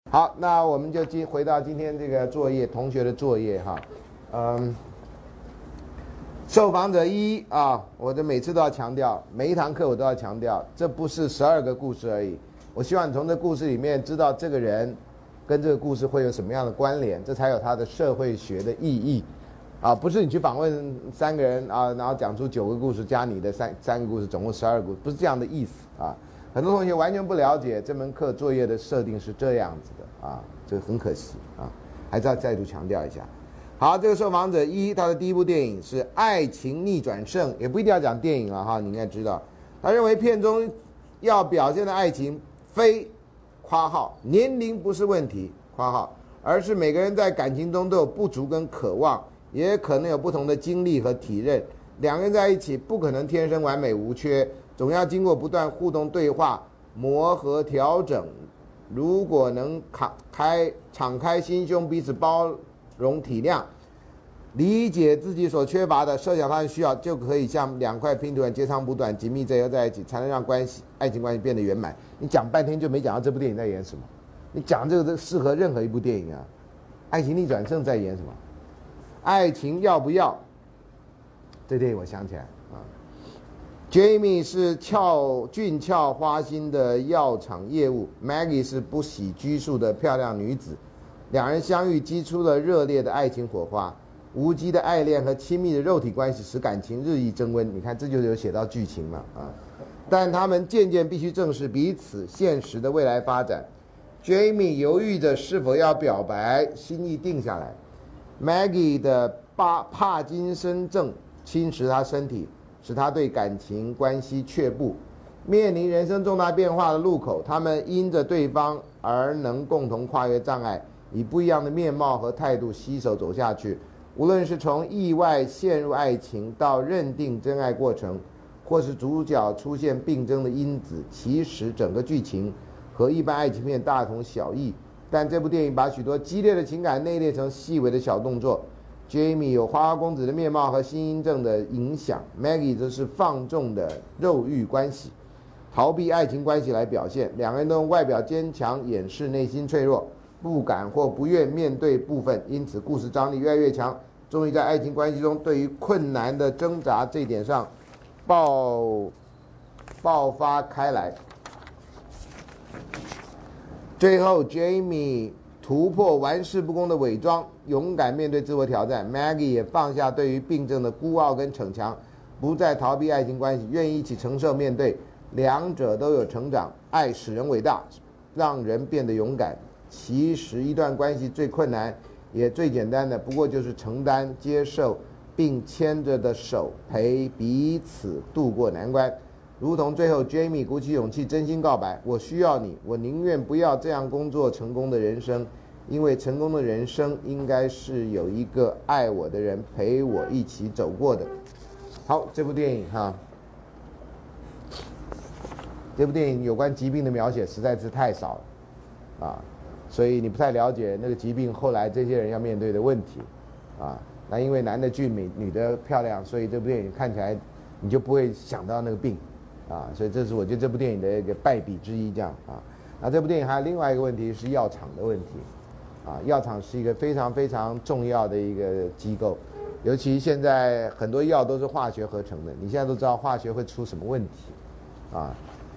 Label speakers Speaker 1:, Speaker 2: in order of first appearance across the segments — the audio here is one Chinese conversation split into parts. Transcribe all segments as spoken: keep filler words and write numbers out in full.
Speaker 1: 好，那我们就今回到今天这个作业，同学的作业哈，嗯，受访者一啊，我这每次都要强调，每一堂课我都要强调，这不是十二个故事而已。我希望你从这故事里面知道这个人跟这个故事会有什么样的关联，这才有它的社会学的意义。啊，不是你去访问三个人啊，然后讲出九个故事加你的三三个故事，总共十二个故事，不是这样的意思啊。很多同学完全不了解这门课作业的设定是这样子的啊，这个很可惜啊，还是要再度强调一下。好，这个受访者一，他的第一部电影是《爱情逆转胜》，也不一定要讲电影了哈，你应该知道。他认为片中要表现的爱情非（括号）年龄不是问题（括号），而是每个人在感情中都有不足跟渴望，也可能有不同的经历和体认。两个人在一起不可能天生完美无缺，总要经过不断互动对话、磨合调整。如果能敞开敞开心胸，彼此包容体谅，理解自己所缺乏的，设想他的需要，就可以像两块拼图般截长补短，紧密结合在一起，才能让关系爱情关系变得圆满。你讲半天就没讲到这部电影在演什么，你讲这个适合任何一部电影啊。爱情逆转胜在演什么？爱情要不要？这电影我想起来啊 ，Jamie 是俏俊俏花心的药厂业务 ，Maggie 是不喜拘束的漂亮女子，两人相遇激出了热烈的爱情火花，无稽的爱恋和亲密的肉体关系使感情日益升温。你看，这就有写到剧情嘛啊！但他们渐渐必须正视彼此现实的未来发展。Jamie 犹豫着是否要表白，心意定下来。Maggie 的帕帕金森症侵蚀他身体，使他对感情关系却步。面临人生重大变化的路口，他们因着对方而能共同跨越障碍，以不一样的面貌和态度携手走下去。无论是从意外陷入爱情到认定真爱过程，或是主角出现病症的因子，其实整个剧情和一般爱情片大同小异。但这部电影把许多激烈的情感内敛成细微的小动作。Jamie 有花花公子的面貌和心因症的影响， Maggie 则是放纵的肉欲关系，逃避爱情关系来表现。两个人都用外表坚强掩饰内心脆弱，不敢或不愿面对部分，因此故事张力越来越强，终于在爱情关系中对于困难的挣扎这一点上爆爆发开来。最后 Jamie 突破玩世不恭的伪装，勇敢面对自我挑战。 Maggie 也放下对于病症的孤傲跟逞强，不再逃避爱情关系，愿意一起承受面对。两者都有成长。爱使人伟大，让人变得勇敢。其实一段关系最困难也最简单的，不过就是承担、接受并牵着的手，陪彼此度过难关。如同最后 Jamie 鼓起勇气真心告白，我需要你，我宁愿不要这样工作成功的人生，因为成功的人生应该是有一个爱我的人陪我一起走过的。好，这部电影哈，这部电影有关疾病的描写实在是太少了啊，所以你不太了解那个疾病后来这些人要面对的问题啊。那因为男的俊美，女的漂亮，所以这部电影看起来你就不会想到那个病啊，所以这是我觉得这部电影的一个败笔之一，这样啊。那这部电影还有另外一个问题是药厂的问题，啊，药厂是一个非常非常重要的一个机构，尤其现在很多药都是化学合成的，你现在都知道化学会出什么问题，啊，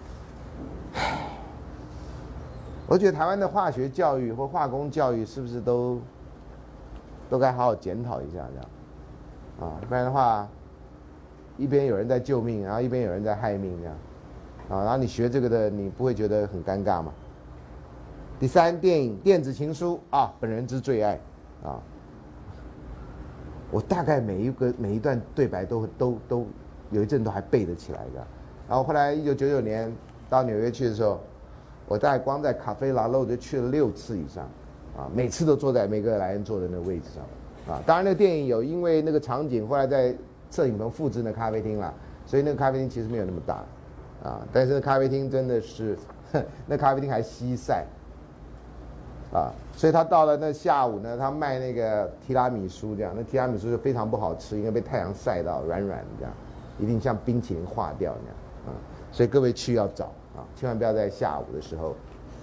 Speaker 1: 我觉得台湾的化学教育或化工教育是不是都都该好好检讨一下这样，啊，不然的话。一边有人在救命，然后一边有人在害命，这样，啊，然后你学这个的，你不会觉得很尴尬吗？第三，电影《电子情书》啊，本人之最爱，啊，我大概每一个每一段对白都都都有一阵都还背得起来的。然后后来一九九九年到纽约去的时候，我大概光在卡菲拉漏就去了六次以上，啊，每次都坐在梅格莱恩坐的那个位置上，啊，当然那个电影有因为那个场景后来在摄影棚复制那咖啡厅啦，所以那个咖啡厅其实没有那么大，啊，但是那咖啡厅真的是，那咖啡厅还西晒，啊，所以他到了那下午呢，他卖那个提拉米苏这样，那提拉米苏就非常不好吃，因为被太阳晒到软软的这样，一定像冰淇淋化掉那样，啊，所以各位去要早啊，千万不要在下午的时候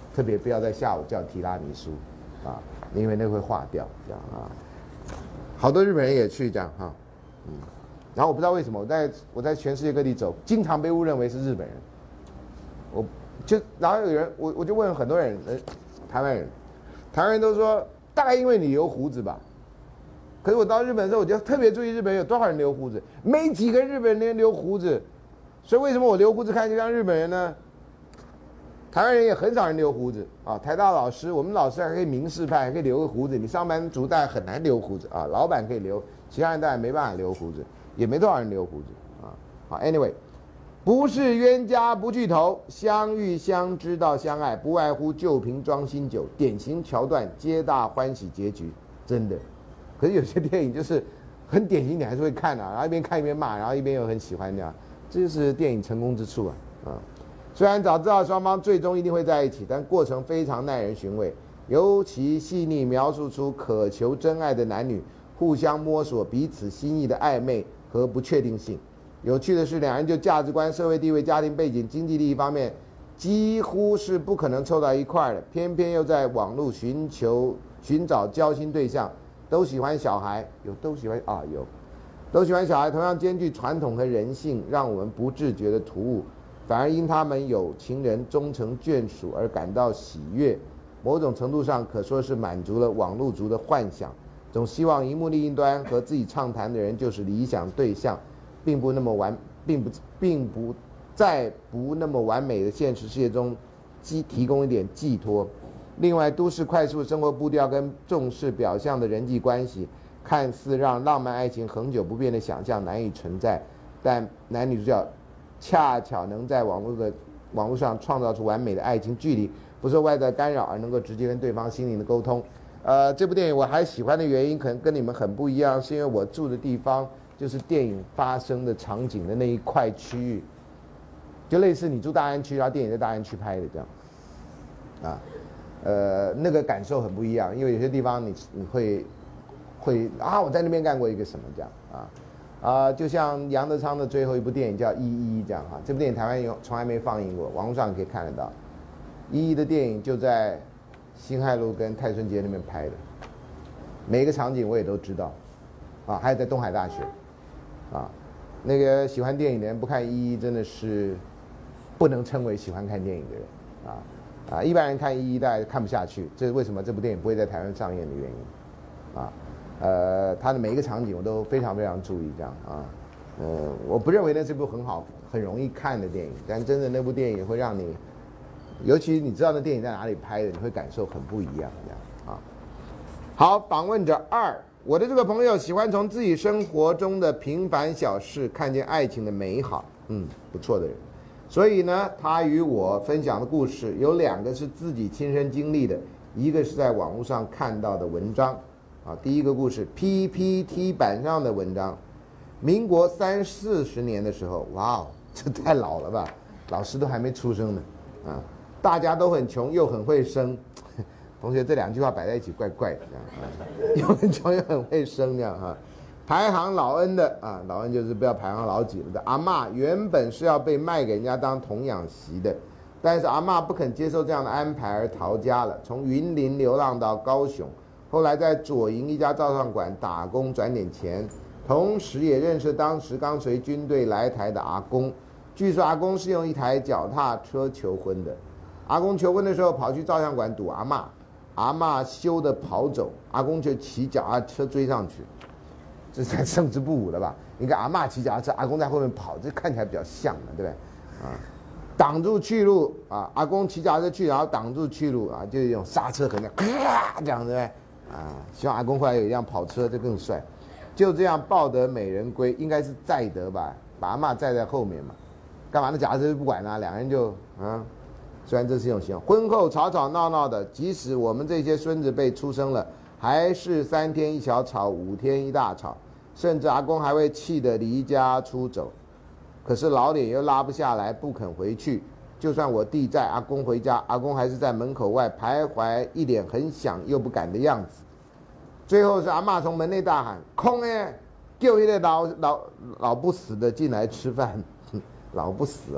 Speaker 1: 特别不要在下午叫提拉米苏，啊，因为那会化掉，这样啊。好多日本人也去这样哈，嗯，然后我不知道为什么我在我在全世界各地走，经常被误认为是日本人，我就然后有人我我就问很多人，呃，台湾人，台湾人都说大概因为你留胡子吧。可是我到日本的时候，我就特别注意日本人有多少人留胡子，没几个日本人留胡子，所以为什么我留胡子看起来像日本人呢？台湾人也很少人留胡子啊。台大老师，我们老师还可以明示派，还可以留个胡子，你上班族大概很难留胡子啊。老板可以留，其他人当然没办法留胡子，也没多少人留胡子啊。好 ，anyway， 不是冤家不聚头，相遇相知到相爱，不外乎旧瓶装新酒，典型桥段，皆大欢喜结局，真的。可是有些电影就是很典型，你还是会看啊，然后一边看一边骂，然后一边又很喜欢这样，这就是电影成功之处啊啊！虽然早知道双方最终一定会在一起，但过程非常耐人寻味，尤其细腻描述出渴求真爱的男女互相摸索彼此心意的暧昧和不确定性。有趣的是，两人就价值观、社会地位、家庭背景、经济利益方面几乎是不可能凑到一块的，偏偏又在网络寻求寻找交心对象。都喜欢小孩，有都喜欢啊有，都喜欢小孩，同样兼具传统和人性，让我们不自觉的突兀，反而因他们有情人终成眷属而感到喜悦。某种程度上可说是满足了网络族的幻想，总希望荧幕另一端和自己畅谈的人就是理想对象，并不那么完，并不并不在不那么完美的现实世界中，既提供一点寄托。另外，都市快速生活步调跟重视表象的人际关系，看似让浪漫爱情恒久不变的想象难以存在，但男女主角恰巧能在网络的网络上创造出完美的爱情距离，不受外在干扰，而能够直接跟对方心灵的沟通。呃，这部电影我还喜欢的原因，可能跟你们很不一样，是因为我住的地方就是电影发生的场景的那一块区域，就类似你住大安区，然后电影在大安区拍的这样，啊。呃，那个感受很不一样，因为有些地方你你会会啊，我在那边干过一个什么这样啊啊，就像杨德昌的最后一部电影叫《一一》这样哈，这部电影台湾有从来没放映过，网络上可以看得到。《一一》的电影就在辛亥路跟泰顺街那边拍的，每一个场景我也都知道，啊，还有在东海大学，啊，那个喜欢电影的人不看《一一》真的是不能称为喜欢看电影的人啊。啊，一般人看一一大概看不下去，这是为什么这部电影不会在台湾上映的原因，啊，呃，它的每一个场景我都非常非常注意，这样啊，呃，我不认为那是部很好、很容易看的电影，但真的那部电影会让你，尤其你知道那电影在哪里拍的，你会感受很不一样，这样啊。好，访问者二，我的这个朋友喜欢从自己生活中的平凡小事看见爱情的美好，嗯，不错的人。所以呢，他与我分享的故事有两个是自己亲身经历的，一个是在网络上看到的文章，啊，第一个故事 P P T 版上的文章，民国三四十年的时候，哇哦，这太老了吧，老师都还没出生呢，啊，大家都很穷又很会生，同学这两句话摆在一起怪怪的，这样啊，又很穷又很会生这样哈。排行老恩的啊，老恩就是不要排行老几了的阿嬷，原本是要被卖给人家当童养媳的，但是阿嬷不肯接受这样的安排而逃家了，从云林流浪到高雄，后来在左营一家照相馆打工赚点钱，同时也认识当时刚随军队来台的阿公，据说阿公是用一台脚踏车求婚的，阿公求婚的时候跑去照相馆堵阿嬷，阿嬷羞得跑走，阿公就骑脚踏车追上去。这才胜之不武了吧？你看阿嬷骑脚踏车，阿公在后面跑，这看起来比较像的，对不对？啊，挡住去路啊！阿公骑脚踏车去，然后挡住去路啊，就用刹车可能咔这样，对不对？啊，希望阿公后来有一辆跑车，这更帅。就这样抱得美人归，应该是载得吧？把阿嬷载在后面嘛，干嘛呢？脚踏车不管啊，两人就啊。虽然这是一种形容，婚后吵吵闹闹的，即使我们这些孙子辈出生了。还是三天一小吵，五天一大吵，甚至阿公还会气得离家出走。可是老脸又拉不下来，不肯回去。就算我弟载阿公回家，阿公还是在门口外徘徊，一脸很想又不敢的样子。最后是阿嬷从门内大喊：“空哎，叫一个老老老不死的进来吃饭。”老不死哦，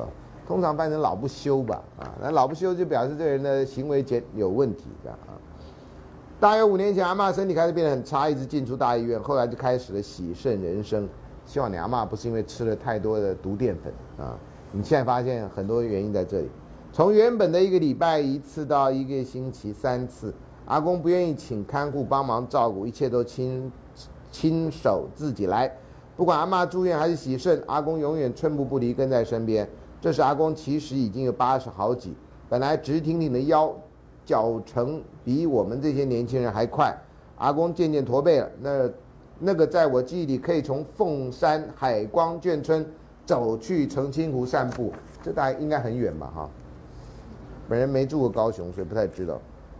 Speaker 1: 通常翻成老不休吧，啊，那老不休就表示这个人的行为简有问题，这样啊。大约五年前，阿嬷身体开始变得很差，一直进出大医院，后来就开始了喜胜人生。希望你阿嬷不是因为吃了太多的毒淀粉啊，你现在发现很多原因在这里。从原本的一个礼拜一次到一个星期三次，阿公不愿意请看护帮忙照顾，一切都亲亲手自己来。不管阿嬷住院还是喜胜，阿公永远寸步不离跟在身边。这时阿公其实已经有八十好几，本来直挺挺的腰，脚程比我们这些年轻人还快。阿公渐渐驼背了，那那个在我记忆里可以从凤山海光眷村走去澄清湖散步，这大概应该很远吧哈。本人没住过高雄，所以不太知道。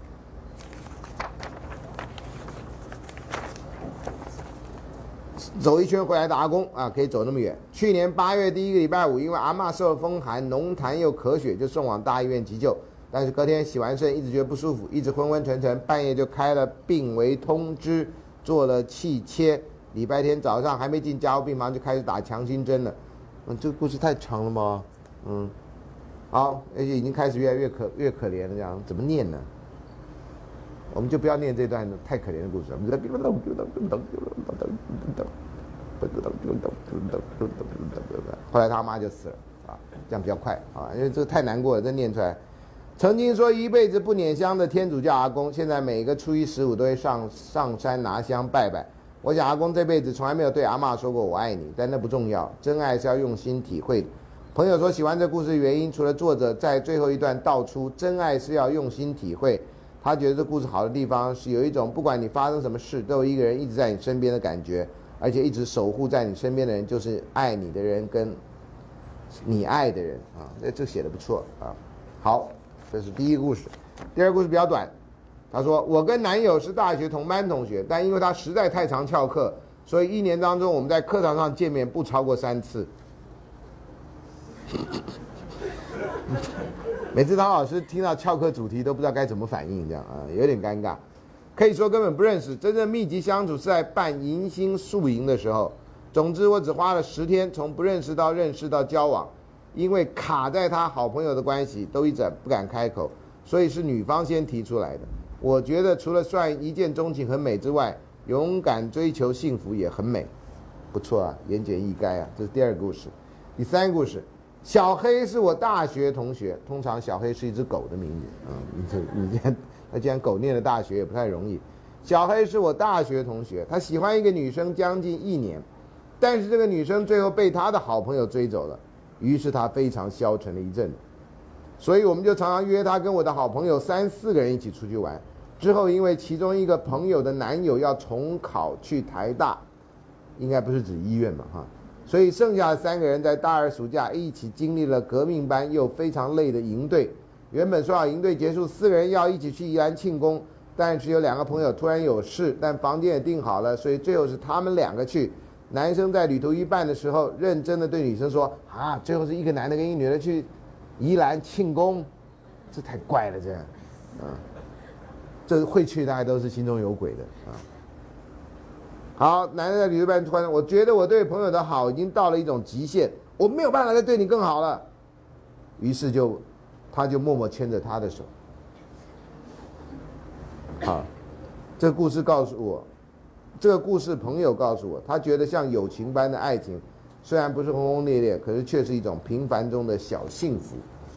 Speaker 1: 走一圈回来的阿公啊，可以走那么远。去年八月第一个礼拜五，因为阿嬷受了风寒，浓痰又咳血，就送往大医院急救。但是隔天洗完肾，一直觉得不舒服，一直昏昏沉沉，半夜就开了病危通知，做了气切。礼拜天早上还没进加护病房，就开始打强心针了。嗯，这个故事太长了吗？嗯，好，而且已经开始越来越可越可怜了，这样怎么念呢？我们就不要念这段太可怜的故事，我们就后来他妈就死了啊，这样比较快啊，因为这个太难过了，这念出来。曾经说一辈子不捻香的天主教阿公，现在每个初一十五都会上上山拿香拜拜。我想阿公这辈子从来没有对阿嬷说过我爱你，但那不重要，真爱是要用心体会的。朋友说喜欢这故事的原因，除了作者在最后一段道出真爱是要用心体会，他觉得这故事好的地方是有一种不管你发生什么事，都有一个人一直在你身边的感觉，而且一直守护在你身边的人就是爱你的人跟你爱的人啊，这写的不错啊。好，这是第一个故事。第二个故事比较短，他说我跟男友是大学同班同学，但因为他实在太常翘课，所以一年当中我们在课堂上见面不超过三次。每次唐老师听到翘课主题都不知道该怎么反应，这样啊，有点尴尬，可以说根本不认识。真正密集相处是在办迎新宿营的时候。总之，我只花了十天，从不认识到认识到交往。因为卡在他好朋友的关系，都一直不敢开口，所以是女方先提出来的。我觉得除了算一见钟情很美之外，勇敢追求幸福也很美，不错啊，言简意赅啊。这是第二个故事。第三个故事。小黑是我大学同学，通常小黑是一只狗的名字啊。你这你既然他既然狗念了大学也不太容易。小黑是我大学同学，他喜欢一个女生将近一年，但是这个女生最后被他的好朋友追走了，于是他非常消沉了一阵子。所以我们就常常约他跟我的好朋友三四个人一起出去玩。之后因为其中一个朋友的男友要重考去台大，应该不是指医院嘛哈。所以剩下的三个人在大二暑假一起经历了革命班又非常累的营队。原本说好营队结束四个人要一起去宜兰庆功，但是有两个朋友突然有事，但房间也订好了，所以最后是他们两个去。男生在旅途一半的时候认真的对女生说啊，最后是一个男的跟一个女的去宜兰庆功，这太怪了，这样啊，这会去大家都是心中有鬼的啊。好，男的在旅游班突然，我觉得我对朋友的好已经到了一种极限，我没有办法再对你更好了。于是就，他就默默牵着她的手。好，这个故事告诉我，这个故事朋友告诉我，他觉得像友情般的爱情，虽然不是轰轰烈烈，可是却是一种平凡中的小幸福。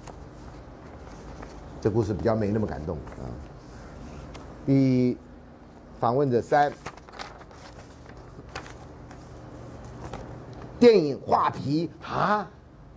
Speaker 1: 这故事比较没那么感动啊。第访问者三。电影《画皮》啊，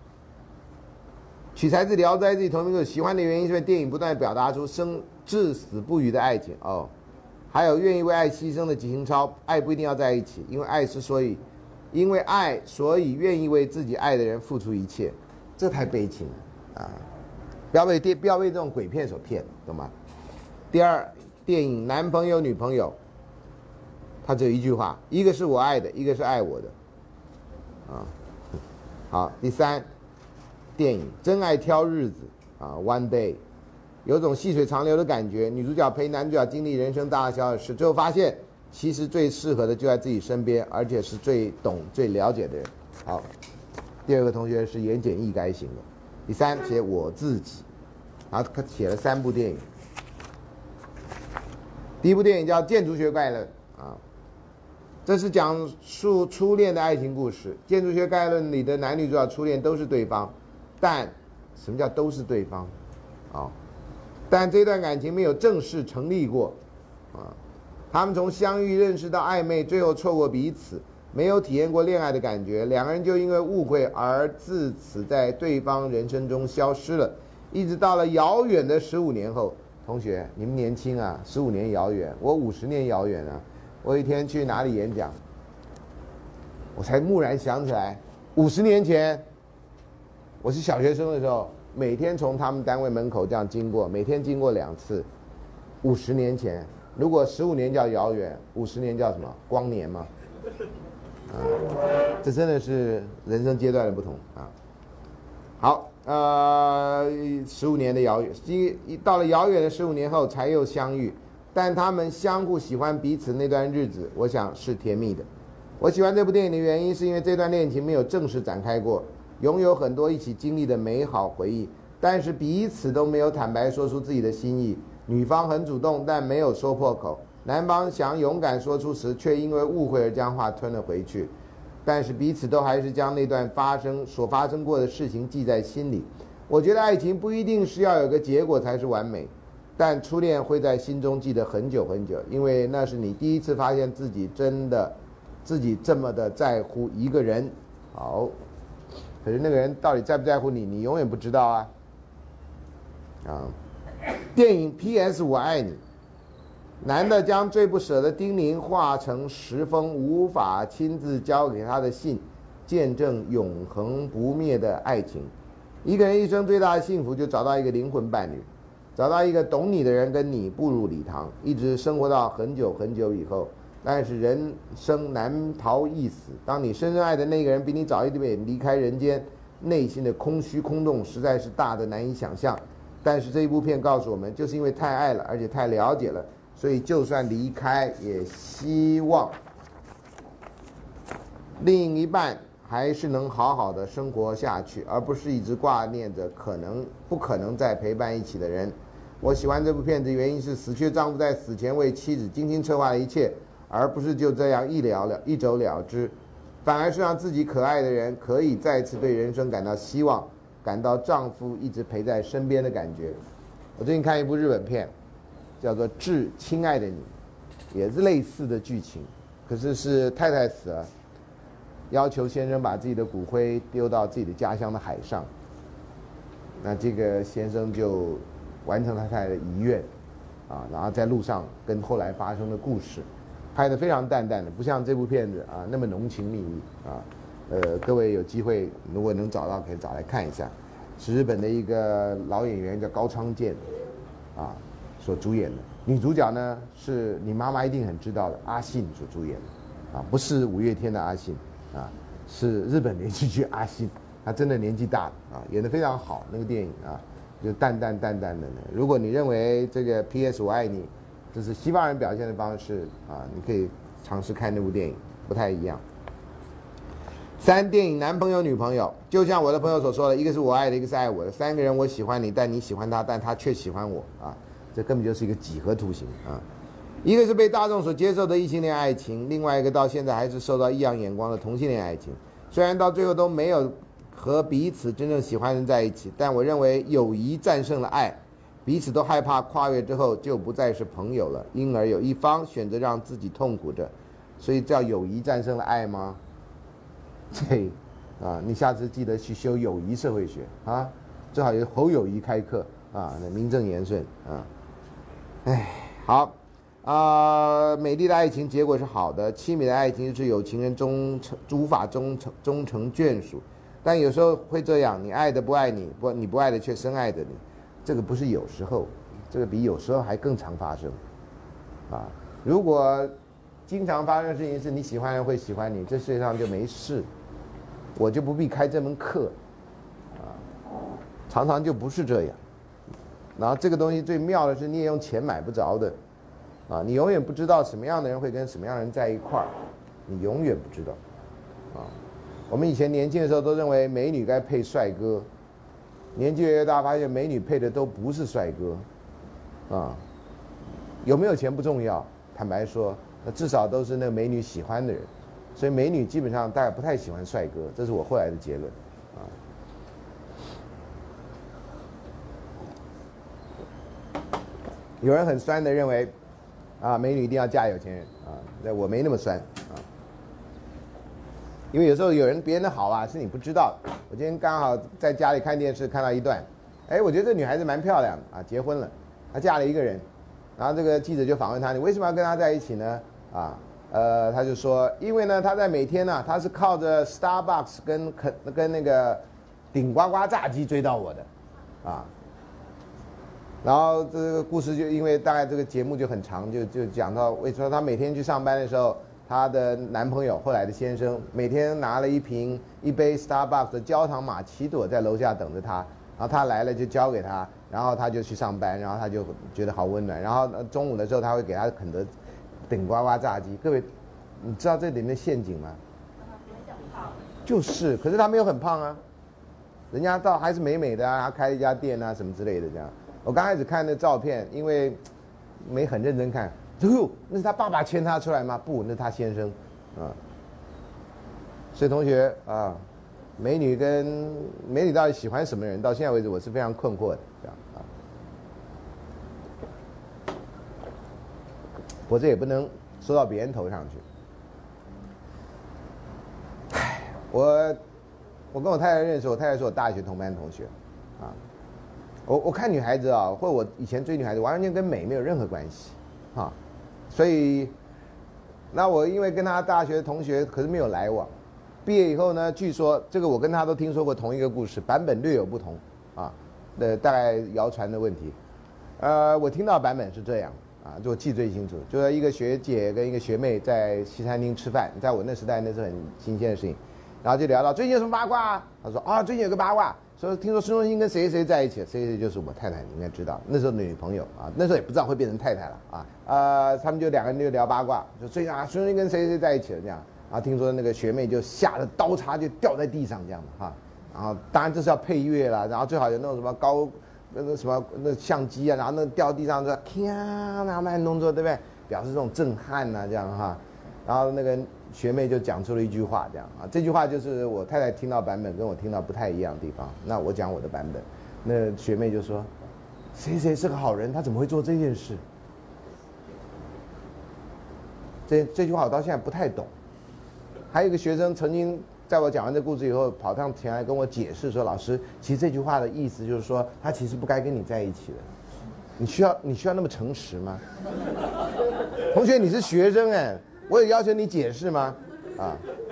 Speaker 1: 取材自《聊斋志异》同名故事。喜欢的原因是因为电影不断表达出生至死不渝的爱情哦，还有愿意为爱牺牲的吉星超。爱不一定要在一起，因为爱是所以，因为爱所以愿意为自己爱的人付出一切，这太悲情了啊！不要被电，不要被这种鬼片所骗，懂吗？第二，电影《男朋友女朋友》，它只有一句话，一个是我爱的，一个是爱我的。啊，好，第三，电影《真爱挑日子》啊 ，One Day， 有种细水长流的感觉。女主角陪男主角经历人生大小的事，最后发现其实最适合的就在自己身边，而且是最懂、最了解的人。好，第二个同学是言简意赅型的， 第三写我自己，然后他写了三部电影。第一部电影叫《建筑学概论》啊，这是讲述初恋的爱情故事。《建筑学概论》里的男女主角初恋都是对方，但什么叫都是对方？啊，但这段感情没有正式成立过啊。他们从相遇、认识到暧昧，最后错过彼此，没有体验过恋爱的感觉，两个人就因为误会而自此在对方人生中消失了，一直到了遥远的十五年后。同学，你们年轻啊，十五年遥远，我五十年遥远啊。我有一天去哪里演讲，我才蓦然想起来，五十年前，我是小学生的时候，每天从他们单位门口这样经过，每天经过两次。五十年前，如果十五年叫遥远，五十年叫什么？光年吗？啊，这真的是人生阶段的不同啊。好。呃，十五年的遥远，到了遥远的十五年后才又相遇，但他们相互喜欢彼此那段日子，我想是甜蜜的。我喜欢这部电影的原因，是因为这段恋情没有正式展开过，拥有很多一起经历的美好回忆，但是彼此都没有坦白说出自己的心意。女方很主动，但没有说破口；男方想勇敢说出时，却因为误会而将话吞了回去。但是彼此都还是将那段发生所发生过的事情记在心里。我觉得爱情不一定是要有个结果才是完美，但初恋会在心中记得很久很久，因为那是你第一次发现自己真的自己这么的在乎一个人。好，可是那个人到底在不在乎你，你永远不知道啊。啊，电影 P S 我爱你，男的将最不舍的叮咛化成十封无法亲自交给他的信，见证永恒不灭的爱情。一个人一生最大的幸福，就找到一个灵魂伴侣，找到一个懂你的人，跟你步入礼堂，一直生活到很久很久以后。但是人生难逃一死，当你深深爱的那个人比你早一点离开人间，内心的空虚空洞实在是大的难以想象。但是这一部片告诉我们，就是因为太爱了，而且太了解了，所以就算离开，也希望另一半还是能好好的生活下去，而不是一直挂念着可能不可能再陪伴一起的人。我喜欢这部片子，原因是死去丈夫在死前为妻子精心策划了一切，而不是就这样一了了一走了之，反而是让自己可爱的人可以再次对人生感到希望，感到丈夫一直陪在身边的感觉。我最近看一部日本片，叫做《致亲爱的你》，也是类似的剧情，可是是太太死了，要求先生把自己的骨灰丢到自己的家乡的海上，那这个先生就完成他太太的遗愿，啊，然后在路上跟后来发生的故事，拍得非常淡淡的，不像这部片子啊那么浓情蜜意啊。呃，各位有机会如果能找到，可以找来看一下。是日本的一个老演员叫高仓健，啊，所主演的。女主角呢是你妈妈一定很知道的阿信所主演的，啊，不是五月天的阿信，啊，是日本连续剧阿信，他真的年纪大了啊，演得非常好。那个电影啊，就淡淡淡淡的呢。如果你认为这个 P S 我爱你，这是西方人表现的方式啊，你可以尝试看那部电影，不太一样。三，电影男朋友女朋友，就像我的朋友所说的，一个是我爱的，一个是爱我的，三个人我喜欢你，但你喜欢他，但他却喜欢我啊，这根本就是一个几何图形啊。一个是被大众所接受的异性恋爱情，另外一个到现在还是受到异样眼光的同性恋爱情。虽然到最后都没有和彼此真正喜欢的人在一起，但我认为友谊战胜了爱，彼此都害怕跨越之后就不再是朋友了，因而有一方选择让自己痛苦着，所以叫友谊战胜了爱吗？对，啊，你下次记得去修友谊社会学啊，最好有侯友谊开课啊，那名正言顺啊。哎，好啊、呃，美丽的爱情结果是好的，凄美的爱情是有情人终成无法终成终成眷属，但有时候会这样，你爱的不爱你，不你不爱的却深爱着你，这个不是有时候，这个比有时候还更常发生啊。如果经常发生的事情是你喜欢人会喜欢你，这世界上就没事，我就不必开这门课啊。常常就不是这样，然后这个东西最妙的是你也用钱买不着的啊，你永远不知道什么样的人会跟什么样的人在一块儿，你永远不知道啊。我们以前年轻的时候都认为美女该配帅哥年纪越来越大，发现美女配的都不是帅哥，啊，有没有钱不重要，坦白说，那至少都是那个美女喜欢的人，所以美女基本上大概不太喜欢帅哥，这是我后来的结论，啊。有人很酸的认为，啊，美女一定要嫁有钱人啊，那我没那么酸啊。因为有时候有人别人的好啊，是你不知道的。我今天刚好在家里看电视，看到一段，哎，我觉得这女孩子蛮漂亮的啊，结婚了，她嫁了一个人，然后这个记者就访问她，你为什么要跟他在一起呢？啊，呃，他就说，因为呢，他在每天呢、啊，他是靠着 Starbucks 跟肯跟那个顶呱呱炸鸡追到我的，啊。然后这个故事就因为大概这个节目就很长，就就讲到为什么她每天去上班的时候，她的男朋友后来的先生每天拿了一瓶一杯 Starbucks 的焦糖玛奇朵在楼下等着她，然后她来了就交给她，然后她就去上班，然后她就觉得好温暖。然后中午的时候她会给她肯德顶呱呱炸鸡。各位，你知道这里面的陷阱吗？就是，可是她没有很胖啊，人家倒还是美美的啊，她开了一家店啊什么之类的这样。我刚开始看那照片，因为没很认真看，哟，那是他爸爸牵他出来吗？不，那是他先生，啊。所以同学啊，美女跟美女到底喜欢什么人？到现在为止，我是非常困惑的，这样啊。我这也不能说到别人头上去。唉，我我跟我太太认识，我太太是我大学同班同学，啊。我我看女孩子啊，或者我以前追女孩子，完全跟美没有任何关系，啊，所以，那我因为跟她大学同学，可是没有来往。毕业以后呢，据说这个我跟她都听说过同一个故事，版本略有不同，啊，的大概谣传的问题。呃，我听到版本是这样，啊，就我记最清楚，就是一个学姐跟一个学妹在西餐厅吃饭，在我那时代那是很新鲜的事情，然后就聊到最近有什么八卦啊？她说啊，最近有个八卦。说听说孙中山跟谁谁在一起，谁谁就是我太太，你应该知道，那时候的女朋友啊，那时候也不知道会变成太太了啊，呃，他们就两个人就聊八卦，就最近啊，孙中山跟谁谁在一起了这样，啊，听说那个学妹就吓得刀叉就掉在地上这样的哈，然后当然这是要配乐啦，然后最好有那种什么高那个什么那相机啊，然后那掉地上说锵，然后慢动作对不对？表示这种震撼呐、啊、这样哈，然后那个。学妹就讲出了一句话，这样啊，这句话就是我太太听到版本跟我听到不太一样的地方。那我讲我的版本，那学妹就说：“谁谁是个好人，他怎么会做这件事？”这这句话我到现在不太懂。还有一个学生曾经在我讲完这故事以后，跑上前来跟我解释说：“老师，其实这句话的意思就是说，他其实不该跟你在一起的。你需要你需要那么诚实吗？”同学，你是学生哎。我有要求你解释吗？啊，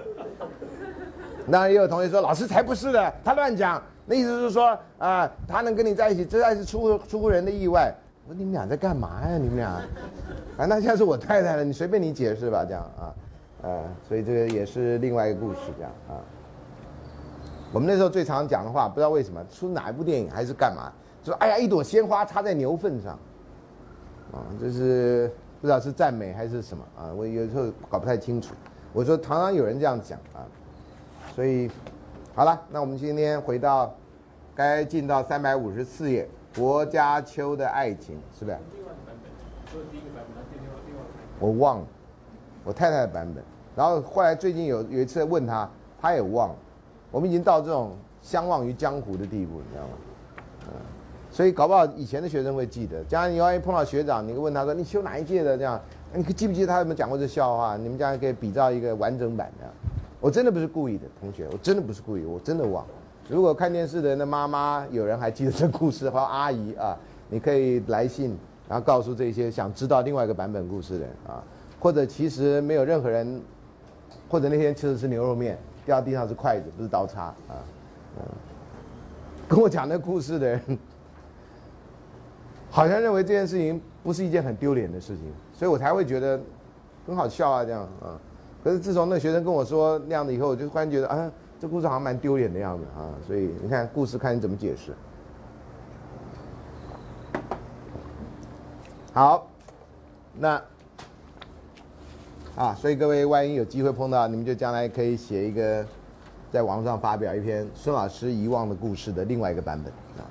Speaker 1: 那也有同学说，老师才不是的，他乱讲。那意思是说啊，他能跟你在一起，这还是出乎出乎人的意外。我说你们俩在干嘛呀？你们俩，啊，那现在是我太太了，你随便你解释吧，这样啊，呃，所以这个也是另外一个故事，这样啊。我们那时候最常讲的话，不知道为什么出哪一部电影还是干嘛，就说哎呀，一朵鲜花插在牛粪上，啊，这是。不知道是赞美还是什么啊，我有时候搞不太清楚。我说常常有人这样讲啊，所以好了，那我们今天回到该进到三百五十四页，薄伽丘的爱情，是不是？我忘了，我太太的版本。然后后来最近有有一次问他，他也忘了。我们已经到这种相忘于江湖的地步，你知道吗？嗯。所以搞不好以前的学生会记得，将来你万一碰到学长，你问他说你修哪一届的这样，你记不记得他有没有讲过这笑话？你们将来可以比照一个完整版这样。我真的不是故意的，同学，我真的不是故意，我真的忘了。如果看电视的人的妈妈有人还记得这故事，或阿姨啊，你可以来信，然后告诉这些想知道另外一个版本故事的人啊，或者其实没有任何人，或者那天吃的是牛肉面，掉地上是筷子，不是刀叉啊，嗯，跟我讲那故事的人。好像认为这件事情不是一件很丢脸的事情，所以我才会觉得很好笑啊，这样啊。可是自从那学生跟我说那样的以后，我就忽然觉得啊，这故事好像蛮丢脸的样子啊。所以你看，故事看你怎么解释。好，那啊，所以各位万一有机会碰到，你们就将来可以写一个，在网上发表一篇孙老师遗忘的故事的另外一个版本啊。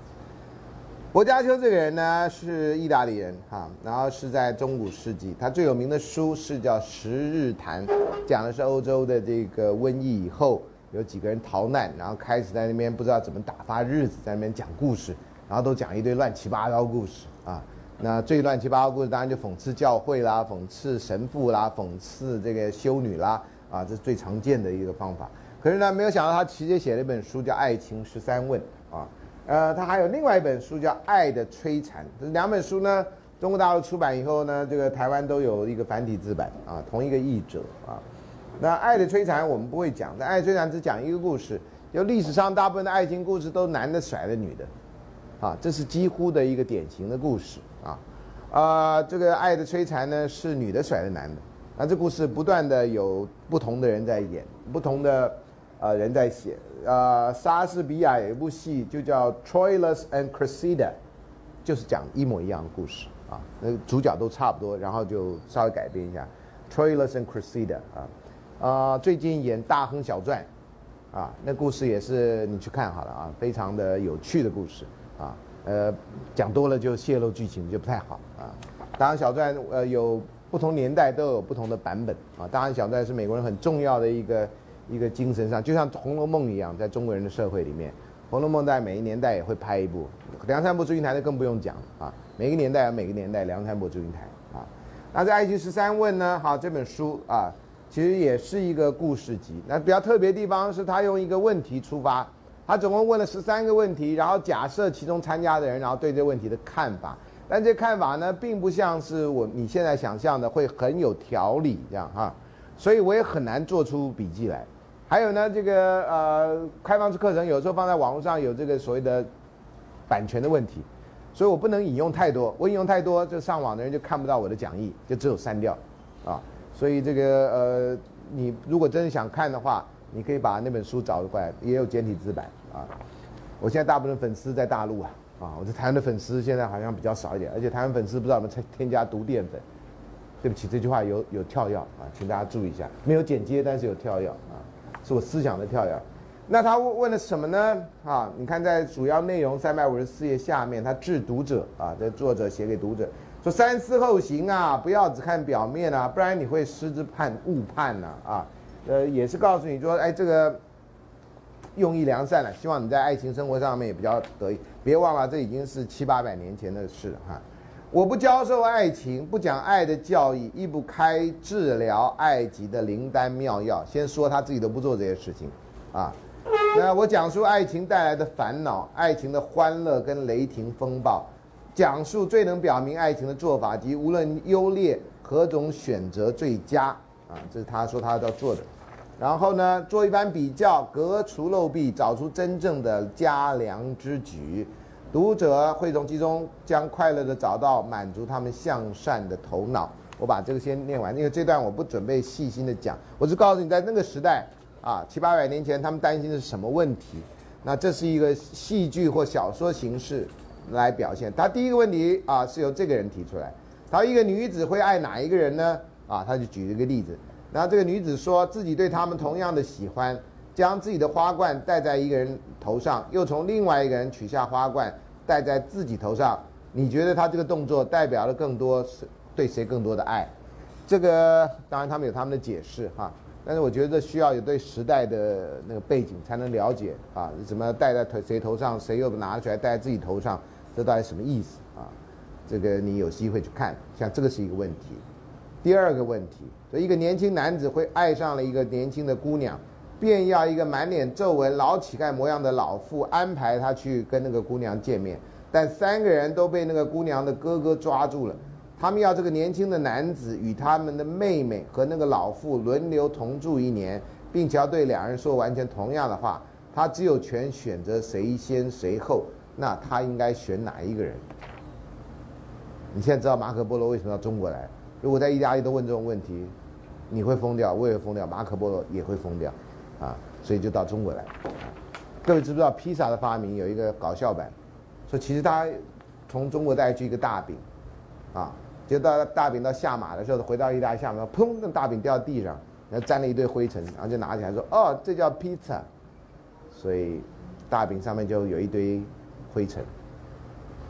Speaker 1: 薄伽丘这个人呢是意大利人哈，然后是在中古世纪，他最有名的书是叫《十日谈》，讲的是欧洲的这个瘟疫以后，有几个人逃难，然后开始在那边不知道怎么打发日子，在那边讲故事，然后都讲一堆乱七八糟故事啊。那最乱七八糟故事当然就讽刺教会啦，讽刺神父啦，讽刺这个修女啦，啊，这是最常见的一个方法。可是呢，没有想到他直接写了一本书叫《爱情十三问》啊。呃，他还有另外一本书叫《爱的摧残》，这两本书呢，中国大陆出版以后呢，这个台湾都有一个繁体字版啊，同一个译者啊。那《爱的摧残》我们不会讲，但《爱的摧残》只讲一个故事，就历史上大部分的爱情故事都男的甩了女的，啊，这是几乎的一个典型的故事啊。啊、呃，这个《爱的摧残》呢是女的甩了男的，那这故事不断的有不同的人在演，不同的。呃，人在写，呃，莎士比亚有一部戏就叫《Troilus and Cressida》，就是讲一模一样的故事啊，那主角都差不多，然后就稍微改变一下，《Troilus and Cressida》啊，啊、呃，最近演《大亨小传》，啊，那故事也是你去看好了啊，非常的有趣的故事啊，呃，讲多了就泄露剧情就不太好啊，《大亨小传》呃有不同年代都有不同的版本啊，《大亨小传》是美国人很重要的一个。一个精神上，就像《红楼梦》一样，在中国人的社会里面，《红楼梦》在每一年代也会拍一部，梁山伯祝英台的更不用讲啊，每个年代有每个年代梁山伯祝英台啊。那在《爱情十三问》呢，好，这本书啊，其实也是一个故事集。那比较特别的地方是，他用一个问题出发，他总共问了十三个问题，然后假设其中参加的人，然后对这个问题的看法。但这看法呢，并不像是我你现在想象的会很有条理这样哈，所以我也很难做出笔记来。还有呢，这个呃，开放式课程有时候放在网络上有这个所谓的版权的问题，所以我不能引用太多，我引用太多，就上网的人就看不到我的讲义，就只有删掉，啊，所以这个呃，你如果真的想看的话，你可以把那本书找过来，也有简体字版啊。我现在大部分粉丝在大陆啊，啊，我在台湾的粉丝现在好像比较少一点，而且台湾粉丝不知道有没有添加毒淀粉。对不起，这句话有有跳跃啊，请大家注意一下，没有剪接，但是有跳跃啊。是我思想的跳跃。那他问了什么呢？啊，你看在主要内容三百五十四页下面，他致读者啊，这作者写给读者说：三思后行啊，不要只看表面啊，不然你会失之判误判呐啊，啊。呃，也是告诉你说，哎，这个用意良善了，希望你在爱情生活上面也比较得意。别忘了，这已经是七八百年前的事了哈。我不教授爱情，不讲爱的教义，亦不开治疗爱疾的灵丹妙药。先说他自己都不做这些事情，啊，那我讲述爱情带来的烦恼、爱情的欢乐跟雷霆风暴，讲述最能表明爱情的做法及无论优劣何种选择最佳，啊，这是他说他要做的。然后呢，做一番比较，革除漏弊，找出真正的佳良之举。读者会从其中将快乐的找到满足他们向善的头脑。我把这个先念完，因为这段我不准备细心的讲，我是告诉你在那个时代啊，七八百年前他们担心的是什么问题。那这是一个戏剧或小说形式来表现。他第一个问题啊是由这个人提出来，他说一个女子会爱哪一个人呢？啊，他就举了一个例子，然后这个女子说自己对他们同样的喜欢，将自己的花冠戴在一个人头上，又从另外一个人取下花冠戴在自己头上，你觉得他这个动作代表了更多对谁更多的爱？这个当然他们有他们的解释哈，但是我觉得需要有对时代的那个背景才能了解啊，怎么戴在谁头上，谁又拿出来戴在自己头上，这到底什么意思啊？这个你有机会去看，像这个是一个问题。第二个问题，所以一个年轻男子会爱上了一个年轻的姑娘，便要一个满脸皱纹、老乞丐模样的老妇安排他去跟那个姑娘见面，但三个人都被那个姑娘的哥哥抓住了。他们要这个年轻的男子与他们的妹妹和那个老妇轮流同住一年，并且要对两人说完全同样的话。他只有权选择谁先谁后，那他应该选哪一个人？你现在知道马可波罗为什么到中国来？如果在意大利都问这种问题，你会疯掉，我也会疯掉，马可波罗也会疯掉。啊，所以就到中国来。各位知不知道披萨的发明有一个搞笑版，说其实他从中国带去一个大饼，啊，就到大饼到下马的时候，回到意大利下马，砰，那大饼掉到地上，然后沾了一堆灰尘，然后就拿起来说，哦，这叫披萨，所以大饼上面就有一堆灰尘。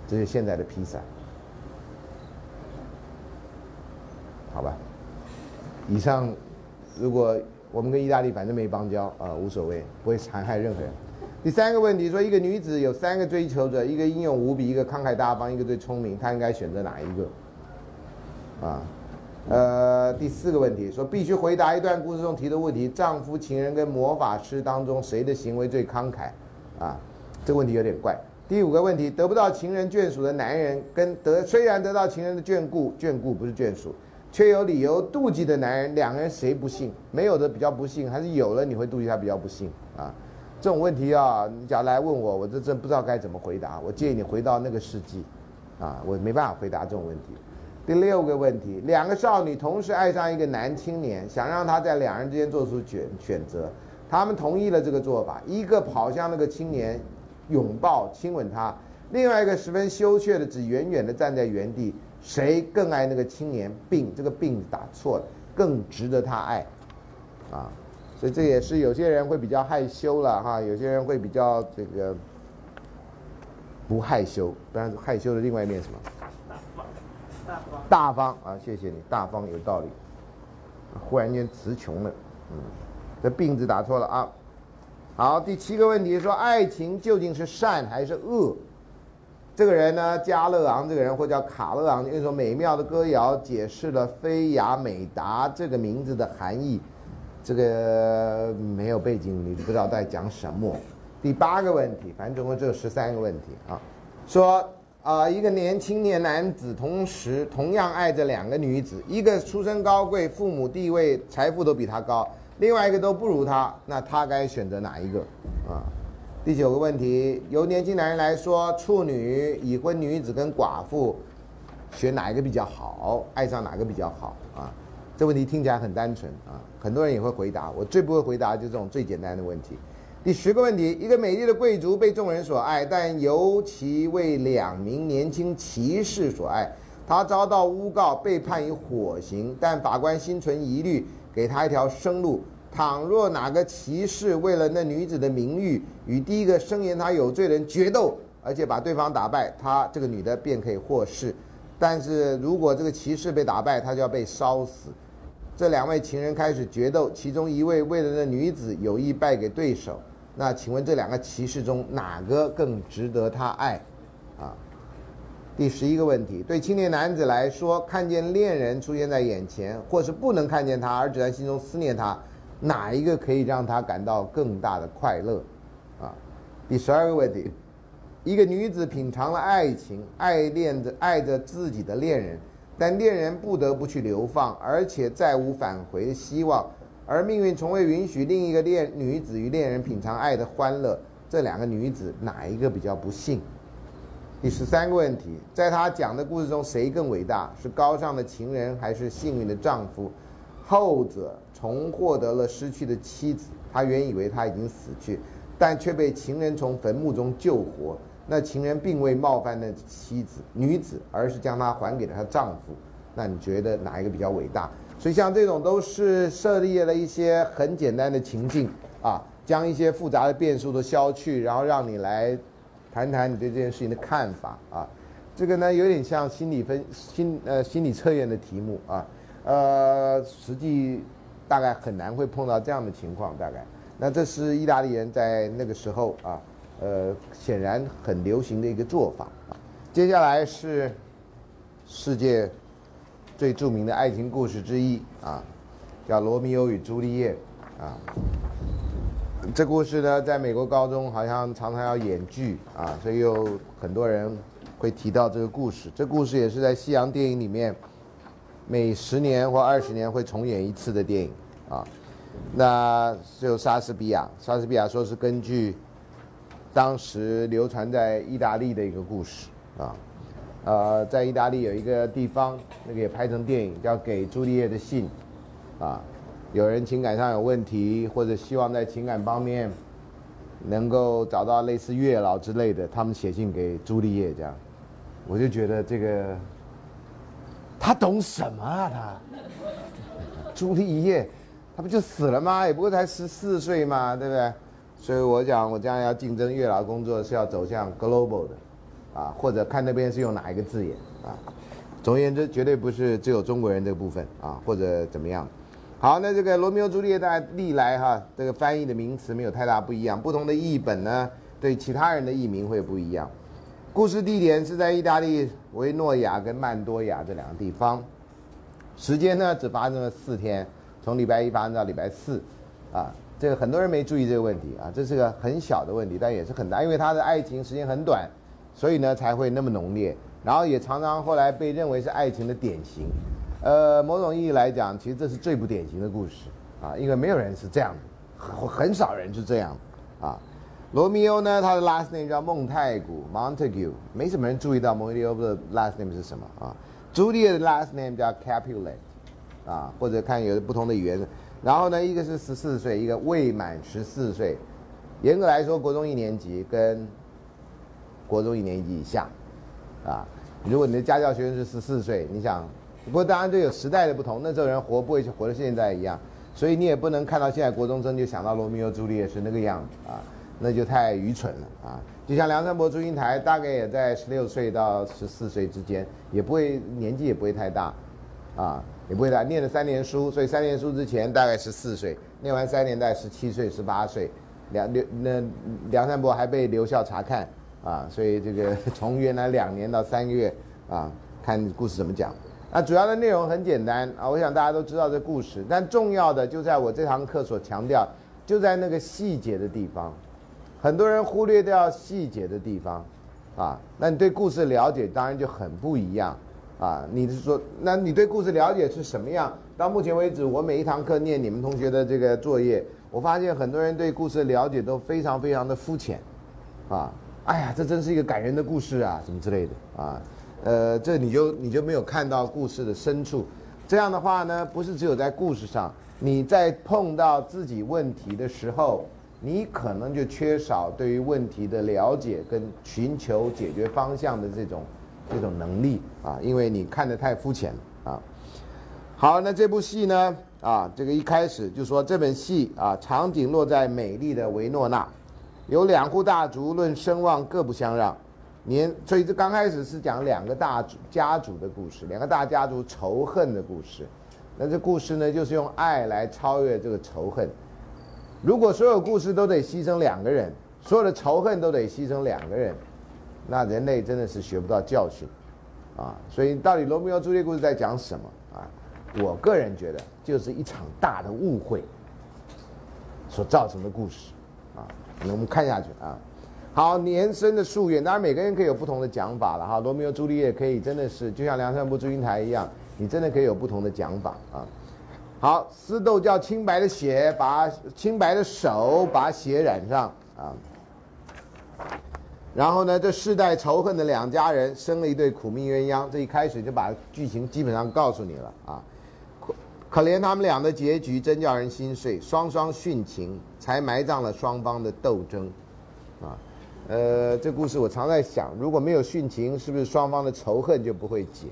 Speaker 1: 这是现在的披萨，好吧？以上，如果我们跟意大利反正没邦交啊、呃，无所谓，不会残害任何人。第三个问题说，一个女子有三个追求者，一个英勇无比，一个慷慨大方，一个最聪明，她应该选择哪一个？啊，呃，第四个问题说，必须回答一段故事中提的问题：丈夫、情人跟魔法师当中谁的行为最慷慨？啊，这个问题有点怪。第五个问题，得不到情人眷属的男人跟得虽然得到情人的眷顾，眷顾不是眷属，却有理由妒忌的男人，两个人谁不幸？没有的比较不幸，还是有了你会妒忌他比较不幸啊？这种问题啊，你假如来问我，我这真不知道该怎么回答。我建议你回到那个世纪，啊，我没办法回答这种问题。第六个问题，两个少女同时爱上一个男青年，想让他在两人之间做出选选择，他们同意了这个做法，一个跑向那个青年，拥抱亲吻他，另外一个十分羞怯的只远远的站在原地。谁更爱那个青年，并这个并打错了，更值得他爱，啊，所以这也是有些人会比较害羞了哈，有些人会比较这个不害羞，但是害羞的另外一面是什么？大方，大方啊，谢谢你，大方有道理。忽然间词穷了，嗯，这并字打错了啊。好，第七个问题说，爱情究竟是善还是恶？这个人呢，加勒昂这个人或叫卡勒昂，用一首美妙的歌谣解释了菲亚美达这个名字的含义。这个没有背景，你不知道在讲什么。第八个问题，反正总共只有十三个问题啊。说啊、呃，一个年轻年男子同时同样爱着两个女子，一个出身高贵，父母地位、财富都比他高，另外一个都不如他，那他该选择哪一个啊？第九个问题，由年轻男人来说，处女、已婚女子跟寡妇，选哪一个比较好？爱上哪个比较好啊？这问题听起来很单纯啊，很多人也会回答。我最不会回答就是这种最简单的问题。第十个问题，一个美丽的贵族被众人所爱，但尤其为两名年轻骑士所爱。他遭到诬告，被判以火刑，但法官心存疑虑，给他一条生路。倘若哪个骑士为了那女子的名誉，与第一个声言他有罪的人决斗，而且把对方打败，他这个女的便可以获释。但是如果这个骑士被打败，他就要被烧死。这两位情人开始决斗，其中一位为了那女子有意败给对手。那请问这两个骑士中哪个更值得他爱？啊，第十一个问题，对青年男子来说，看见恋人出现在眼前，或是不能看见他而只在心中思念他，哪一个可以让他感到更大的快乐？啊，第十二个问题，一个女子品尝了爱情，爱恋着爱着自己的恋人，但恋人不得不去流放，而且再无返回的希望，而命运从未允许另一个恋女子与恋人品尝爱的欢乐，这两个女子哪一个比较不幸？第十三个问题，在他讲的故事中，谁更伟大？是高尚的情人还是幸运的丈夫？后者重获得了失去的妻子，他原以为他已经死去，但却被情人从坟墓中救活。那情人并未冒犯那妻子女子，而是将她还给了她丈夫。那你觉得哪一个比较伟大？所以像这种都是设立了一些很简单的情境啊，将一些复杂的变数都消去，然后让你来谈谈你对这件事情的看法啊。这个呢有点像心理分心呃心理测验的题目啊，呃实际大概很难会碰到这样的情况，大概。那这是意大利人在那个时候啊。呃，显然很流行的一个做法啊。接下来是世界最著名的爱情故事之一啊，叫《罗密欧与朱丽叶》啊。这故事呢，在美国高中好像常常要演剧啊，所以有很多人会提到这个故事。这故事也是在西洋电影里面每十年或二十年会重演一次的电影啊。那是由莎士比亚，莎士比亚说是根据当时流传在意大利的一个故事啊，呃，在意大利有一个地方，那个也拍成电影，叫《给朱丽叶的信》，啊，有人情感上有问题，或者希望在情感方面能够找到类似月老之类的，他们写信给朱丽叶这样，我就觉得这个他懂什么啊他？朱丽叶，他不就死了吗？也不过才十四岁嘛，对不对？所以我讲，我将来要竞争月老工作是要走向 global 的， 啊，或者看那边是用哪一个字眼啊。总而言之，绝对不是只有中国人这个部分啊，或者怎么样。好，那这个罗密欧朱丽叶大概历来哈，这个翻译的名词没有太大不一样，不同的译本呢，对其他人的译名会不一样。故事地点是在意大利维诺亚跟曼多亚这两个地方，时间呢只发生了四天，从礼拜一发生到礼拜四，啊，这个很多人没注意这个问题啊，这是个很小的问题，但也是很大，因为他的爱情时间很短，所以呢才会那么浓烈，然后也常常后来被认为是爱情的典型。呃，某种意义来讲，其实这是最不典型的故事啊，因为没有人是这样的，很很少人是这样啊。罗密欧呢，他的 last name 叫孟太古 Montague， 没什么人注意到罗密欧的 last name 是什么啊。朱丽叶的 last name 叫 Capulet， 啊，或者看有不同的语言。然后呢，一个是十四岁，一个未满十四岁，严格来说，国中一年级跟国中一年级以下，啊，如果你的家教学生是十四岁，你想。不过当然这有时代的不同，那时候人活不会活得现在一样，所以你也不能看到现在国中生就想到罗密欧朱丽叶是那个样子啊，那就太愚蠢了啊！就像梁山伯祝英台，大概也在十六岁到十四岁之间，也不会年纪也不会太大，啊，也不会大，念了三年书，所以三年书之前大概十四岁，念完三年大概十七岁、十八岁，梁刘那梁山伯还被留校察看啊，所以这个从原来两年到三个月啊，看故事怎么讲。那主要的内容很简单啊，我想大家都知道这故事，但重要的就在我这堂课所强调，就在那个细节的地方，很多人忽略掉细节的地方，啊，那你对故事了解当然就很不一样啊。你是说，那你对故事了解是什么样？到目前为止，我每一堂课念你们同学的这个作业，我发现很多人对故事的了解都非常非常的肤浅，啊，哎呀，这真是一个感人的故事啊，什么之类的啊。呃，这你就你就没有看到故事的深处。这样的话呢，不是只有在故事上，你在碰到自己问题的时候，你可能就缺少对于问题的了解跟寻求解决方向的这种这种能力啊，因为你看得太肤浅了啊。好，那这部戏呢，啊，这个一开始就说这本戏啊，场景落在美丽的维诺纳，有两户大族论声望各不相让。年，所以这刚开始是讲两个大族家族的故事，两个大家族仇恨的故事。那这故事呢，就是用爱来超越这个仇恨。如果所有故事都得牺牲两个人，所有的仇恨都得牺牲两个人，那人类真的是学不到教训啊！所以到底罗密欧朱丽叶故事在讲什么啊？我个人觉得就是一场大的误会所造成的故事啊。那我们看下去啊。好，年深的夙愿，当然每个人可以有不同的讲法了哈。罗密欧朱丽叶可以真的是就像梁山伯祝英台一样，你真的可以有不同的讲法啊。好，私斗叫清白的血，把清白的手把血染上啊。然后呢，这世代仇恨的两家人生了一对苦命鸳鸯，这一开始就把剧情基本上告诉你了啊。可怜他们俩的结局真叫人心碎，双双殉情，才埋葬了双方的斗争啊。呃，这故事我常在想，如果没有殉情，是不是双方的仇恨就不会解？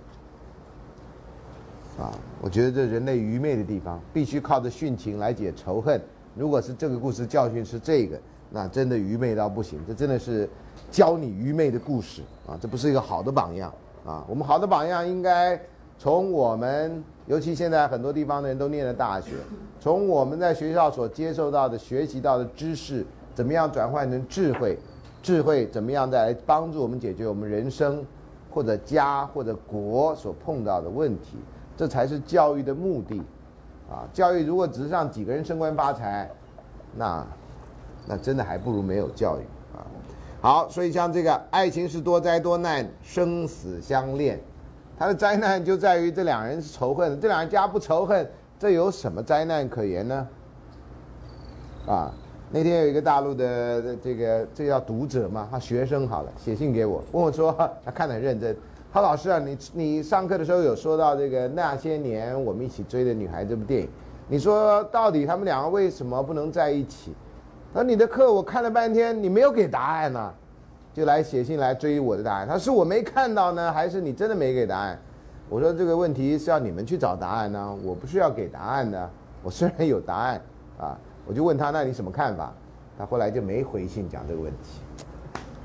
Speaker 1: 啊，我觉得这人类愚昧的地方，必须靠着殉情来解仇恨。如果是这个故事教训是这个，那真的愚昧到不行，这真的是教你愚昧的故事啊！这不是一个好的榜样啊！我们好的榜样应该从我们，尤其现在很多地方的人都念了大学，从我们在学校所接受到的、学习到的知识。怎么样转换成智慧？智慧怎么样再来帮助我们解决我们人生或者家或者国所碰到的问题？这才是教育的目的啊！教育如果只是让几个人升官发财，那那真的还不如没有教育啊！好，所以像这个爱情是多灾多难，生死相恋，它的灾难就在于这两人是仇恨，这两人家不仇恨，这有什么灾难可言呢？啊！那天有一个大陆的这个这个叫读者嘛，他学生好了，写信给我，问我说他看得很认真，他老师啊，你你上课的时候有说到这个那些年我们一起追的女孩这部电影，你说到底他们两个为什么不能在一起？他说你的课我看了半天，你没有给答案呢、啊，就来写信来追我的答案。他是我没看到呢，还是你真的没给答案？我说这个问题是要你们去找答案呢、啊，我不是要给答案的，我虽然有答案啊。我就问他，那你什么看法？他后来就没回信讲这个问题。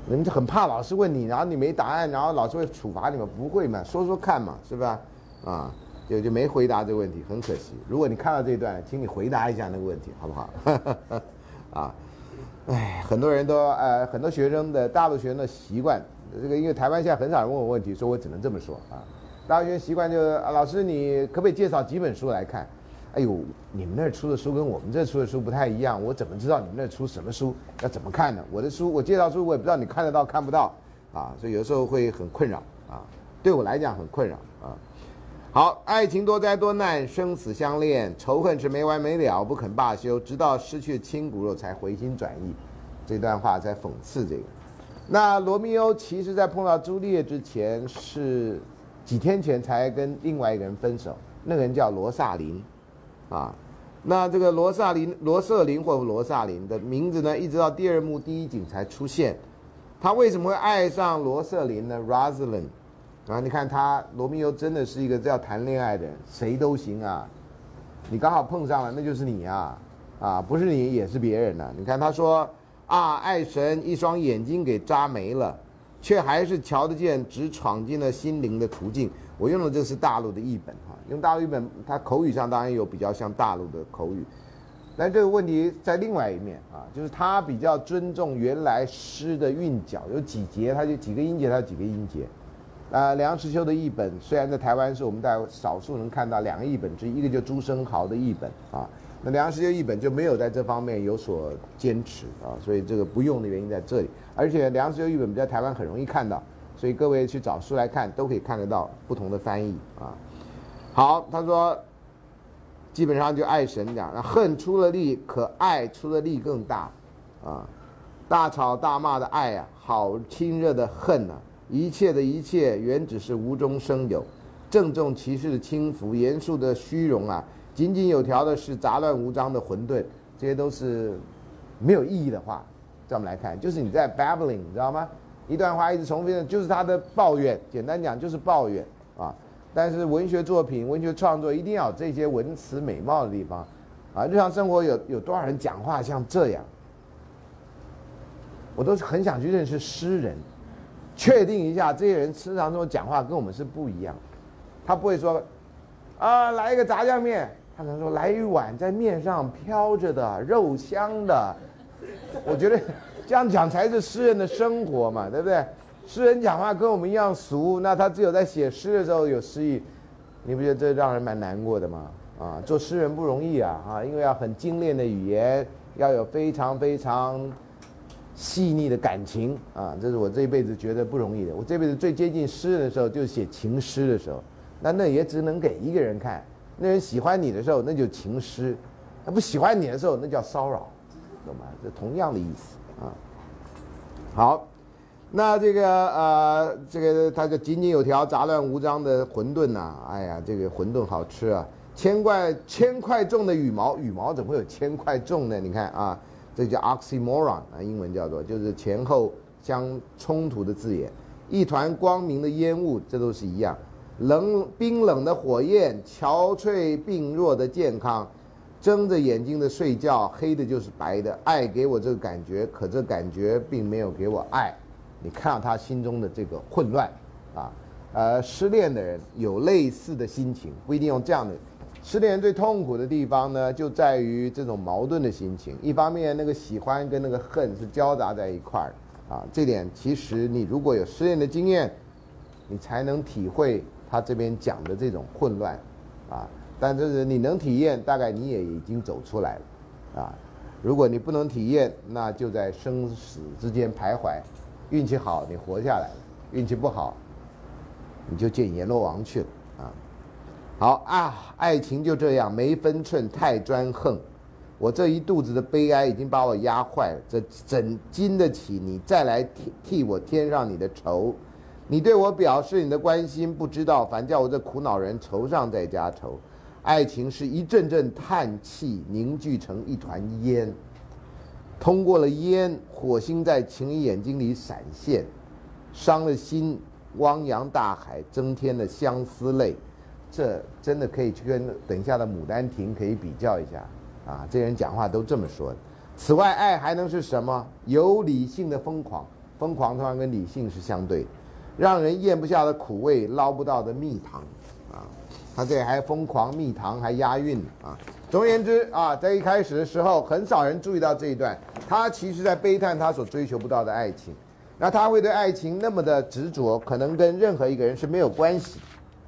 Speaker 1: 你们就很怕老师问你，然后你没答案，然后老师会处罚你们，不会嘛？说说看嘛，是吧？啊，就就没回答这个问题，很可惜。如果你看到这一段，请你回答一下那个问题，好不好？啊，哎，很多人都呃，很多学生的大陆学生的习惯，这个因为台湾现在很少人问我问题，所以我只能这么说啊。大陆学生习惯就是、啊，老师你可不可以介绍几本书来看？哎呦，你们那儿出的书跟我们这出的书不太一样，我怎么知道你们那儿出什么书？要怎么看呢？我的书，我介绍书，我也不知道你看得到看不到，啊，所以有时候会很困扰啊，对我来讲很困扰啊。好，爱情多灾多难，生死相恋，仇恨是没完没了，不肯罢休，直到失去亲骨肉才回心转意。这段话在讽刺这个。那罗密欧其实在碰到朱丽叶之前是几天前才跟另外一个人分手，那个人叫罗萨琳。啊，那这个罗萨琳、罗瑟琳或罗萨琳的名字呢，一直到第二幕第一景才出现。他为什么会爱上罗瑟琳呢 ？Rosalind， 啊，你看他罗密欧真的是一个要谈恋爱的人，谁都行啊。你刚好碰上了，那就是你啊，啊，不是你也是别人呢、啊。你看他说啊，爱神一双眼睛给扎没了，却还是瞧得见，只闯进了心灵的途径。我用的这是大陆的译本哈，用大陆译本，它口语上当然有比较像大陆的口语，但这个问题在另外一面啊，就是他比较尊重原来诗的韵脚，有几节，它就几个音节，它有几个音节。啊、呃，梁实秋的译本虽然在台湾是我们在少数能看到两个译本之一，一个就朱生豪的译本啊，那梁实秋译本就没有在这方面有所坚持啊，所以这个不用的原因在这里，而且梁实秋译本在台湾很容易看到。所以各位去找书来看，都可以看得到不同的翻译啊。好，他说，基本上就爱神讲，恨出了力，可爱出了力更大，啊，大吵大骂的爱啊，好亲热的恨啊，一切的一切原只是无中生有，郑重其事的轻浮，严肃的虚荣啊，井井有条的是杂乱无章的混沌，这些都是没有意义的话。这样我们来看，就是你在 babbling， 你知道吗？一段话一直重复的，就是他的抱怨。简单讲就是抱怨啊。但是文学作品、文学创作一定要有这些文辞美貌的地方啊。日常生活有有多少人讲话像这样？我都很想去认识诗人，确定一下这些人日常生活讲话跟我们是不一样。他不会说啊，来一个炸酱面，他可能说来一碗在面上飘着的肉香的。我觉得。这样讲才是诗人的生活嘛，对不对？诗人讲话跟我们一样俗，那他只有在写诗的时候有诗意，你不觉得这让人蛮难过的吗？啊，做诗人不容易啊，啊，因为要很精炼的语言，要有非常非常细腻的感情啊，这是我这一辈子觉得不容易的。我这辈子最接近诗人的时候，就是写情诗的时候，那那也只能给一个人看，那人喜欢你的时候，那就情诗；他不喜欢你的时候，那叫骚扰，懂吗？这同样的意思。啊，好，那这个呃，这个它就井井有条、杂乱无章的馄饨呐、啊，哎呀，这个馄饨好吃啊！千块千块重的羽毛，羽毛怎么会有千块重呢？你看啊，这叫 oxymoron 啊，英文叫做就是前后相冲突的字眼。一团光明的烟雾，这都是一样。冷冰冷的火焰，憔悴病弱的健康。睁着眼睛的睡觉，黑的就是白的。爱给我这个感觉，可这感觉并没有给我爱。你看到他心中的这个混乱，啊，呃，失恋的人有类似的心情，不一定用这样的。失恋人最痛苦的地方呢，就在于这种矛盾的心情。一方面，那个喜欢跟那个恨是交杂在一块儿，啊，这点其实你如果有失恋的经验，你才能体会他这边讲的这种混乱，啊。但这是你能体验，大概你也已经走出来了，啊！如果你不能体验，那就在生死之间徘徊。运气好，你活下来了；运气不好，你就见阎罗王去了啊！好啊，爱情就这样没分寸，太专横。我这一肚子的悲哀已经把我压坏了，这怎经得起你再来替替我添上你的愁？你对我表示你的关心，不知道反叫我这苦恼人愁上再加愁。爱情是一阵阵叹气凝聚成一团烟，通过了烟，火星在情侣眼睛里闪现，伤了心，汪洋大海增添了相思泪。这真的可以去跟等一下的《牡丹亭》可以比较一下啊！这人讲话都这么说的。此外，爱还能是什么？有理性的疯狂。 疯狂通常跟理性是相对的，让人咽不下的苦味，捞不到的蜜糖啊。他这还疯狂蜜糖还押韵啊。总而言之啊，在一开始的时候，很少人注意到这一段，他其实在悲叹他所追求不到的爱情。那他会对爱情那么的执着，可能跟任何一个人是没有关系。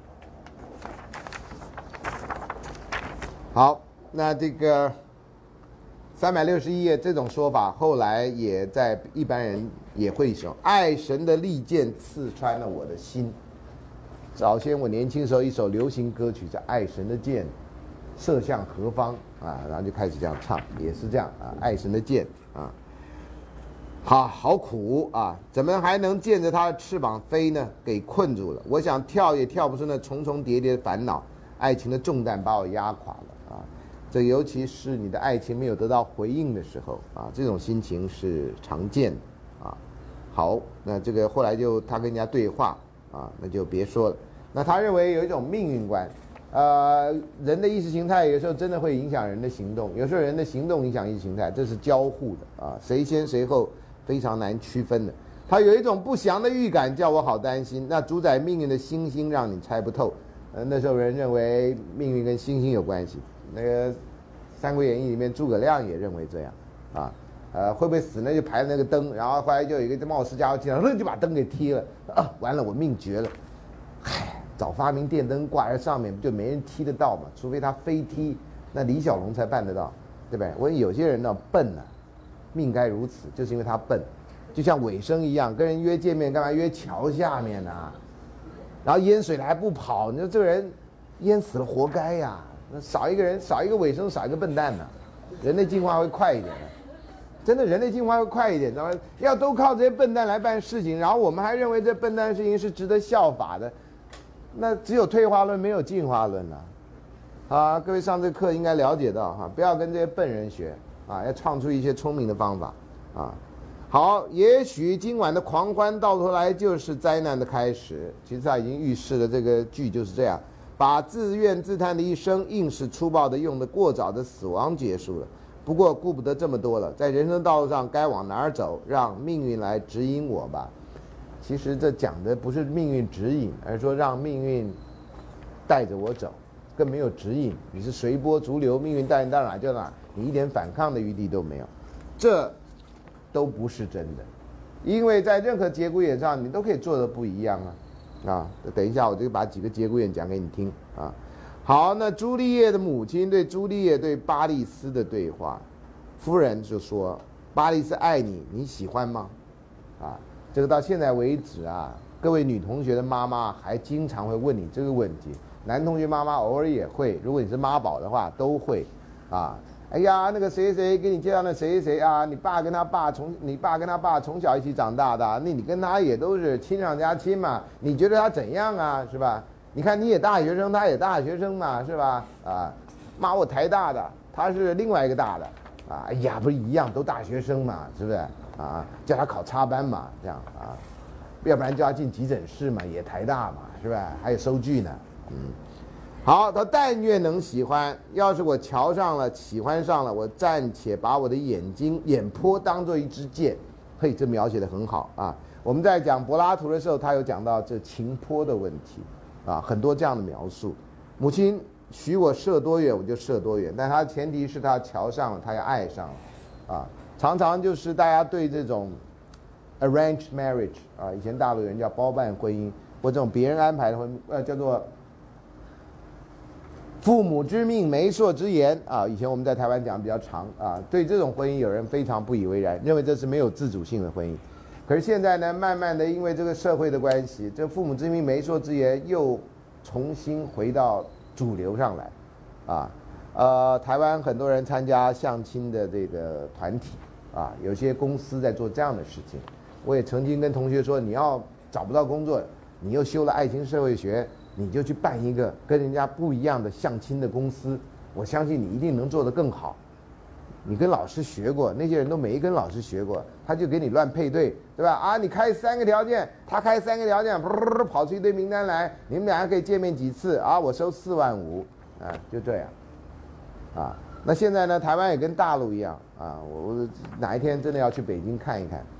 Speaker 1: 好，那这个三百六十一页这种说法，后来也在一般人也会说，爱神的利剑刺穿了我的心。早先我年轻时候一首流行歌曲叫《爱神的剑射向何方》啊，然后就开始这样唱，也是这样啊，爱神的剑啊。好好苦啊！怎么还能见着它的翅膀飞呢？给困住了。我想跳也跳不出那重重叠叠的烦恼，爱情的重担把我压垮了啊！这尤其是你的爱情没有得到回应的时候啊，这种心情是常见的啊。好，那这个后来就他跟人家对话啊，那就别说了。那他认为有一种命运观，呃，人的意识形态有时候真的会影响人的行动，有时候人的行动影响意识形态，这是交互的啊，谁先谁后。非常难区分的，他有一种不祥的预感，叫我好担心。那主宰命运的星星让你猜不透。呃，那时候人认为命运跟星星有关系。那个《三国演义》里面诸葛亮也认为这样，啊，呃，会不会死呢？就排那个灯，然后后来就有一个冒失家伙进来，就把灯给踢了，啊，完了，我命绝了。嗨，早发明电灯挂在上面，就没人踢得到嘛，除非他非踢，那李小龙才办得到，对不对？我有些人呢笨呢、啊。命该如此，就是因为他笨，就像尾生一样，跟人约见面干嘛约桥下面呢、啊？然后淹水了还不跑，你说这个人淹死了活该呀！那少一个人，少一个尾生，少一个笨蛋呢、啊，人类进化会快一点的，真的人类进化会快一点，知道吗？要都靠这些笨蛋来办事情，然后我们还认为这笨蛋的事情是值得效法的，那只有退化论没有进化论了、啊。啊，各位上这课应该了解到哈、啊，不要跟这些笨人学。啊，要创出一些聪明的方法，啊，好，也许今晚的狂欢到头来就是灾难的开始。其实他已经预示了这个剧就是这样，把自怨自叹的一生硬是粗暴的用的过早的死亡结束了。不过顾不得这么多了，在人生道路上该往哪儿走，让命运来指引我吧。其实这讲的不是命运指引，而是说让命运带着我走，更没有指引，你是随波逐流，命运带你到哪就哪。你一点反抗的余地都没有，这都不是真的，因为在任何节骨眼上你都可以做的不一样啊！啊，等一下我就把几个节骨眼讲给你听啊。好，那朱丽叶的母亲对朱丽叶对巴利斯的对话，夫人就说：“巴利斯爱你，你喜欢吗？”啊，这个到现在为止啊，各位女同学的妈妈还经常会问你这个问题，男同学妈妈偶尔也会，如果你是妈宝的话都会啊。哎呀，那个谁谁给你介绍的谁谁啊，你爸跟他爸从你爸跟他爸从小一起长大的，那你跟他也都是亲上加亲嘛，你觉得他怎样啊，是吧？你看你也大学生，他也大学生嘛，是吧？啊，妈我台大的，他是另外一个大的，啊，哎呀不是一样，都大学生嘛，是不是？啊，叫他考插班嘛，这样啊，要不然叫他进急诊室嘛，也台大嘛，是吧？还有收据呢，嗯。好，他但愿能喜欢。要是我瞧上了，喜欢上了，我暂且把我的眼睛眼波当做一支箭。嘿，这描写的很好啊！我们在讲柏拉图的时候，他有讲到这情波的问题啊，很多这样的描述。母亲许我射多远，我就射多远，但他的前提是他瞧上了，他要爱上了啊。常常就是大家对这种 arranged marriage 啊，以前大陆有人叫包办婚姻，或这种别人安排的婚，呃，叫做父母之命媒妁之言啊，以前我们在台湾讲比较长啊，对这种婚姻有人非常不以为然，认为这是没有自主性的婚姻。可是现在呢，慢慢的因为这个社会的关系，这父母之命媒妁之言又重新回到主流上来，啊，呃，台湾很多人参加相亲的这个团体啊，有些公司在做这样的事情。我也曾经跟同学说，你要找不到工作，你又修了爱情社会学，你就去办一个跟人家不一样的相亲的公司，我相信你一定能做得更好。你跟老师学过，那些人都没跟老师学过，他就给你乱配对，对吧？啊，你开三个条件，他开三个条件，噗跑出一堆名单来，你们俩可以见面几次啊？我收四万五，啊，就这样，啊，那现在呢，台湾也跟大陆一样啊，我我哪一天真的要去北京看一看，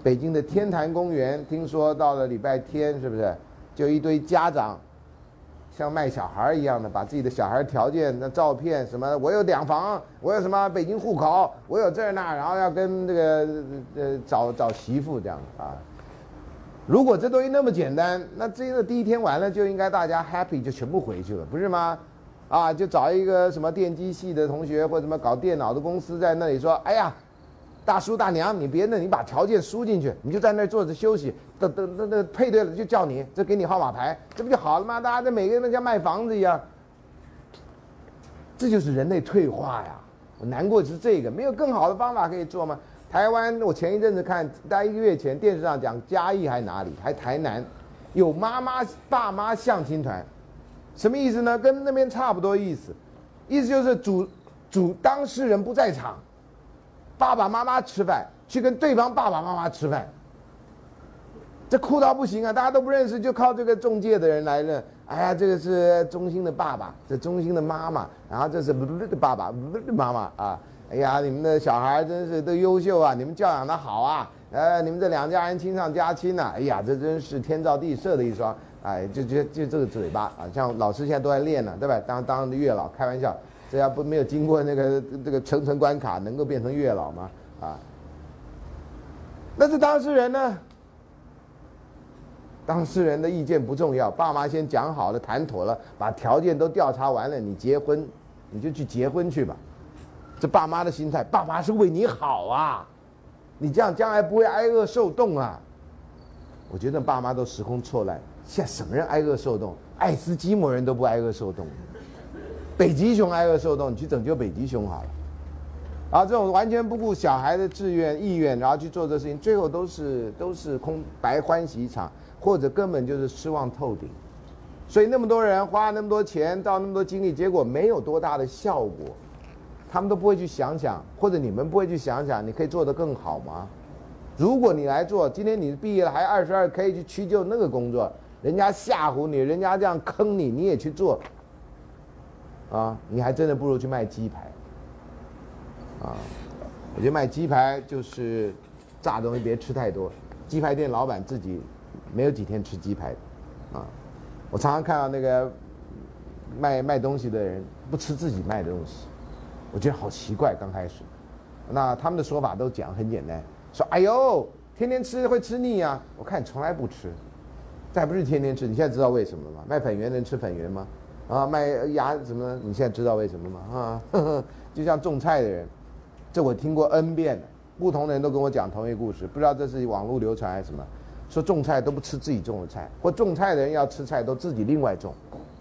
Speaker 1: 北京的天坛公园，听说到了礼拜天，是不是就一堆家长像卖小孩一样的，把自己的小孩条件、那照片什么，我有两房，我有什么北京户口，我有这儿那，然后要跟这个呃找找媳妇这样啊。如果这东西那么简单，那这个第一天完了就应该大家 happy 就全部回去了，不是吗？啊，就找一个什么电机系的同学或者什么搞电脑的公司在那里说，哎呀，大叔大娘，你别的你把条件输进去，你就在那儿坐着休息，等等等等配对了就叫你，这给你号码牌，这不就好了吗？大家这每个人像卖房子一样，这就是人类退化呀！我难过的是这个，没有更好的方法可以做吗？台湾，我前一阵子看，大概一个月前电视上讲嘉义还哪里，还台南，有妈妈爸妈相亲团，什么意思呢？跟那边差不多意思，意思就是主主当事人不在场，爸爸妈妈吃饭，去跟对方爸爸妈妈吃饭，这酷到不行啊！大家都不认识，就靠这个中介的人来认。哎呀，这个是中兴的爸爸，这中兴的妈妈，然后这是的爸爸，妈妈啊。哎呀，你们的小孩真是都优秀啊，你们教养的好啊，呃，你们这两家人亲上加亲呐、啊，哎呀，这真是天造地设的一双，哎，就就就这个嘴巴啊，像老师现在都在练呢，对吧？当当月老，开玩笑，这要不没有经过那个这个层层关卡，能够变成月老吗？啊，那这当事人呢？当事人的意见不重要，爸妈先讲好了，谈妥了，把条件都调查完了，你结婚，你就去结婚去吧。这爸妈的心态，爸妈是为你好啊，你这样将来不会挨饿受冻啊。我觉得爸妈都时空错乱，现在什么人挨饿受冻？爱斯基摩人都不挨饿受冻，北极熊挨饿受冻，你去拯救北极熊好了。然后这种完全不顾小孩的志愿意愿，然后去做这事情，最后都是都是空白欢喜一场，或者根本就是失望透顶。所以那么多人花那么多钱，造那么多精力，结果没有多大的效果。他们都不会去想想，或者你们不会去想想，你可以做得更好吗？如果你来做，今天你毕业了还二十二 K 去屈就那个工作，人家吓唬你，人家这样坑你，你也去做，啊，你还真的不如去卖鸡排，啊，我觉得卖鸡排就是炸东西别吃太多，鸡排店老板自己没有几天吃鸡排的，啊，我常常看到那个卖卖东西的人不吃自己卖的东西。我觉得好奇怪，刚开始，那他们的说法都讲很简单，说哎呦，天天吃会吃腻啊。我看你从来不吃，这还不是天天吃？你现在知道为什么吗？卖粉圆能吃粉圆吗？啊，卖牙什么？你现在知道为什么吗？啊，呵呵，就像种菜的人，这我听过 N 遍了，不同的人都跟我讲同一个故事，不知道这是网络流传还是什么，说种菜都不吃自己种的菜，或种菜的人要吃菜都自己另外种。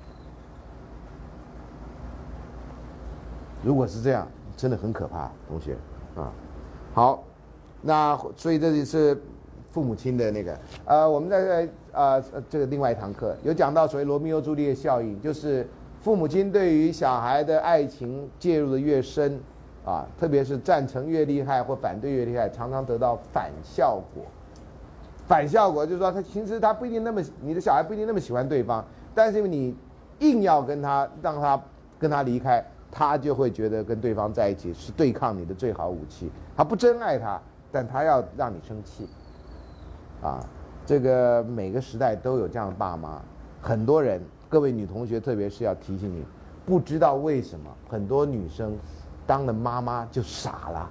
Speaker 1: 如果是这样，真的很可怕，同学，啊，好，那所以这里是父母亲的那个，呃，我们在呃这个另外一堂课有讲到所谓罗密欧朱丽叶效应，就是父母亲对于小孩的爱情介入的越深，啊，特别是赞成越厉害或反对越厉害，常常得到反效果。反效果就是说，他其实他不一定那么，你的小孩不一定那么喜欢对方，但是你硬要跟他让他跟他离开。他就会觉得跟对方在一起是对抗你的最好武器，他不真爱他，但他要让你生气，啊，这个每个时代都有这样的爸妈，很多人，各位女同学特别是要提醒你，不知道为什么很多女生当了妈妈就傻了，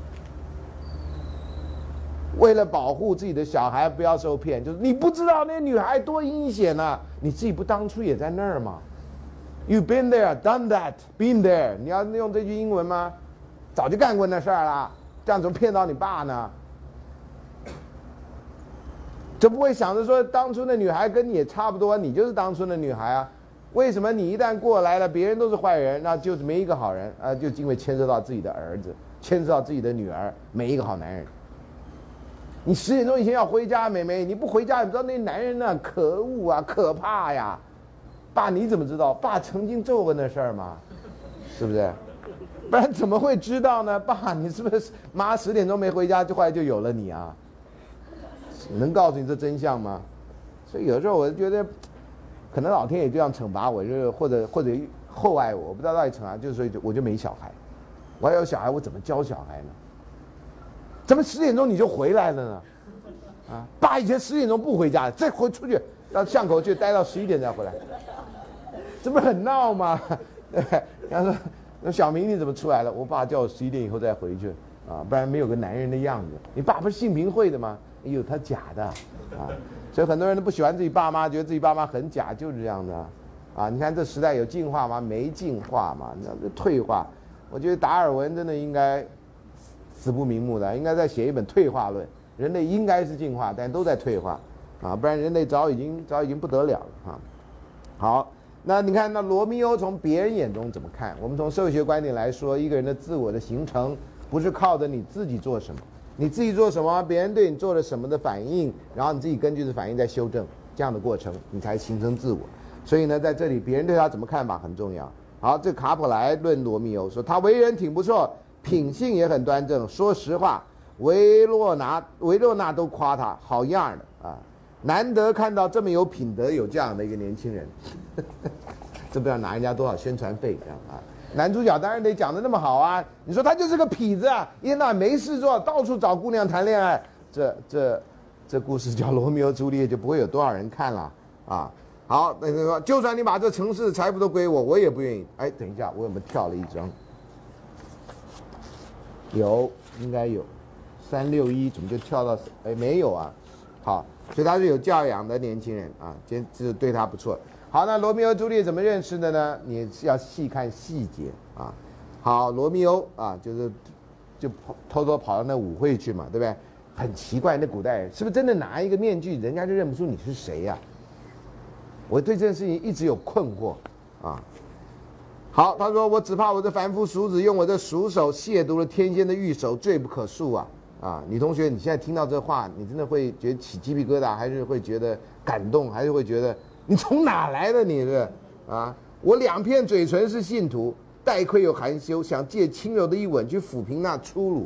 Speaker 1: 为了保护自己的小孩不要受骗，就是你不知道那女孩多阴险啊，你自己不当初也在那儿吗？You've been there, done that, been there。你要用这句英文吗？早就干过那事儿了，这样怎么骗到你爸呢？就不会想着说，当初那女孩跟你也差不多，你就是当初的女孩啊。为什么你一旦过来了，别人都是坏人，那就是没一个好人啊、呃？就因为牵涉到自己的儿子，牵涉到自己的女儿，没一个好男人。你十点钟以前要回家，妹妹，你不回家，你知道那男人呢、啊？可恶啊，可怕呀！爸，你怎么知道？爸曾经做过那事儿吗？是不是？不然怎么会知道呢？爸，你是不是妈十点钟没回家，就后来就有了你啊？能告诉你这真相吗？所以有时候我就觉得，可能老天爷这样惩罚我，就是或者或者厚爱我，我不知道到底惩罚，就是说我就没小孩，我要有小孩，我怎么教小孩呢？怎么十点钟你就回来了呢？ 啊，爸以前十点钟不回家，再回出去到巷口去待到十一点再回来，这不是很闹吗？对，他说那小明你怎么出来了？我爸叫我十一点以后再回去啊，不然没有个男人的样子。你爸不是性平会的吗？哎呦，他假的啊，所以很多人都不喜欢自己爸妈，觉得自己爸妈很假，就是这样的啊。啊，你看这时代有进化吗？没进化嘛，那退化。我觉得达尔文真的应该死不瞑目的，应该再写一本退化论。人类应该是进化，但都在退化，啊，不然人类早已经早已经不得了了啊。好，那你看那罗密欧从别人眼中怎么看？我们从社会学观点来说，一个人的自我的形成不是靠着你自己做什么，你自己做什么，别人对你做了什么的反应，然后你自己根据这反应再修正，这样的过程你才形成自我。所以呢，在这里别人对他怎么看法很重要。好，这卡普莱论罗密欧说他为人挺不错，品性也很端正。说实话，维洛纳维洛纳都夸他好样的啊，难得看到这么有品德、有这样的一个年轻人，这不知道拿人家多少宣传费这样啊。男主角当然得讲得那么好啊，你说他就是个痞子啊，一天到晚没事做，到处找姑娘谈恋爱，这这这故事叫《罗密欧朱丽叶》就不会有多少人看了啊。好，那个说，就算你把这城市的财富都归我，我也不愿意。哎，等一下，我有没有跳了一张？有，应该有。三六一怎么就跳到？哎，没有啊。好，所以他是有教养的年轻人啊，今这对他不错。好，那罗密欧朱丽叶怎么认识的呢？你要细看细节啊。好，罗密欧啊，就是就跑偷偷跑到那舞会去嘛，对不对？很奇怪，那古代人是不是真的拿一个面具，人家就认不出你是谁呀、啊？我对这件事情一直有困惑啊。好，他说我只怕我这凡夫俗子用我这俗手亵渎了天仙的玉手，罪不可恕啊！啊，女同学，你现在听到这话，你真的会觉得起鸡皮疙瘩，还是会觉得感动，还是会觉得你从哪来的你是啊？我两片嘴唇是信徒，带愧又含羞，想借轻柔的一吻去抚平那粗鲁。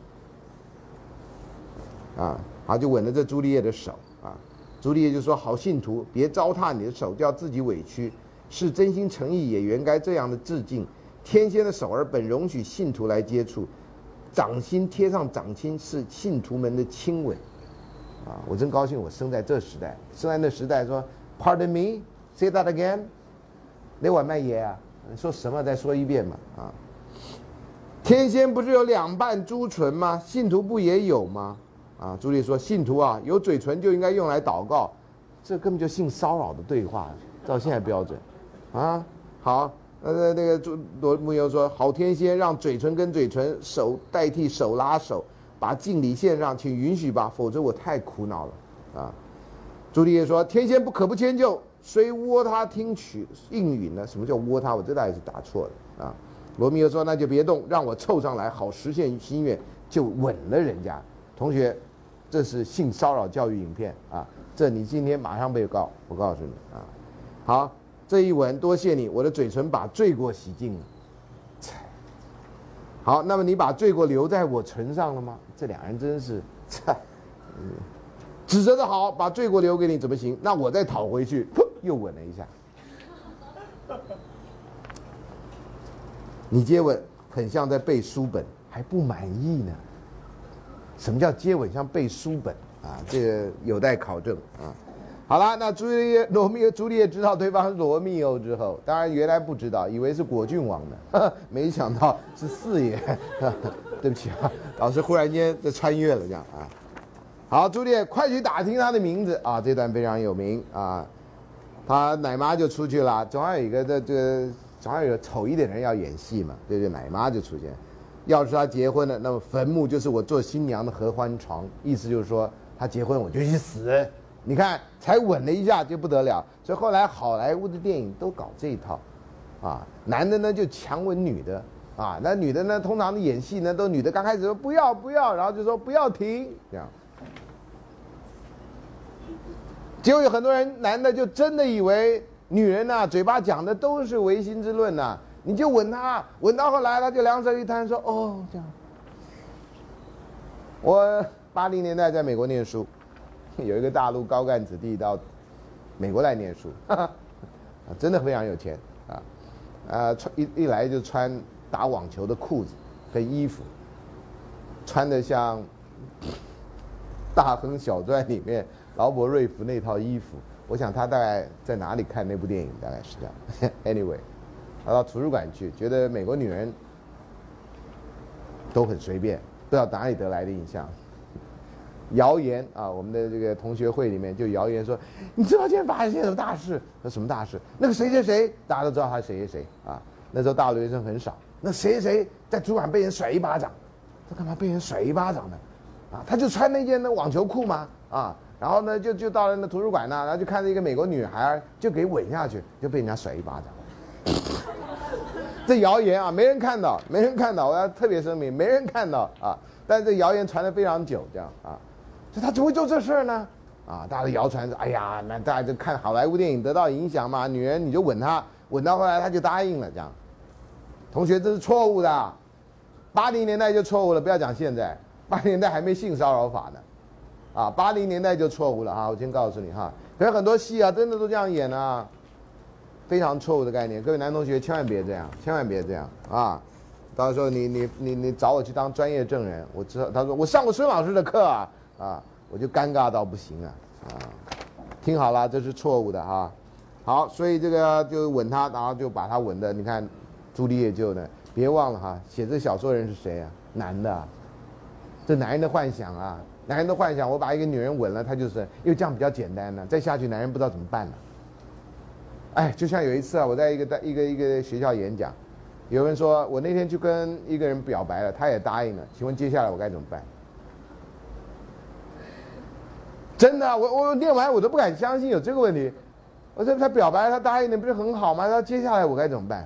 Speaker 1: 啊，好，就吻了这朱丽叶的手啊。朱丽叶就说：“好信徒，别糟蹋你的手，叫自己委屈。是真心诚意，也原该这样的致敬。天仙的手儿本容许信徒来接触，掌心贴上掌心是信徒们的亲吻。啊，我真高兴，我生在这时代，生在那时代说 ，Pardon me, say that again。那碗麦爷啊，你说什么？再说一遍嘛啊！天仙不是有两瓣朱唇吗？信徒不也有吗？”啊，朱丽说：“信徒啊，有嘴唇就应该用来祷告，这根本就性骚扰的对话，照现在标准，啊，好，呃，那个朱罗密欧说，好天仙，让嘴唇跟嘴唇，手代替手拉手，把敬礼献上，请允许吧，否则我太苦恼了，啊。”朱丽叶说：“天仙不可不迁就，虽窝他听取应允呢？什么叫窝他？我这大也是打错的啊。”罗密欧说：“那就别动，让我凑上来，好实现心愿。”就吻了人家。同学。这是性骚扰教育影片啊！这你今天马上被告，我告诉你啊！好，这一吻多谢你，我的嘴唇把罪过洗净了。好，那么你把罪过留在我唇上了吗？这两人真是，嗯，指责的好，把罪过留给你怎么行？那我再讨回去，又吻了一下。你接吻很像在背书本，还不满意呢。什么叫接吻像背书本啊？这个有待考证啊。好了，那朱丽叶、罗密欧、朱丽叶知道对方是罗密欧之后，当然原来不知道，以为是果郡王呢，呵呵没想到是四爷。呵呵对不起啊，老师忽然间就穿越了这样啊。好，朱丽叶，快去打听他的名字啊！这段非常有名啊。他奶妈就出去了，总要有一个这这个，总要有个丑一点的人要演戏嘛，对不对？奶妈就出现。要是他结婚了，那么坟墓就是我做新娘的合欢床，意思就是说他结婚我就去死。你看，才吻了一下就不得了，所以后来好莱坞的电影都搞这一套，啊，男的呢就强吻女的，啊，那女的呢通常的演戏呢都女的刚开始说不要不要，然后就说不要停，这样，结果有很多人男的就真的以为女人呐、啊、嘴巴讲的都是唯心之论呐、啊。你就吻他，吻到后来他就两手一摊说：“哦，这样。”我八零年代在美国念书，有一个大陆高干子弟到美国来念书，哈哈，真的非常有钱啊，啊，穿一一来就穿打网球的裤子跟衣服，穿的像大亨小传》里面劳勃瑞福那套衣服，我想他大概在哪里看那部电影，大概是这样。Anyway， 他到图书馆去，觉得美国女人都很随便，不知道哪里得来的印象。谣言啊，我们的这个同学会里面就谣言说，你知道今天发生什么大事？说什么大事？那个谁谁谁，大家都知道他谁谁谁啊。那时候大陆学生很少，那谁谁谁在图书馆被人甩一巴掌，他干嘛被人甩一巴掌呢？啊，他就穿那件那网球裤嘛，啊，然后呢就就到了那图书馆呢，然后就看到一个美国女孩就给吻下去，就被人家甩一巴掌。这谣言啊，没人看到，没人看到，我要特别声明，没人看到啊。但是这谣言传得非常久，这样啊。就他怎么会做这事儿呢？啊，大家都谣传说，哎呀，那大家就看好莱坞电影得到影响嘛，女人你就吻她，吻到后来她就答应了，这样。同学，这是错误的，八零年代就错误了，不要讲现在，八零年代还没性骚扰法呢，啊，八零年代就错误了哈，我先告诉你哈，可是很多戏啊，真的都这样演啊，非常错误的概念，各位男同学千万别这样，千万别这样啊。到时候你你你你找我去当专业证人，我知道他说我上过孙老师的课啊。啊，我就尴尬到不行啊！啊，听好了，这是错误的哈。好，所以这个就吻他，然后就把他吻的，你看，朱丽叶就呢，别忘了哈，写这小说人是谁啊？男的，这男人的幻想啊，男人的幻想，我把一个女人吻了，他就是，因为这样比较简单呢、啊，再下去男人不知道怎么办了。哎，就像有一次啊，我在一个一个一个学校演讲，有人说我那天去跟一个人表白了，他也答应了，请问接下来我该怎么办？真的，我我念完我都不敢相信有这个问题。我说他表白他答应的不是很好吗？他接下来我该怎么办？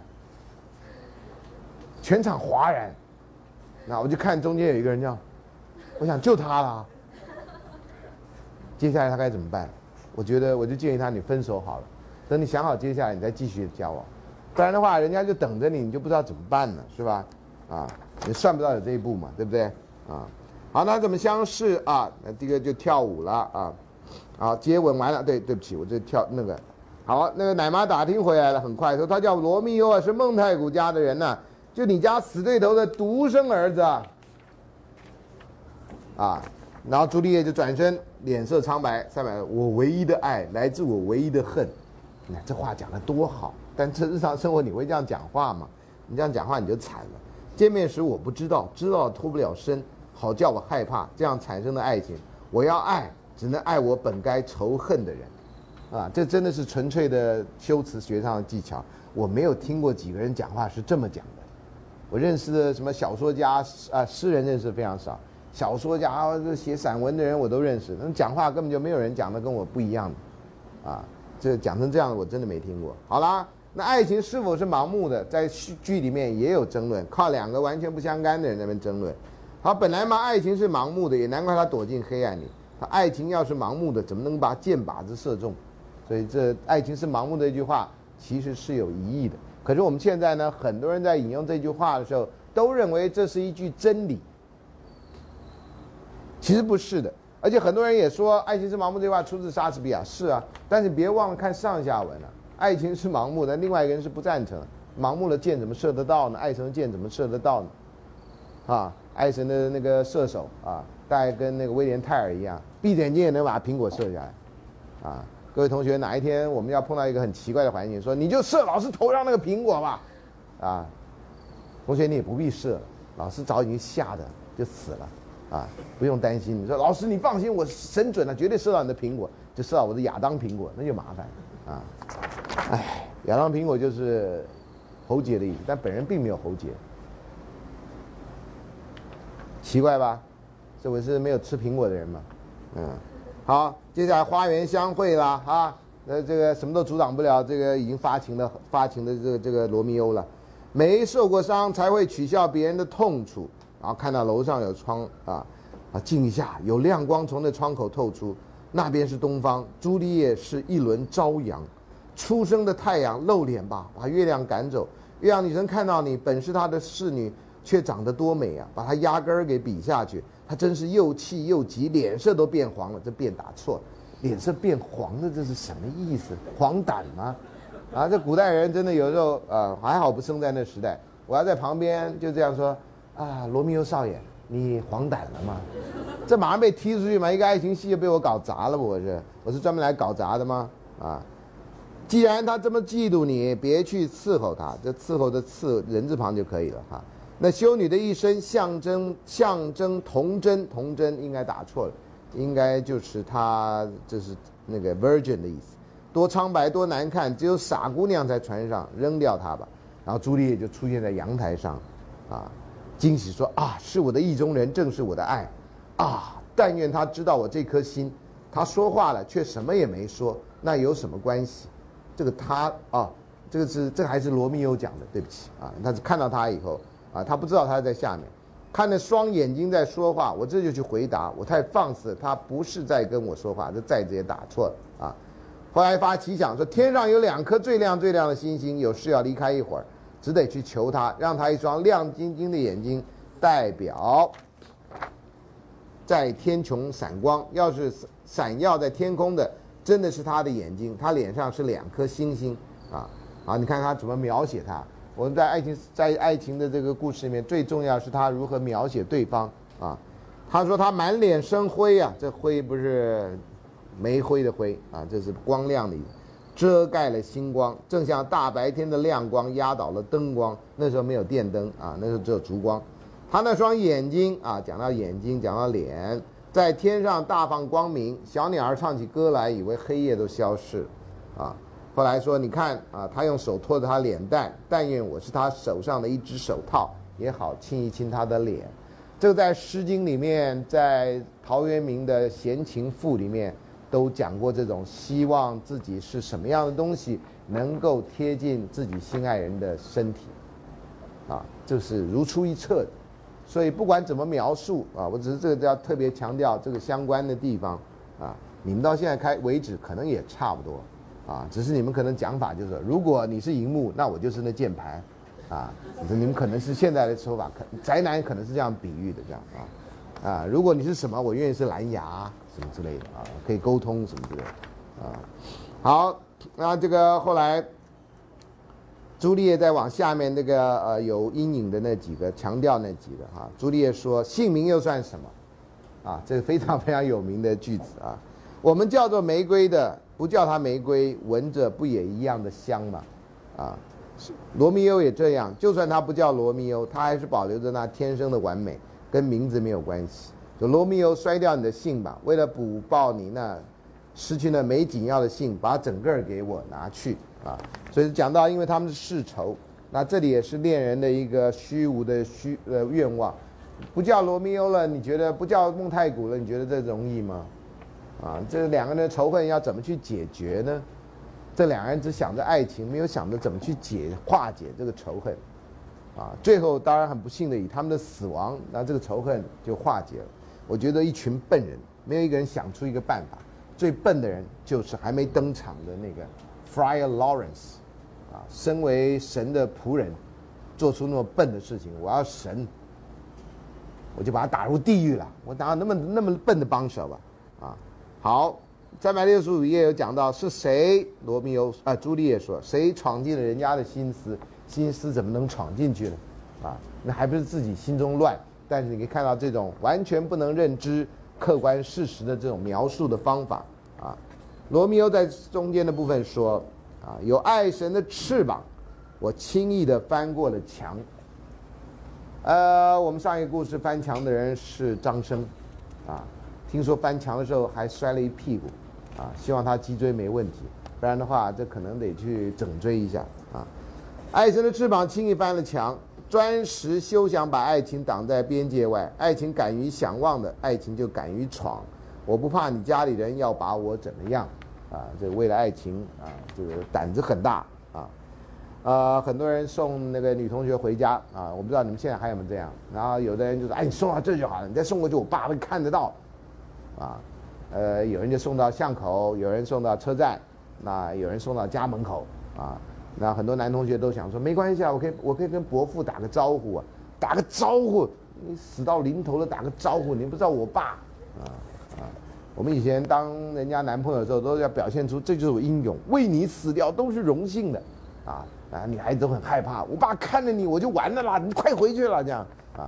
Speaker 1: 全场哗然。那我就看中间有一个人这样，我想就他了。接下来他该怎么办？我觉得我就建议他你分手好了，等你想好接下来你再继续交往，不然的话人家就等着你，你就不知道怎么办了，是吧？啊，你算不到有这一步嘛，对不对？啊。好，那怎么相识啊？那这个就跳舞了啊。好，接吻完了，对，对不起，我这跳那个。好，那个奶妈打听回来了，很快说他叫罗密欧啊，是孟太古家的人呐、啊，就你家死对头的独生儿子啊。啊，然后朱丽叶就转身，脸色苍白，三百，我唯一的爱来自我唯一的恨。你看这话讲得多好，但这日常生活你会这样讲话吗？你这样讲话你就惨了。见面时我不知道，知道脱不了身。好叫我害怕，这样产生的爱情，我要爱，只能爱我本该仇恨的人，啊，这真的是纯粹的修辞学上的技巧。我没有听过几个人讲话是这么讲的。我认识的什么小说家啊，诗人认识非常少，小说家写散文的人我都认识，那讲话根本就没有人讲的跟我不一样的，啊，这讲成这样我真的没听过。好啦，那爱情是否是盲目的，在剧里面也有争论，靠两个完全不相干的人在那边争论。好，本来嘛，爱情是盲目的，也难怪他躲进黑暗里。他爱情要是盲目的，怎么能把箭靶子射中？所以这爱情是盲目的一句话，其实是有疑义的。可是我们现在呢，很多人在引用这句话的时候，都认为这是一句真理。其实不是的，而且很多人也说爱情是盲目这句话出自莎士比亚，是啊，但是别忘了看上下文啊。爱情是盲目的，另外一个人是不赞成，盲目的箭怎么射得到呢？爱神的箭怎么射得到呢？啊，爱神的那个射手啊，大概跟那个威廉泰尔一样，闭着眼睛也能把苹果射下来。啊，各位同学，哪一天我们要碰到一个很奇怪的环境，说你就射老师头上那个苹果吧，啊，同学你也不必射，老师早已经吓得就死了，啊，不用担心。你说老师你放心，我神准了，绝对射到你的苹果，就射到我的亚当苹果，那就麻烦啊。哎，亚当苹果就是喉结的意思，但本人并没有喉结。奇怪吧？这我是没有吃苹果的人嘛？嗯，好，接下来花园相会啦啊，那这个什么都阻挡不了这个已经发情的发情的这个这个罗密欧了。没受过伤才会取笑别人的痛楚，然后看到楼上有窗啊啊，静一下，有亮光从那窗口透出，那边是东方，朱丽叶是一轮朝阳，初升的太阳露脸吧，把月亮赶走。月亮女神看到你，本是她的侍女。却长得多美啊！把她压根儿给比下去，她真是又气又急，脸色都变黄了。这变打错了，脸色变黄的这是什么意思？黄疸吗？啊，这古代人真的有时候啊，还好不生在那时代。我要在旁边就这样说啊，罗密欧少爷，你黄疸了吗？ 这马上被踢出去嘛，一个爱情戏就被我搞砸了，我是我是专门来搞砸的吗？啊，既然他这么嫉妒你，别去伺候他，这伺候的伺人字旁就可以了哈。那修女的一生象征象征童真，童真应该打错了，应该就是她就是那个 virgin 的意思，多苍白多难看，只有傻姑娘才穿上，扔掉它吧。然后朱丽叶就出现在阳台上，啊，惊喜说啊，是我的意中人，正是我的爱。啊！但愿他知道我这颗心。他说话了，却什么也没说，那有什么关系？这个他啊，这个是这个还是罗密欧讲的，对不起啊。他是看到他以后啊，他不知道他在下面，看着双眼睛在说话，我这就去回答，我太放肆了，他不是在跟我说话，这再字也打错了啊。后来发奇想说，天上有两颗最亮最亮的星星，有事要离开一会儿，只得去求他，让他一双亮晶晶的眼睛代表。在天穹闪光，要是闪耀在天空的，真的是他的眼睛，他脸上是两颗星星啊啊！你看他怎么描写他。我们在爱情在爱情的这个故事里面，最重要是他如何描写对方啊。他说他满脸生辉啊，这辉不是煤灰的灰啊，这是光亮的意思，遮盖了星光，正像大白天的亮光压倒了灯光。那时候没有电灯啊，那时候只有烛光。他那双眼睛啊，讲到眼睛，讲到脸，在天上大放光明。小鸟儿唱起歌来，以为黑夜都消逝，啊。后来说，你看啊，他用手托着他脸蛋，但愿我是他手上的一只手套，也好亲一亲他的脸。这个在《诗经》里面，在陶渊明的《闲情赋》里面都讲过，这种希望自己是什么样的东西，能够贴近自己心爱人的身体，啊，这是如出一辙的。所以不管怎么描述啊，我只是这个要特别强调这个相关的地方啊。你们到现在开为止可能也差不多啊，只是你们可能讲法就是，如果你是荧幕，那我就是那键盘啊。你们可能是现在的说法，宅男可能是这样比喻的这样啊啊。如果你是什么，我愿意是蓝牙什么之类的啊，可以沟通什么之类的啊。好，那这个后来。朱丽叶再往下面那个呃有阴影的那几个强调那几个哈，朱丽叶说姓名又算什么啊？这是非常非常有名的句子啊。我们叫做玫瑰的，不叫它玫瑰，闻着不也一样的香吗？啊，罗密欧也这样，就算他不叫罗密欧，他还是保留着那天生的完美，跟名字没有关系。就罗密欧摔掉你的姓吧，为了补报你那失去了没紧要的姓，把整个给我拿去啊。所以讲到，因为他们是世仇，那这里也是恋人的一个虚无的虚呃愿望，不叫罗密欧了，你觉得不叫孟太古了，你觉得这容易吗？啊，这两个人的仇恨要怎么去解决呢？这两个人只想着爱情，没有想着怎么去解化解这个仇恨，啊，最后当然很不幸的以他们的死亡，那这个仇恨就化解了。我觉得一群笨人，没有一个人想出一个办法，最笨的人就是还没登场的那个 Friar Lawrence。啊，身为神的仆人，做出那么笨的事情，我要神，我就把他打入地狱了。我哪有那么那么笨的帮手吧？啊，好，三百六十五页有讲到是谁？罗密欧啊，朱丽叶说谁闯进了人家的心思？心思怎么能闯进去呢？啊，那还不是自己心中乱？但是你可以看到这种完全不能认知客观事实的这种描述的方法啊。罗密欧在中间的部分说。啊，有爱神的翅膀，我轻易地翻过了墙。呃，我们上一个故事翻墙的人是张生，啊，听说翻墙的时候还摔了一屁股，啊，希望他脊椎没问题，不然的话这可能得去整椎一下啊。爱神的翅膀轻易翻了墙，专时休想把爱情挡在边界外。爱情敢于想望的，爱情就敢于闯。我不怕你家里人要把我怎么样。啊，这为了爱情啊，这个胆子很大啊，呃，很多人送那个女同学回家啊，我不知道你们现在还有没有这样。然后有的人就说，哎，你送到这就好了，你再送过去，我爸会看得到，啊，呃，有人就送到巷口，有人送到车站，那有人送到家门口啊。那很多男同学都想说，没关系啊，我可以我可以跟伯父打个招呼啊，打个招呼，你死到临头了打个招呼，你不知道我爸啊啊。我们以前当人家男朋友的时候，都要表现出这就是我英勇，为你死掉都是荣幸的，啊啊，女孩子都很害怕，我爸看着你我就完了啦，你快回去了这样啊。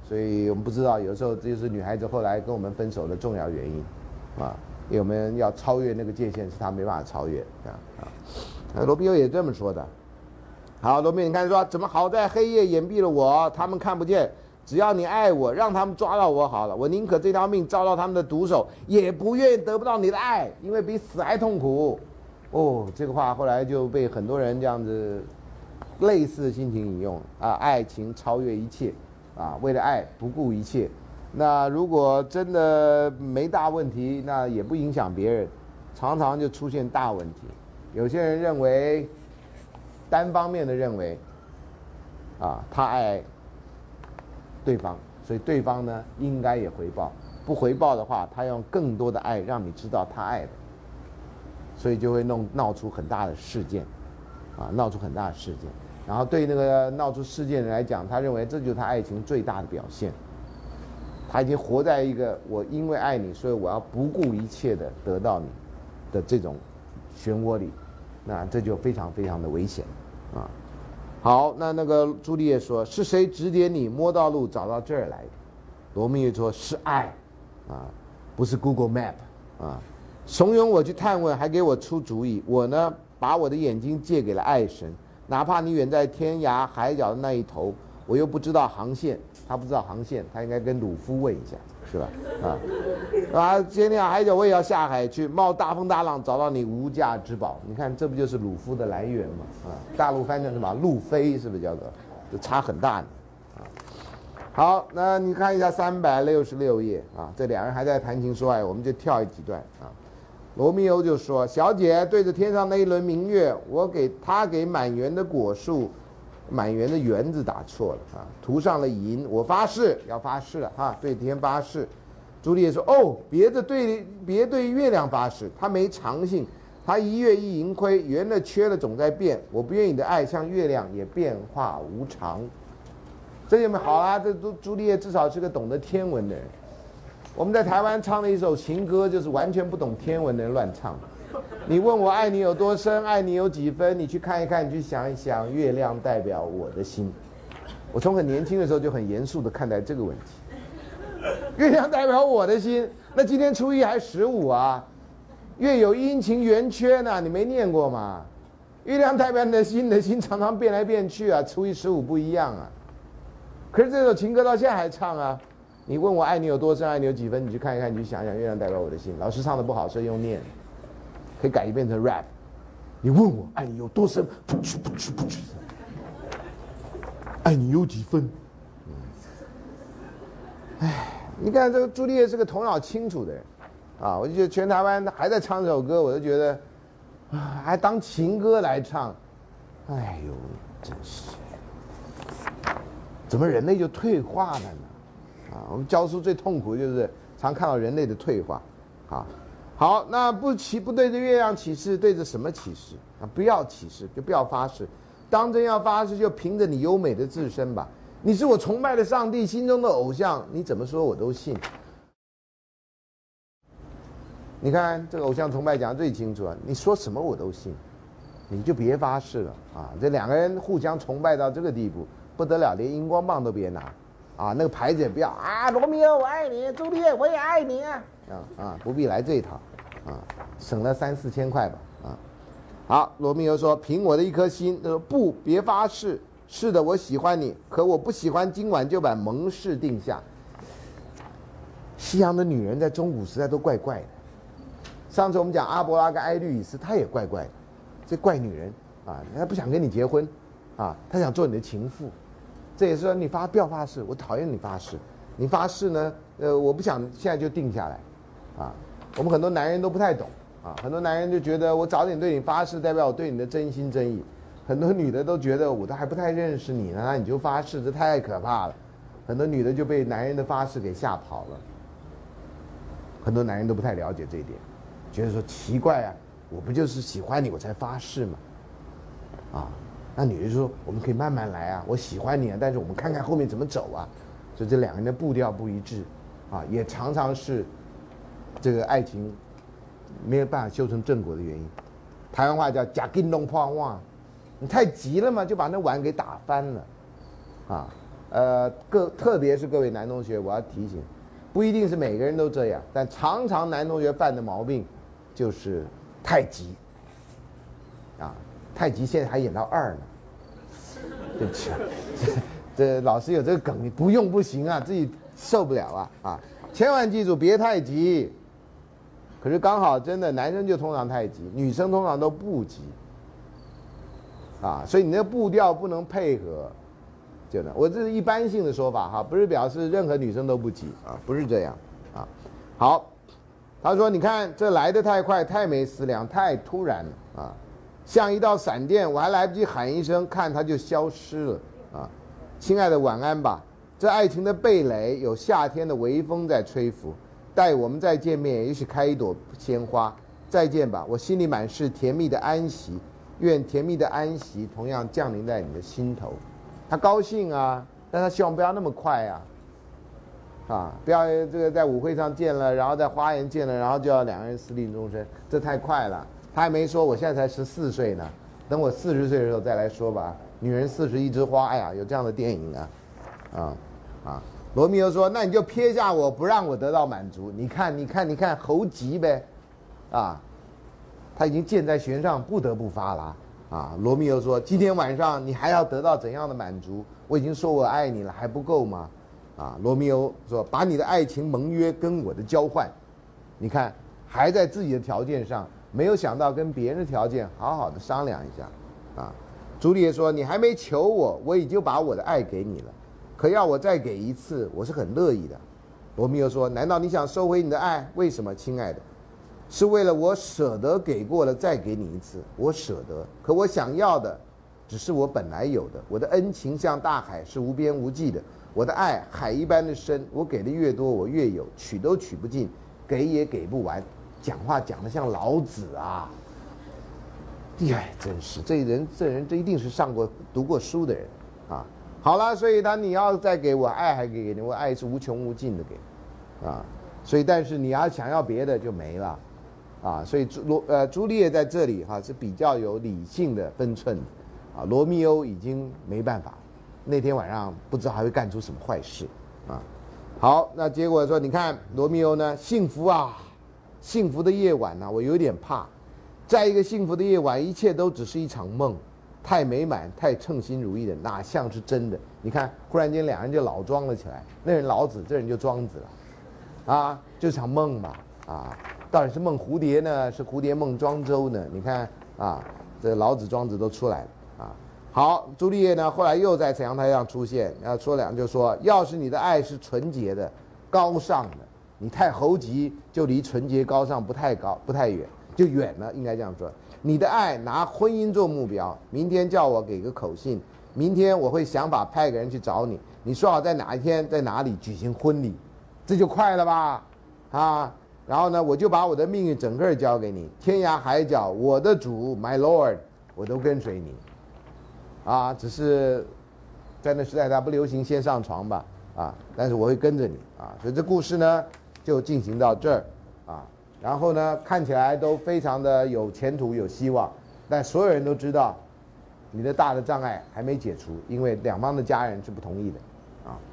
Speaker 1: 所以我们不知道，有时候这就是女孩子后来跟我们分手的重要原因，啊，因为我们要超越那个界限，是她没办法超越，这样啊。罗密欧也这么说的。好，罗密欧，你看说怎么好在黑夜掩蔽了我，他们看不见。只要你爱我，让他们抓到我好了，我宁可这条命遭到他们的毒手，也不愿意得不到你的爱，因为比死还痛苦。哦，这个话后来就被很多人这样子类似的心情引用啊，爱情超越一切，啊，为了爱不顾一切。那如果真的没大问题，那也不影响别人，常常就出现大问题。有些人认为，单方面的认为，啊，他爱对方，所以对方呢应该也回报，不回报的话，他用更多的爱让你知道他爱的，所以就会弄闹出很大的事件，啊，闹出很大的事件。然后对那个闹出事件的人来讲，他认为这就是他爱情最大的表现。他已经活在一个我因为爱你，所以我要不顾一切的得到你的这种漩涡里，那这就非常非常的危险啊。好，那那个朱丽叶说，是谁指点你摸到路找到这儿来的？罗密欧说，是爱，啊，不是 Google Map 啊，怂恿我去探问，还给我出主意。我呢，把我的眼睛借给了爱神，哪怕你远在天涯海角的那一头，我又不知道航线，他不知道航线，他应该跟鲁夫问一下，是吧？啊，啊，天涯海角我也要下海去，冒大风大浪找到你无价之宝。你看，这不就是鲁夫的来源吗？啊，大陆翻成什么？路飞是不是叫做？就差很大呢。啊，好，那你看一下三百六十六页啊，这两人还在谈情说爱，我们就跳几段啊。罗密欧就说：“小姐对着天上那一轮明月，我给他给满园的果树。”满园的园字打错了啊，涂上了银。我发誓要发誓了哈，对天发誓。朱丽叶说：“哦，别的对别对月亮发誓，它没长性，它一月一盈亏，圆了缺了总在变。我不愿你的爱像月亮，也变化无常。”这就没好啦，这朱朱丽叶至少是个懂得天文的人。我们在台湾唱了一首情歌，就是完全不懂天文的人乱唱。你问我爱你有多深，爱你有几分？你去看一看，你去想一想，月亮代表我的心。我从很年轻的时候就很严肃地看待这个问题。月亮代表我的心，那今天初一还十五啊？月有阴晴圆缺呢，你没念过吗？月亮代表你的心，你的心常常变来变去啊，初一十五不一样啊。可是这首情歌到现在还唱啊。你问我爱你有多深，爱你有几分？你去看一看，你去想想，月亮代表我的心。老师唱的不好，所以用念。可以改变成 rap。你问我爱你有多深，噗嗤噗嗤噗嗤，爱你有几分？哎，你看这个朱丽叶是个头脑清楚的人，啊，我就觉得全台湾还在唱这首歌，我就觉得，啊，还当情歌来唱，哎呦，真是，怎么人类就退化了呢？啊，我们教书最痛苦的就是常看到人类的退化，啊。好，那不起不对着月亮起誓，对着什么起誓啊？不要起誓，就不要发誓。当真要发誓，就凭着你优美的自身吧。你是我崇拜的上帝，心中的偶像，你怎么说我都信。你看这个偶像崇拜讲得最清楚啊，你说什么我都信，你就别发誓了啊！这两个人互相崇拜到这个地步，不得了，连荧光棒都别拿，啊，那个牌子也不要啊，罗密欧我爱你，朱丽叶我也爱你啊。啊啊，不必来这一套，啊，省了三四千块吧，啊，好，罗密欧说，凭我的一颗心，他说不，别发誓，是的，我喜欢你，可我不喜欢今晚就把盟誓定下。西洋的女人在中古时代都怪怪的，上次我们讲阿伯拉跟埃律以斯，她也怪怪的，这怪女人啊，她不想跟你结婚，啊，她想做你的情妇，这也是说你发不要发誓，我讨厌你发誓，你发誓呢，呃，我不想现在就定下来。啊，我们很多男人都不太懂啊，很多男人就觉得我早点对你发誓，代表我对你的真心真意。很多女的都觉得我都还不太认识你呢，那你就发誓，这太可怕了。很多女的就被男人的发誓给吓跑了。很多男人都不太了解这一点，觉得说奇怪啊，我不就是喜欢你我才发誓吗？啊，那女的就说我们可以慢慢来啊，我喜欢你啊，但是我们看看后面怎么走啊。所以这两个人的步调不一致，啊，也常常是。这个爱情没有办法修成正果的原因，台湾话叫假金龙破碗，你太急了嘛，就把那碗给打翻了，啊， 呃，各特别是各位男同学，我要提醒，不一定是每个人都这样，但常常男同学犯的毛病就是太急。啊，太极现在还演到二呢，对不起，这这老师有这个梗，你不用不行啊，自己受不了啊啊！千万记住别太急。可是刚好真的男生就通常太急，女生通常都不急，啊，所以你那个步调不能配合。就呢，我这是一般性的说法哈，不是表示任何女生都不急啊，不是这样啊。好，他说你看这来得太快，太没思量，太突然了啊，像一道闪电，我还来不及喊一声，看它就消失了啊。亲爱的，晚安吧。这爱情的蓓蕾有夏天的微风在吹拂，待我们再见面，也许开一朵鲜花。再见吧，我心里满是甜蜜的安息，愿甜蜜的安息同样降临在你的心头。他高兴啊，但他希望不要那么快啊，啊，不要这个在舞会上见了，然后在花园见了，然后就要两个人私定终身，这太快了。他还没说我现在才十四岁呢，等我四十岁的时候再来说吧。女人四十一枝花，哎呀，有这样的电影啊，啊啊！罗密欧说：“那你就撇下我，不让我得到满足。你看，你看，你看，猴急呗，啊，他已经箭在弦上，不得不发了。”啊，罗密欧说：“今天晚上你还要得到怎样的满足？我已经说我爱你了，还不够吗？”啊，罗密欧说：“把你的爱情盟约跟我的交换。”你看，还在自己的条件上，没有想到跟别人的条件好好的商量一下。啊，朱丽叶说：“你还没求我，我已经把我的爱给你了，可要我再给一次，我是很乐意的。”罗密欧说：“难道你想收回你的爱？为什么，亲爱的？是为了我舍得给过了再给你一次，我舍得，可我想要的只是我本来有的。我的恩情像大海，是无边无际的，我的爱海一般的深，我给的越多我越有，取都取不尽，给也给不完。”讲话讲得像老子啊！哎，真是这人这人这一定是上过读过书的人啊。好了，所以他你要再给我爱还给你，我爱是无穷无尽的给啊，所以但是你要想要别的就没了。啊，所以罗呃朱丽叶在这里哈、啊、是比较有理性的分寸的，啊，罗密欧已经没办法，那天晚上不知道还会干出什么坏事啊。好，那结果说你看罗密欧呢，幸福啊，幸福的夜晚呢、啊，我有点怕，在一个幸福的夜晚，一切都只是一场梦，太美满，太称心如意的，哪像是真的？你看，忽然间两人就老庄了起来，那人老子，这人就庄子了，啊，就场梦吧，啊。到底是梦蝴蝶呢，是蝴蝶梦庄周呢？你看啊，这老子、庄子都出来了啊。好，朱丽叶呢，后来又在彩阳台上出现，然后说两就说，要是你的爱是纯洁的、高尚的，你太猴急，就离纯洁高尚不太高、不太远，就远了，应该这样说。你的爱拿婚姻做目标，明天叫我给个口信，明天我会想法派个人去找你，你说好在哪一天在哪里举行婚礼，这就快了吧？啊。然后呢，我就把我的命运整个交给你，天涯海角，我的主 ，My Lord， 我都跟随你，啊，只是在那时代它不流行先上床吧，啊，但是我会跟着你，啊，所以这故事呢就进行到这儿，啊，然后呢看起来都非常的有前途有希望，但所有人都知道，你的大的障碍还没解除，因为两方的家人是不同意的，啊，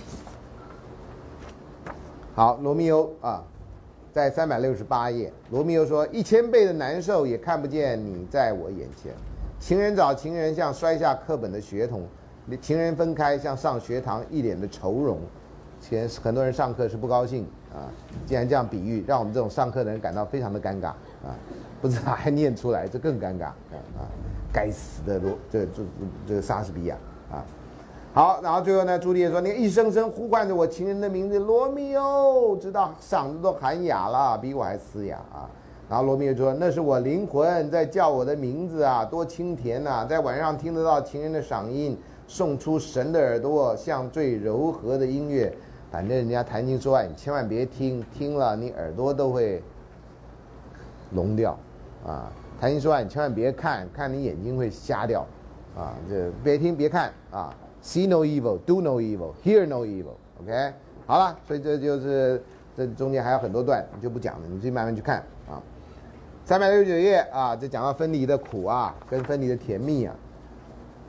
Speaker 1: 好，罗密欧啊。在三百六十八页，罗密欧说：“一千倍的难受也看不见你在我眼前。情人找情人，像摔下课本的学童；情人分开，像上学堂一脸的愁容。前很多人上课是不高兴啊，既然这样比喻，让我们这种上课的人感到非常的尴尬啊，不知道还念出来，这更尴尬啊！啊，该死的罗这这这个莎士比亚啊！”好，然后最后呢，朱丽叶说：“你一声声呼唤着我情人的名字，罗密欧，直到嗓子都喊哑了，比我还嘶哑啊。”然后罗密欧说：“那是我灵魂在叫我的名字啊，多清甜呐、啊！在晚上听得到情人的嗓音，送出神的耳朵，像最柔和的音乐。反正人家谈情说爱，你千万别听，听了你耳朵都会聋掉啊！谈情说爱，你千万别看，看你眼睛会瞎掉啊！这别听别看啊！” See no evil, do no evil, hear no evil. OK， 好了，所以这就是这中间还有很多段，你就不讲了，你自己慢慢去看啊。三百六十九页啊，这讲到分离的苦啊，跟分离的甜蜜啊。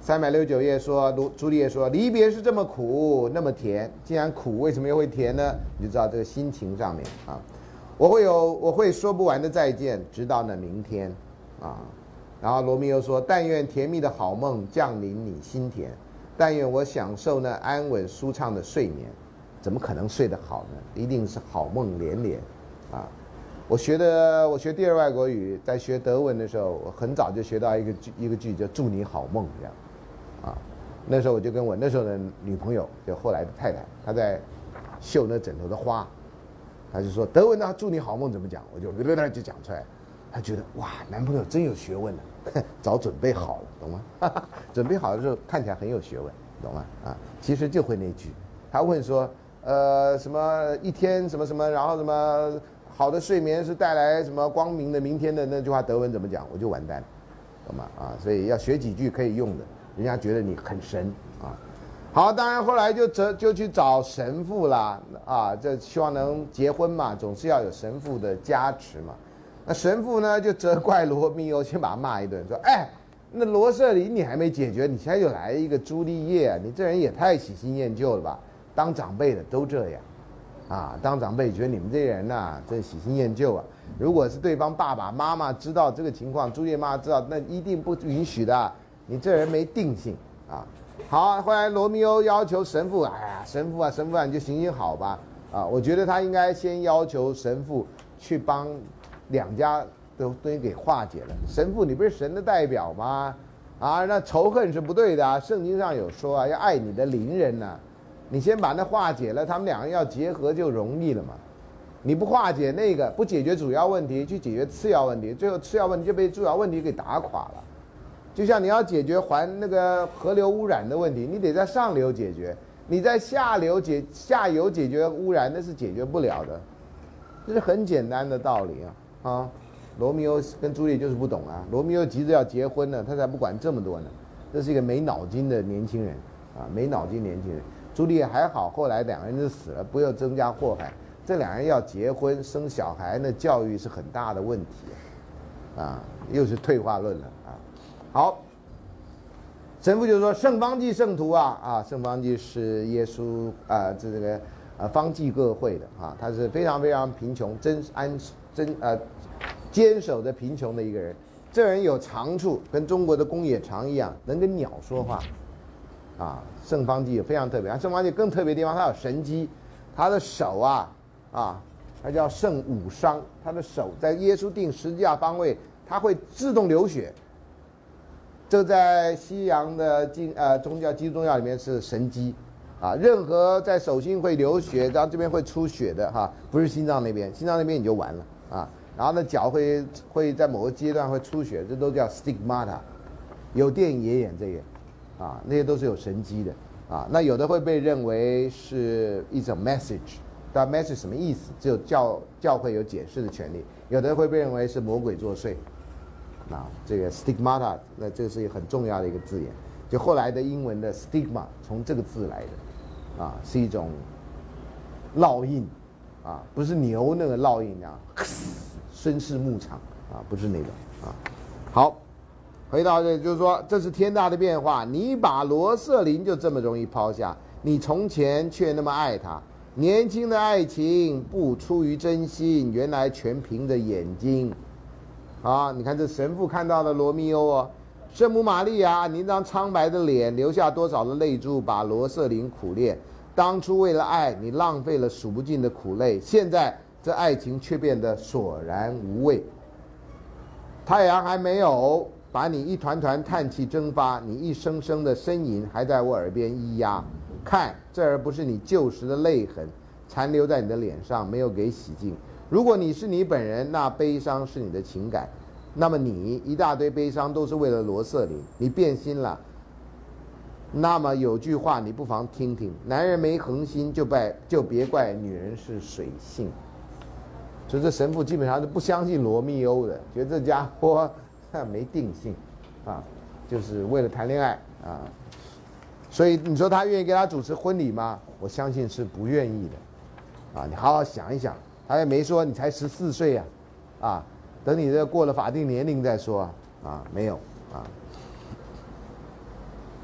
Speaker 1: 三百六十九页说，朱朱丽叶说，离别是这么苦，那么甜。既然苦，为什么又会甜呢？你就知道这个心情上面啊。我会有我会说不完的再见，直到那明天啊。然后罗密欧说，但愿甜蜜的好梦降临你心田，但愿我享受那安稳舒畅的睡眠。怎么可能睡得好呢？一定是好梦连连啊。我学的我学第二外国语，在学德文的时候，我很早就学到一个句一个句叫祝你好梦这样。啊，那时候我就跟我那时候的女朋友，就后来的太太，她在绣那枕头的花，她就说德文呢，祝你好梦怎么讲？我就就就讲出来，她觉得哇，男朋友真有学问呢、啊，早准备好了，懂吗？准备好的时候看起来很有学问，懂吗？啊，其实就会那句。她问说，呃，什么一天什么什么，然后什么好的睡眠是带来什么光明的明天的那句话，德文怎么讲？我就完蛋了，懂吗？啊，所以要学几句可以用的。人家觉得你很神啊，好，当然后来就就就去找神父啦啊，这希望能结婚嘛，总是要有神父的加持嘛。那神父呢就责怪罗密欧，先把他骂一顿，说：“哎，那罗瑟琳你还没解决，你现在又来一个朱丽叶、啊，你这人也太喜新厌旧了吧？当长辈的都这样，啊，当长辈觉得你们这些人呐、啊，真喜新厌旧啊。如果是对方爸爸妈妈知道这个情况，朱丽叶妈妈知道，那一定不允许的。”你这人没定性啊！好，后来罗密欧要求神父，哎呀，神父啊，神父啊，你就行行好吧！啊，我觉得他应该先要求神父去帮两家的东西给化解了。神父，你不是神的代表吗？啊，那仇恨是不对的啊！圣经上有说啊，要爱你的邻人呐、啊。你先把那化解了，他们两个人要结合就容易了嘛。你不化解那个，不解决主要问题，去解决次要问题，最后次要问题就被主要问题给打垮了。就像你要解决环那个河流污染的问题，你得在上流解决，你在下流解下游解决污染那是解决不了的，这是很简单的道理啊啊！罗密欧跟朱丽就是不懂啊，罗密欧急着要结婚呢，他才不管这么多呢，这是一个没脑筋的年轻人啊，没脑筋年轻人。朱丽还好，后来两个人就死了，不要增加祸害。这两人要结婚生小孩，那教育是很大的问题啊，又是退化论了。好，神父就说圣方济圣徒啊啊，圣方济是耶稣啊，这这个啊方济各会的啊，他是非常非常贫穷，真安真呃坚守着贫穷的一个人。这人有长处，跟中国的公冶长一样，能跟鸟说话啊。圣方济有非常特别，圣方济更特别的地方，他有神机，他的手啊啊，他叫圣武商，他的手在耶稣定十字架方位，他会自动流血。这在西洋的经呃宗教基督宗教里面是神迹，啊，任何在手心会流血，然后这边会出血的哈，不是心脏那边，心脏那边你就完了啊。然后呢，脚会会在某个阶段会出血，这都叫 stigmata， 有电影也演这个，啊，那些都是有神迹的啊。那有的会被认为是一种 message， 但 message 什么意思？只有教教会有解释的权利。有的会被认为是魔鬼作祟。啊，这个 stigmata， 那这是一个很重要的一个字眼，就后来的英文的 stigma 从这个字来的，啊，是一种烙印，啊，不是牛那个烙印啊，孙氏牧场啊，不是那种啊。好，回到这就是说，这是天大的变化。你把罗瑟琳就这么容易抛下，你从前却那么爱她，年轻的爱情不出于真心，原来全凭着眼睛。啊，你看这神父看到了罗密欧哦，圣母玛利亚，你那张苍白的脸流下多少的泪珠，把罗瑟琳苦练。当初为了爱，你浪费了数不尽的苦泪，现在这爱情却变得索然无味。太阳还没有把你一团团叹气蒸发，你一声声的呻吟还在我耳边咿呀。看，这儿不是你旧时的泪痕，残留在你的脸上，没有给洗净。如果你是你本人，那悲伤是你的情感，那么你一大堆悲伤都是为了罗瑟琳，你变心了。那么有句话你不妨听听：男人没恒心就拜就别怪女人是水性。所以这神父基本上是不相信罗密欧的，觉得这家伙没定性啊，就是为了谈恋爱啊。所以你说他愿意给他主持婚礼吗？我相信是不愿意的啊。你好好想一想。他也没说你才十四岁呀，啊，等你这过了法定年龄再说啊，没有啊。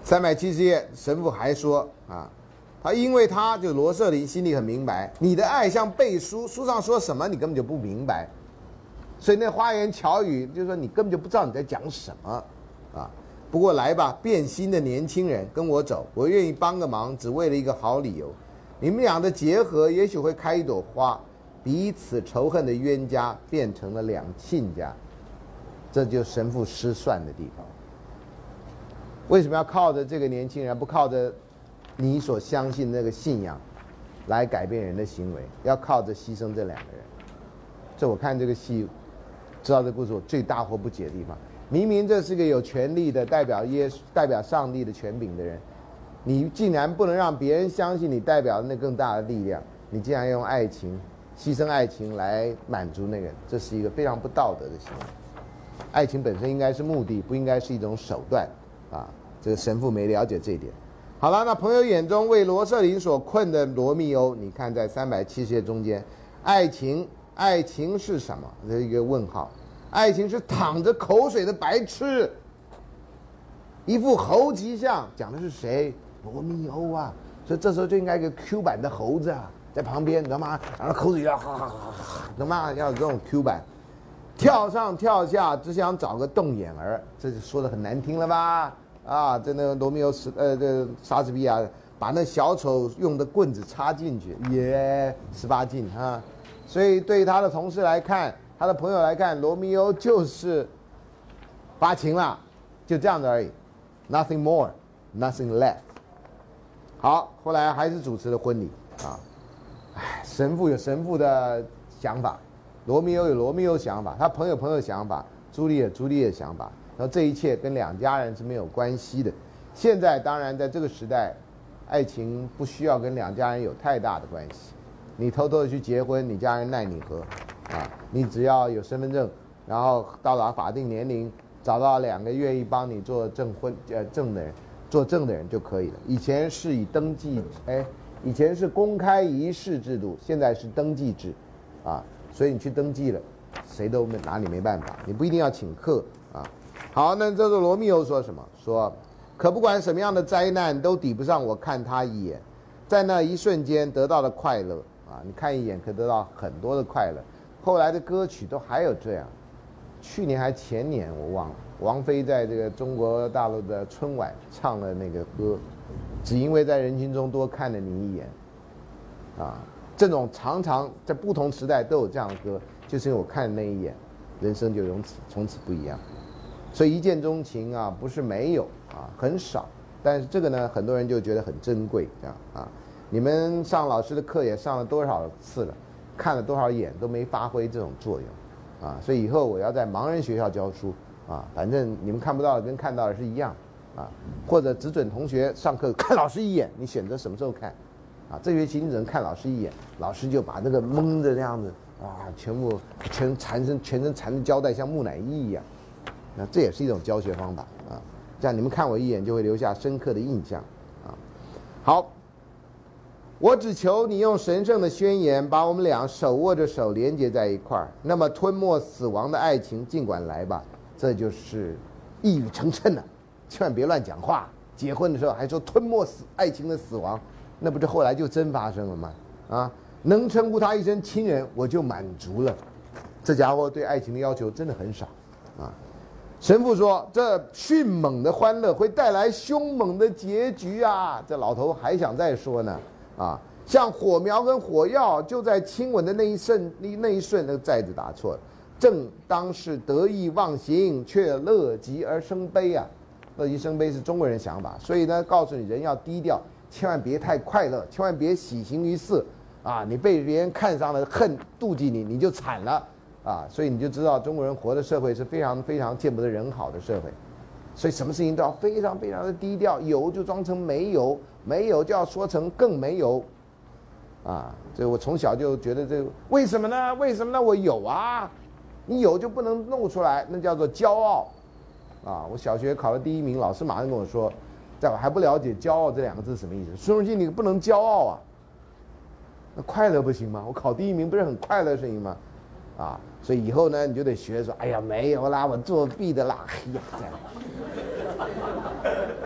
Speaker 1: 三百七十页，神父还说啊，他因为他就罗瑟琳心里很明白，你的爱像背书，书上说什么你根本就不明白，所以那花言巧语就是说你根本就不知道你在讲什么啊。不过来吧，变心的年轻人，跟我走，我愿意帮个忙，只为了一个好理由。你们俩的结合也许会开一朵花，彼此仇恨的冤家变成了两亲家，这就是神父失算的地方。为什么要靠着这个年轻人，不靠着你所相信那个信仰来改变人的行为？要靠着牺牲这两个人。这我看这个戏，知道这故事我最大惑不解的地方。明明这是个有权力的代表耶稣、代表上帝的权柄的人，你竟然不能让别人相信你代表的那更大的力量，你竟然用爱情、牺牲爱情来满足那个人，这是一个非常不道德的行为。爱情本身应该是目的，不应该是一种手段啊！这个神父没了解这一点。好了，那朋友眼中为罗瑟琳所困的罗密欧，你看在三百七十页中间，爱情，爱情是什么？这一个问号。爱情是淌着口水的白痴，一副猴急相，讲的是谁？罗密欧啊！所以这时候就应该一个 Q 版的猴子啊，在旁边，你知道吗？然后口水要哈哈哈哈，懂吗？要有这种 Q 版，跳上跳下，只想找个洞眼儿，这就说的很难听了吧？啊，这那个罗密欧是呃，这莎士比亚把那小丑用的棍子插进去，耶，十八禁啊！所以对他的同事来看，他的朋友来看，罗密欧就是发情了，就这样子而已 ，nothing more, nothing less。好，后来还是主持了婚礼啊。唉，神父有神父的想法，罗密欧有罗密欧想法，他朋友朋友想法，朱丽叶朱丽叶想法。然后这一切跟两家人是没有关系的。现在当然在这个时代，爱情不需要跟两家人有太大的关系。你偷偷的去结婚，你家人奈你何？啊，你只要有身份证，然后到达法定年龄，找到两个愿意帮你做证婚呃证的人，做证的人就可以了。以前是以登记，哎，以前是公开仪式制度，现在是登记制，啊，所以你去登记了，谁都没拿你没办法，你不一定要请客啊。好，那这个罗密欧说什么？说，可不管什么样的灾难都抵不上我看他一眼，在那一瞬间得到的快乐啊！你看一眼可得到很多的快乐。后来的歌曲都还有这样，去年还前年我忘了，王菲在这个中国大陆的春晚唱了那个歌，只因为在人群中多看了你一眼，啊，这种常常在不同时代都有这样的歌，就是因为我看了那一眼，人生就从此从此不一样。所以一见钟情啊，不是没有啊，很少，但是这个呢，很多人就觉得很珍贵，这样啊。你们上老师的课也上了多少次了，看了多少眼都没发挥这种作用，啊，所以以后我要在盲人学校教书啊，反正你们看不到的跟看到的是一样，啊，或者只准同学上课看老师一眼，你选择什么时候看，啊，这学期你只能看老师一眼，老师就把那个蒙着那样子啊，全部全缠身全身缠着胶带，像木乃伊一样。那这也是一种教学方法啊，这样你们看我一眼就会留下深刻的印象啊。好，我只求你用神圣的宣言把我们俩手握着手连接在一块儿，那么吞没死亡的爱情尽管来吧，这就是一语成谶了。千万别乱讲话，结婚的时候还说吞没死爱情的死亡，那不是后来就真发生了吗？啊，能称呼他一声亲人我就满足了。这家伙对爱情的要求真的很少啊。神父说：“这迅猛的欢乐会带来凶猛的结局啊！”这老头还想再说呢，啊，像火苗跟火药，就在亲吻的那一瞬，那一瞬，那个寨子打错了。正当是得意忘形，却乐极而生悲啊！乐极生悲是中国人想法，所以呢，告诉你人要低调，千万别太快乐，千万别喜形于色啊！你被别人看上了，恨妒忌你，你就惨了。啊，所以你就知道中国人活的社会是非常非常见不得人好的社会，所以什么事情都要非常非常的低调，有就装成没有，没有就要说成更没有，啊，这我从小就觉得这个为什么呢？为什么呢？我有啊，你有就不能弄出来，那叫做骄傲，啊，我小学考了第一名，老师马上跟我说，在我还不了解骄傲这两个字什么意思，孙荣基你不能骄傲啊，那快乐不行吗？我考第一名不是很快乐的事情吗？啊，所以以后呢，你就得学说，哎呀，没有啦，我作弊的啦，哎呀，这样。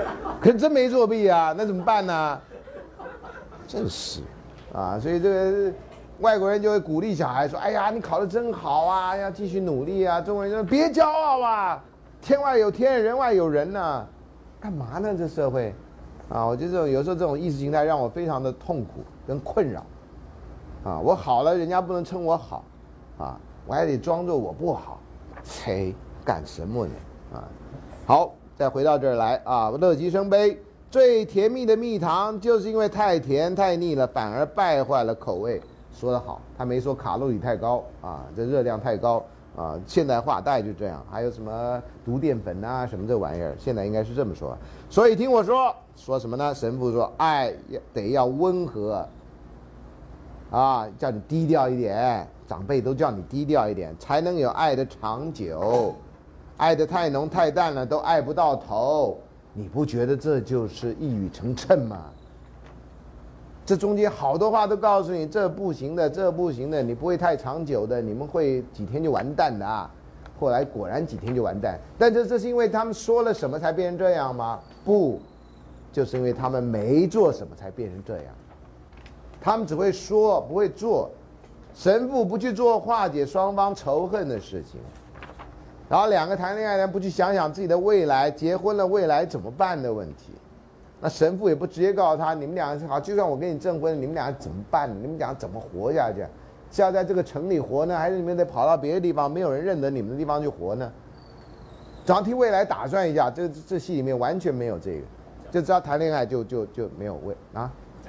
Speaker 1: 可是真没作弊啊，那怎么办呢？真是，啊，所以这个外国人就会鼓励小孩说：“哎呀，你考得真好啊，要继续努力啊。”中国人说：“别骄傲啊，天外有天，人外有人呐、啊，干嘛呢？这社会，啊，我觉得这种有时候这种意识形态让我非常的痛苦跟困扰，啊，我好了，人家不能称我好，啊，我还得装作我不好，切，干什么呢？啊，好，再回到这儿来啊，乐极生悲。最甜蜜的蜜糖，就是因为太甜太腻了，反而败坏了口味。说得好，他没说卡路里太高啊，这热量太高啊，现代化大概就这样。还有什么毒淀粉啊，什么这玩意儿，现在应该是这么说。所以听我说，说什么呢？神父说，爱得要温和，啊，叫你低调一点，长辈都叫你低调一点，才能有爱的长久。爱得太浓太淡了，都爱不到头。你不觉得这就是一语成谶吗？这中间好多话都告诉你，这不行的，这不行的，你不会太长久的，你们会几天就完蛋的啊！后来果然几天就完蛋，但这这是因为他们说了什么才变成这样吗？不，就是因为他们没做什么才变成这样。他们只会说不会做，神父不去做化解双方仇恨的事情。然后两个谈恋爱的人不去想想自己的未来，结婚了未来怎么办的问题，那神父也不直接告诉他，你们俩好，就算我跟你证婚，你们俩怎么办？你们俩怎么活下去？是要在这个城里活呢，还是你们得跑到别的地方没有人认得你们的地方去活呢？只要替未来打算一下，这这戏里面完全没有这个，就知道谈恋爱就就就没有未啊。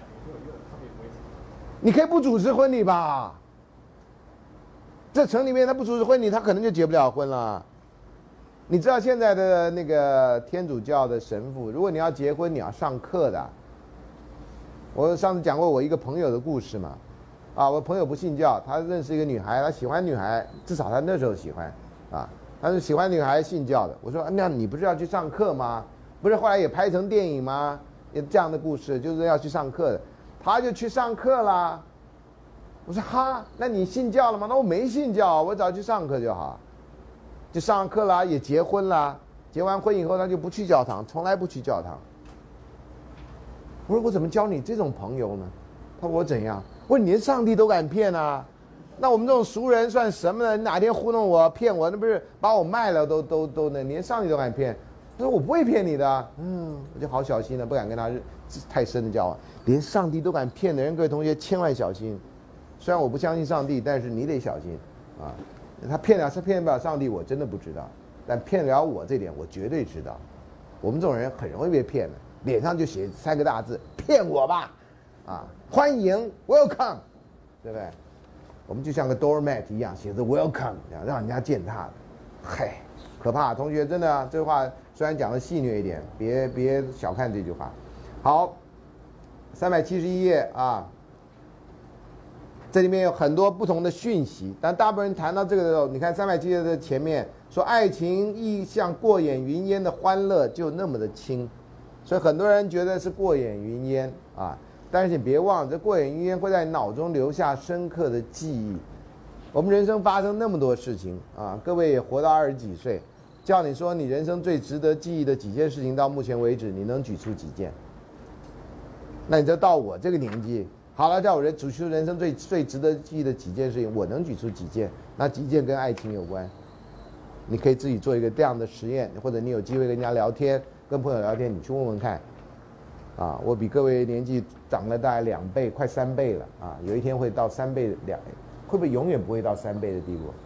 Speaker 1: 你可以不主持婚礼吧？这城里面他不主持婚礼，他可能就结不了婚了。你知道现在的那个天主教的神父，如果你要结婚，你要上课的。我上次讲过我一个朋友的故事嘛，啊，我朋友不信教，他认识一个女孩，他喜欢女孩，至少他那时候喜欢，啊，他是喜欢女孩信教的。我说，那你不是要去上课吗？不是后来也拍成电影吗？也这样的故事，就是要去上课的，他就去上课啦。我说哈，那你信教了吗？那我没信教，我只要去上课就好。就上课啦，也结婚啦，结完婚以后他就不去教堂，从来不去教堂。我说我怎么教你这种朋友呢？他说我怎样？我说你连上帝都敢骗啊？那我们这种俗人算什么呢？你哪天糊弄我骗我，那不是把我卖了都都都那连上帝都敢骗？他说我不会骗你的，嗯，我就好小心了，不敢跟他太深的交往。连上帝都敢骗的人，各位同学千万小心。虽然我不相信上帝，但是你得小心啊。他骗了，他骗不了上帝，我真的不知道，但骗得了我这点，我绝对知道。我们这种人很容易被骗的，脸上就写三个大字：骗我吧，啊，欢迎 ，welcome， 对不对？我们就像个 doormat 一样，写着 welcome， 让人家践踏的，嗨，可怕！同学，真的啊，这句话虽然讲的戏谑一点，别别小看这句话。好，三百七十一页啊。这里面有很多不同的讯息，但大部分人谈到这个的时候，你看三百七十的前面说爱情亦像过眼云烟的欢乐就那么的轻，所以很多人觉得是过眼云烟啊。但是你别忘了，这过眼云烟会在你脑中留下深刻的记忆。我们人生发生那么多事情啊，各位也活到二十几岁，叫你说你人生最值得记忆的几件事情，到目前为止你能举出几件？那你就到我这个年纪。好了，叫我人举出人生最最值得记忆的几件事情，我能举出几件？那几件跟爱情有关？你可以自己做一个这样的实验，或者你有机会跟人家聊天，跟朋友聊天，你去问问看。啊，我比各位年纪长了大概两倍，快三倍了啊！有一天会到三倍两，会不会永远不会到三倍的地步？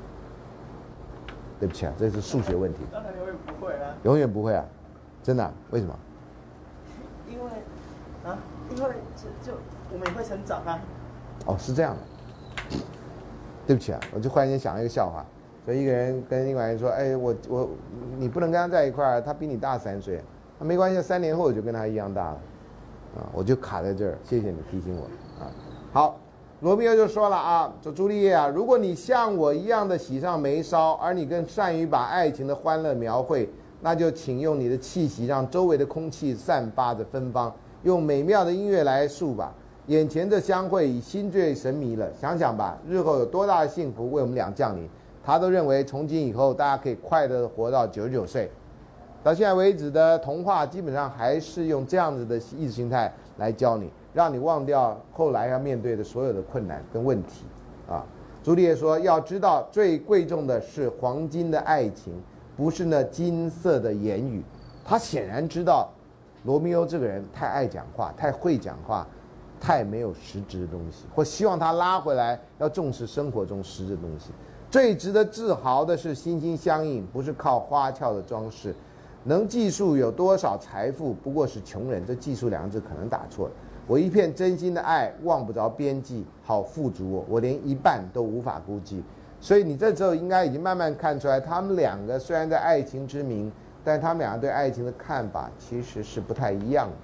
Speaker 1: 对不起啊，这是数学问题。
Speaker 2: 当然永远不会啊。
Speaker 1: 永远不会啊，真的、啊？为什么？
Speaker 2: 因为啊，因为就就。我们也会成长啊。
Speaker 1: 哦，是这样的。对不起啊，我就忽然间想了一个笑话。所以一个人跟另外人说：“哎，我我你不能跟他在一块儿，他比你大三岁。那没关系，三年后我就跟他一样大了。”啊，我就卡在这儿。谢谢你提醒我啊。好，罗密欧就说了啊，说朱丽叶啊，如果你像我一样的喜上眉梢，而你更善于把爱情的欢乐描绘，那就请用你的气息让周围的空气散发着芬芳，用美妙的音乐来述吧。眼前这相会已心醉神迷了，想想吧，日后有多大的幸福为我们俩降临。他都认为从今以后大家可以快乐地活到九十九岁， 到现在为止的童话基本上还是用这样子的意识形态来教你，让你忘掉后来要面对的所有的困难跟问题啊。朱丽叶说，要知道最贵重的是黄金的爱情，不是那金色的言语。他显然知道罗密欧这个人太爱讲话，太会讲话，太没有实质的东西，或希望他拉回来，要重视生活中实质的东西。最值得自豪的是心心相印，不是靠花俏的装饰。能计数有多少财富，不过是穷人。这计数两个字可能打错了。我一片真心的爱，望不着边际，好富足我，我连一半都无法估计。所以你这时候应该已经慢慢看出来，他们两个虽然在爱情之名，但他们两个对爱情的看法其实是不太一样的。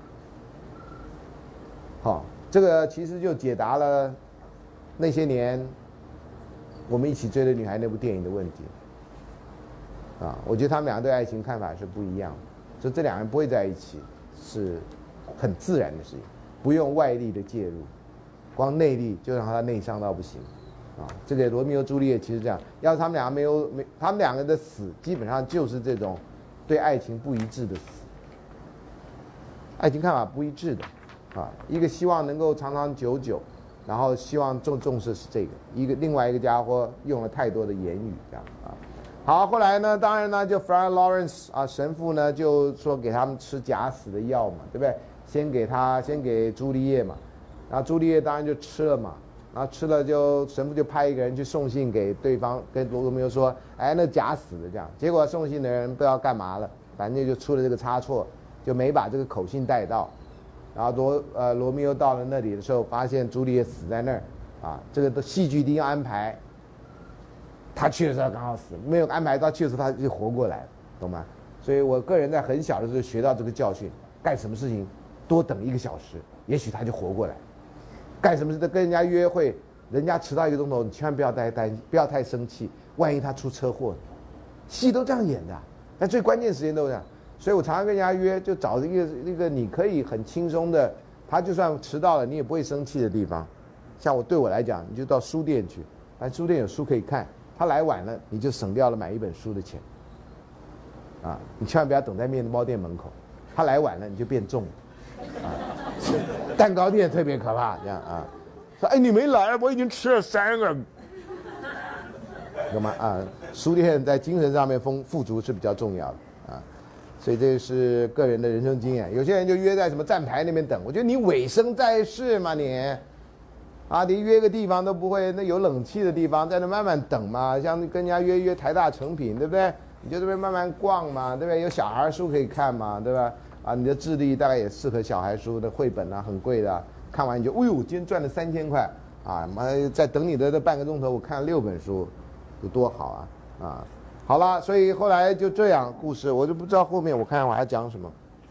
Speaker 1: 好，这个其实就解答了那些年我们一起追的女孩那部电影的问题。啊，我觉得他们两个对爱情看法是不一样的，所以这两个人不会在一起是很自然的事情，不用外力的介入，光内力就让他内伤到不行。啊，这个罗密欧朱丽叶其实这样，要是他们两个没有没，他们两个的死基本上就是这种对爱情不一致的死，爱情看法不一致的，啊，一个希望能够长长久久，然后希望重重视是这个，一个另外一个家伙用了太多的言语这样啊。好，后来呢，当然呢，就 Friar Lawrence 啊神父呢就说给他们吃假死的药嘛，对不对？先给他，先给朱丽叶嘛，然后朱丽叶当然就吃了嘛，然后吃了就神父就派一个人去送信给对方，跟罗密欧说，哎，那假死的这样。结果送信的人不知道干嘛了，反正就出了这个差错，就没把这个口信带到。然后罗呃罗密欧到了那里的时候，发现朱丽叶死在那儿，啊，这个的戏剧一定要安排。他去的时候刚好死，没有安排到去的时候他就活过来了，懂吗？所以我个人在很小的时候学到这个教训，干什么事情多等一个小时，也许他就活过来。干什么事跟人家约会，人家迟到一个钟头，你千万不要太担心，不要太生气，万一他出车祸，戏都这样演的，但最关键时间都这样。所以我常常跟人家约，就找一个一个你可以很轻松的，他就算迟到了你也不会生气的地方。像我对我来讲，你就到书店去，反正书店有书可以看。他来晚了，你就省掉了买一本书的钱，啊，你千万不要等在面包店门口。他来晚了，你就变重了，啊，蛋糕店特别可怕，这样啊，说哎你没来，我已经吃了三个，懂吗？啊，书店在精神上面丰富足是比较重要的啊，所以这是个人的人生经验。有些人就约在什么站牌那边等，我觉得你尾声在世嘛你。啊，你约个地方都不会，那有冷气的地方，在那慢慢等嘛。像跟人家约约台大诚品，对不对？你就这边慢慢逛嘛，对不对？有小孩书可以看嘛，对吧？啊，你的智力大概也适合小孩书的绘本啊，很贵的、啊。看完你就，哎呦，今天赚了三千块啊！妈，在等你的这半个钟头，我看了六本书，有多好啊！啊，好了，所以后来就这样，故事我就不知道后面我看看我还讲什么。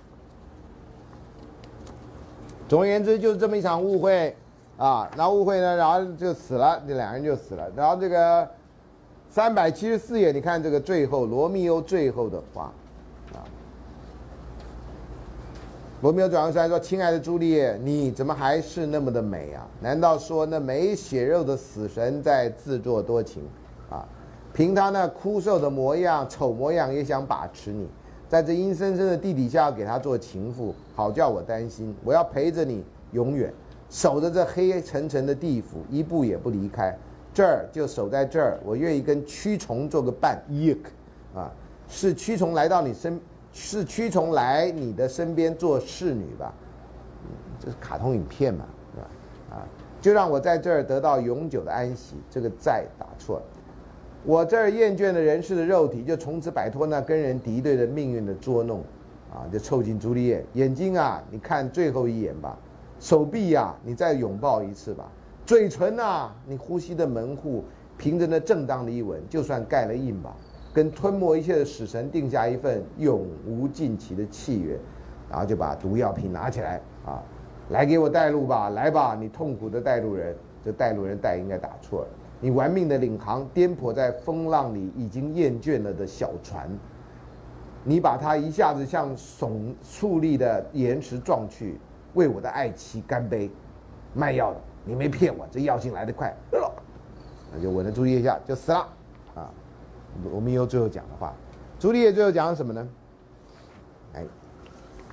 Speaker 1: 总而言之，就是这么一场误会。啊，然后误会呢，然后就死了，这两人就死了。然后这个三百七十四页，你看这个最后罗密欧最后的话，啊，罗密欧转过身来说：“亲爱的朱丽叶，你怎么还是那么的美啊？难道说那没血肉的死神在自作多情？啊，凭他那枯瘦的模样、丑模样，也想把持你，在这阴森森的地底下给他做情妇，好叫我担心。我要陪着你永远。”守着这黑沉沉的地府，一步也不离开。这儿就守在这儿，我愿意跟蛆虫做个伴。Yuck， 啊，是蛆虫来到你身，是蛆虫来你的身边做侍女吧？嗯，这是卡通影片嘛，对吧？啊，就让我在这儿得到永久的安息。这个再打错了。我这儿厌倦了人世的肉体，就从此摆脱那跟人敌对的命运的捉弄。啊，就凑近朱丽叶，眼睛啊，你看最后一眼吧。手臂呀、啊，你再拥抱一次吧；嘴唇啊，你呼吸的门户，凭着那正当的一吻，就算盖了印吧，跟吞没一切的死神定下一份永无尽期的契约。然后就把毒药瓶拿起来啊，来给我带路吧，来吧，你痛苦的带路人。这带路人带应该打错了。你玩命的领航，颠簸在风浪里已经厌倦了的小船，你把它一下子向耸矗立的岩石撞去。为我的爱妻干杯！卖药的，你没骗我，这药性来得快，那就吻了朱丽叶一下就死了。啊，罗密欧最后讲的话，朱丽叶最后讲什么呢？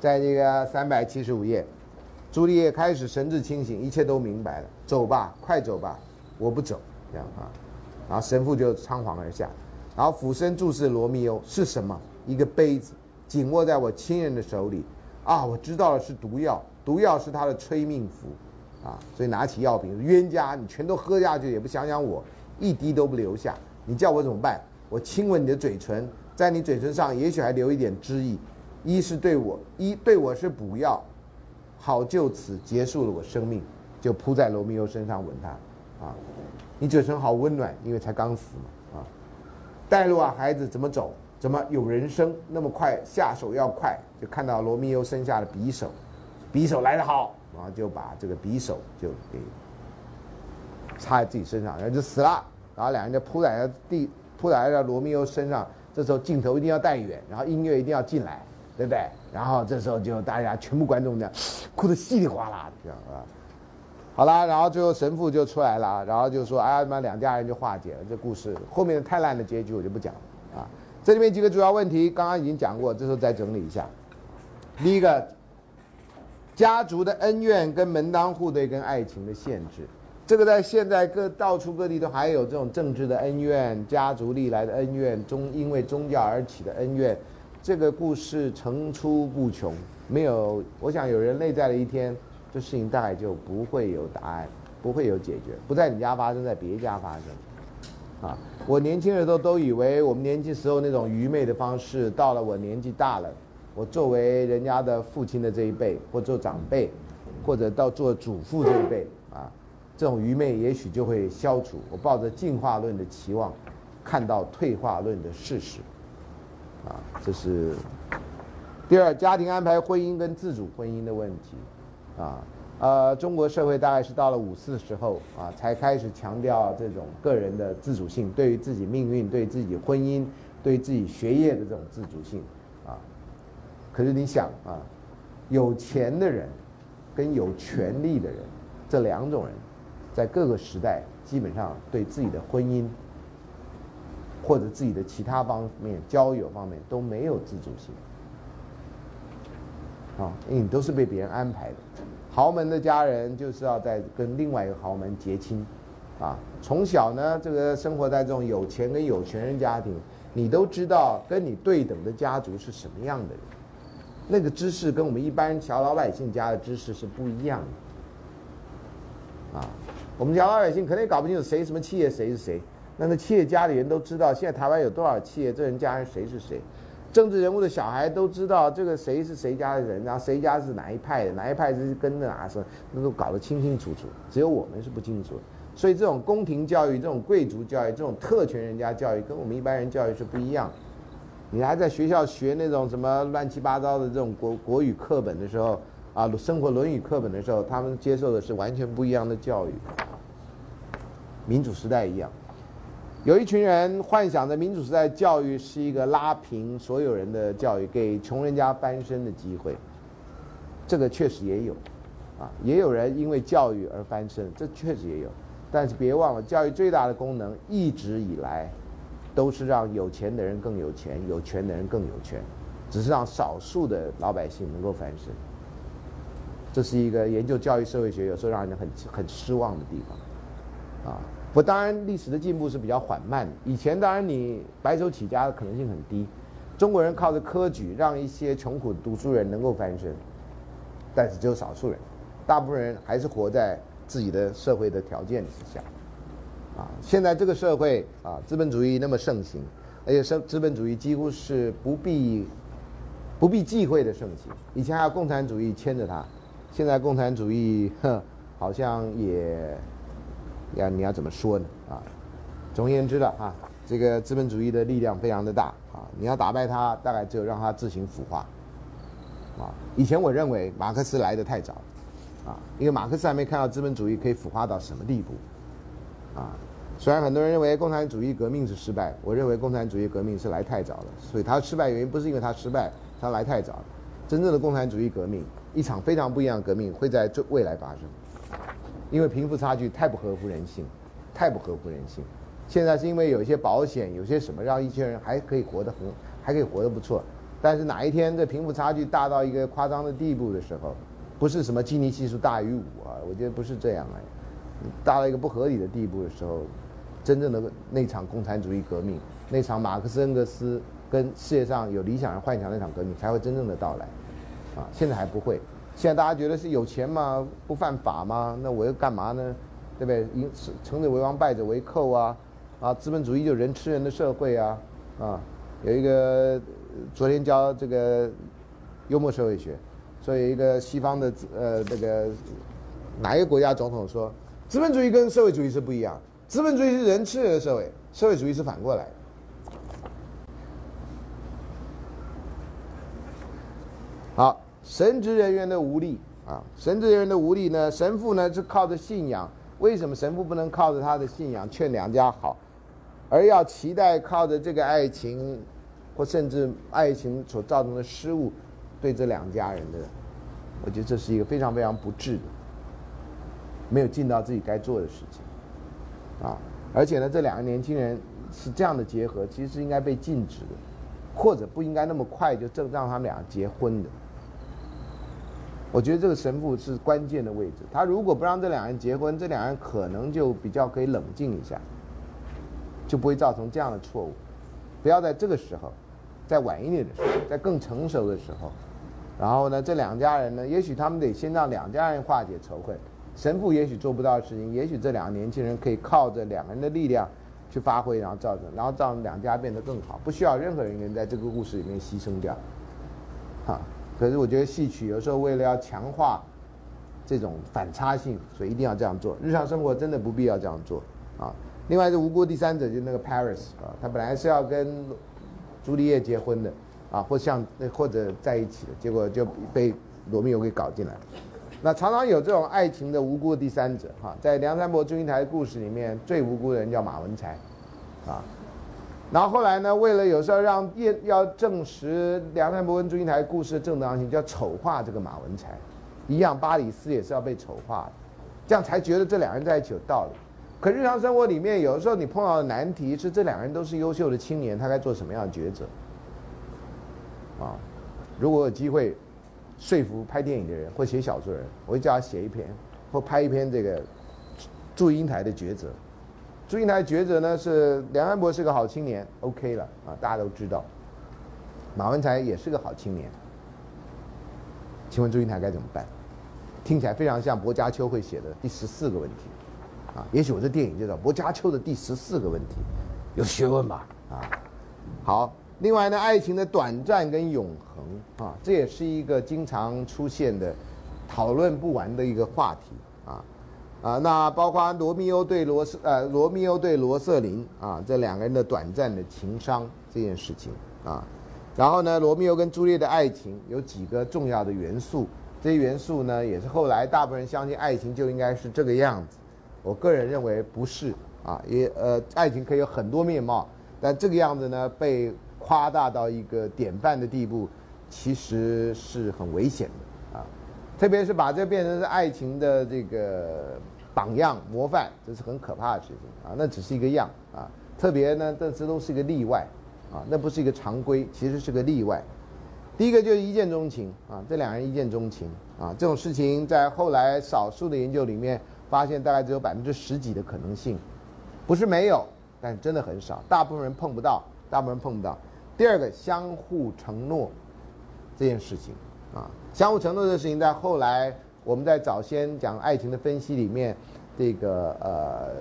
Speaker 1: 在这个三百七十五页，朱丽叶开始神志清醒，一切都明白了。走吧，快走吧，我不走，这样啊。然后神父就仓皇而下，然后俯身注视罗密欧，是什么？一个杯子，紧握在我亲人的手里。啊，我知道了，是毒药，毒药是他的催命符，啊，所以拿起药瓶，冤家，你全都喝下去，也不想想我，一滴都不留下。你叫我怎么办？我亲吻你的嘴唇，在你嘴唇上也许还留一点汁液，一是对我，一对我是补药，好就此结束了我生命，就扑在罗密欧身上吻他，啊，你嘴唇好温暖，因为才刚死嘛，啊，带路啊，孩子，怎么走？怎么有人生那么快？下手要快，就看到罗密欧身下的匕首，匕首来得好，然后就把这个匕首就给插在自己身上，然后就死了。然后两人就扑在地，扑在了罗密欧身上。这时候镜头一定要带远，然后音乐一定要进来，对不对？然后这时候就大家全部观众这样哭得稀里哗啦的这样啊。好啦，然后最后神父就出来了，然后就说：“哎呀，妈，两家人就化解了。”这故事后面的太烂的结局我就不讲了啊。这里面几个主要问题，刚刚已经讲过，这时候再整理一下。第一个，家族的恩怨跟门当户对跟爱情的限制，这个在现在各到处各地都还有这种政治的恩怨、家族历来的恩怨、宗因为宗教而起的恩怨，这个故事层出不穷。没有，我想有人类在的一天，这事情大概就不会有答案，不会有解决，不在你家发生，在别家发生。啊，我年轻的时候都以为我们年轻时候那种愚昧的方式，到了我年纪大了，我作为人家的父亲的这一辈，或做长辈，或者到做祖父这一辈啊，这种愚昧也许就会消除。我抱着进化论的期望，看到退化论的事实。啊，这是第二，家庭安排婚姻跟自主婚姻的问题。啊。呃，中国社会大概是到了五四时候啊，才开始强调这种个人的自主性，对于自己命运、对自己婚姻、对自己学业的这种自主性啊。可是你想啊，有钱的人跟有权利的人这两种人，在各个时代基本上对自己的婚姻或者自己的其他方面交友方面都没有自主性啊，因为你都是被别人安排的。豪门的家人就是要在跟另外一个豪门结亲，啊，从小呢，这个生活在这种有钱跟有权人家庭，你都知道跟你对等的家族是什么样的人，那个知识跟我们一般小老百姓家的知识是不一样的，啊，我们小老百姓可能也搞不清楚谁什么企业谁是谁，那个企业家里人都知道，现在台湾有多少企业，这人家人谁是谁。政治人物的小孩都知道这个谁是谁家的人，然后谁家是哪一派的，哪一派是跟着哪什么，那都搞得清清楚楚。只有我们是不清楚的。所以这种宫廷教育、这种贵族教育、这种特权人家教育，跟我们一般人教育是不一样的。你还在学校学那种什么乱七八糟的这种国国语课本的时候，啊，生活伦语课本的时候，他们接受的是完全不一样的教育。民主时代一样。有一群人幻想着民主时代教育是一个拉平所有人的教育，给穷人家翻身的机会，这个确实也有，啊，也有人因为教育而翻身，这确实也有。但是别忘了，教育最大的功能一直以来都是让有钱的人更有钱，有权的人更有权，只是让少数的老百姓能够翻身。这是一个研究教育社会学有时候让人很很失望的地方，啊。不，当然历史的进步是比较缓慢的。以前当然你白手起家的可能性很低，中国人靠着科举让一些穷苦的读书人能够翻身，但是只有少数人，大部分人还是活在自己的社会的条件之下。啊，现在这个社会啊，资本主义那么盛行，而且资本主义几乎是不必不必忌讳的盛行。以前还有共产主义牵着它，现在共产主义哼好像也。要你要怎么说呢？啊，总而言之了啊，这个资本主义的力量非常的大啊，你要打败它，大概只有让它自行腐化。啊，以前我认为马克思来得太早，啊，因为马克思还没看到资本主义可以腐化到什么地步。啊，虽然很多人认为共产主义革命是失败，我认为共产主义革命是来太早了，所以它失败原因不是因为它失败，它来太早了。真正的共产主义革命，一场非常不一样的革命会在未来发生。因为贫富差距太不合乎人性，太不合乎人性。现在是因为有一些保险，有些什么让一些人还可以活得很，还可以活得不错。 但是哪一天这贫富差距大到一个夸张的地步的时候，不是什么基尼系数大于五啊，我觉得不是这样哎，大到一个不合理的地步的时候，真正的那场共产主义革命，那场马克思恩格斯跟世界上有理想人幻想那场革命才会真正的到来，啊，现在还不会。现在大家觉得是有钱吗？不犯法吗？那我又干嘛呢？对不对？成者为王，败者为寇啊！啊，资本主义就人吃人的社会啊！啊，有一个昨天教这个幽默社会学，所以一个西方的呃那个哪一个国家总统说，资本主义跟社会主义是不一样，资本主义是人吃人的社会，社会主义是反过来的。好，神职人员的无力啊，神职人员的无力呢，神父呢是靠着信仰。为什么神父不能靠着他的信仰劝两家好，而要期待靠着这个爱情，或甚至爱情所造成的失误，对这两家人的，我觉得这是一个非常非常不智的，没有尽到自己该做的事情，啊，而且呢，这两个年轻人是这样的结合，其实是应该被禁止的，或者不应该那么快就正让他们俩结婚的。我觉得这个神父是关键的位置，他如果不让这两人结婚，这两人可能就比较可以冷静一下，就不会造成这样的错误。不要在这个时候，再晚一点的时候，在更成熟的时候，然后呢，这两家人呢，也许他们得先让两家人化解仇恨。神父也许做不到的事情，也许这两个年轻人可以靠着两个人的力量去发挥，然后造成，然后让两家变得更好，不需要任何人在这个故事里面牺牲掉，哈。可是我觉得戏曲有时候为了要强化这种反差性，所以一定要这样做。日常生活真的不必要这样做啊。另外是无辜第三者，就是那个 Paris 啊，他本来是要跟朱丽叶结婚的啊，或像或者在一起的，结果就被罗密欧给搞进来。那常常有这种爱情的无辜的第三者哈，在梁山伯祝英台的故事里面，最无辜的人叫马文才啊。然后后来呢，为了有时候让要证实梁山伯跟祝英台故事的正当性，就要丑化这个马文才，一样巴里斯也是要被丑化的，这样才觉得这两人在一起有道理。可日常生活里面，有的时候你碰到的难题是这两人都是优秀的青年，他该做什么样的抉择？啊，如果有机会说服拍电影的人或写小说的人，我会叫他写一篇或拍一篇这个祝英台的抉择。祝英台的抉择呢是梁山伯是个好青年 ，OK 了啊，大家都知道。马文才也是个好青年，请问祝英台该怎么办？听起来非常像薄伽丘会写的第十四个问题，啊，也许我这电影就叫薄伽丘的第十四个问题，有学问吧？啊，好。另外呢，爱情的短暂跟永恒啊，这也是一个经常出现的、讨论不完的一个话题啊。啊，那包括罗密欧对罗瑟呃罗密欧对罗瑟琳啊，这两个人的短暂的情伤这件事情啊，然后呢，罗密欧跟朱丽叶的爱情有几个重要的元素，这些元素呢，也是后来大部分人相信爱情就应该是这个样子，我个人认为不是啊，也呃，爱情可以有很多面貌，但这个样子呢，被夸大到一个典范的地步，其实是很危险的啊。特别是把这变成是爱情的这个榜样模范，这是很可怕的事情啊！那只是一个样啊，特别呢，这这都是一个例外啊，那不是一个常规，其实是个例外。第一个就是一见钟情啊，这两人一见钟情啊，这种事情在后来少数的研究里面发现，大概只有百分之十几的可能性，不是没有，但真的很少，大部分人碰不到，大部分人碰不到。第二个，相互承诺这件事情。啊，相互承诺的事情，在后来我们在早先讲爱情的分析里面，这个呃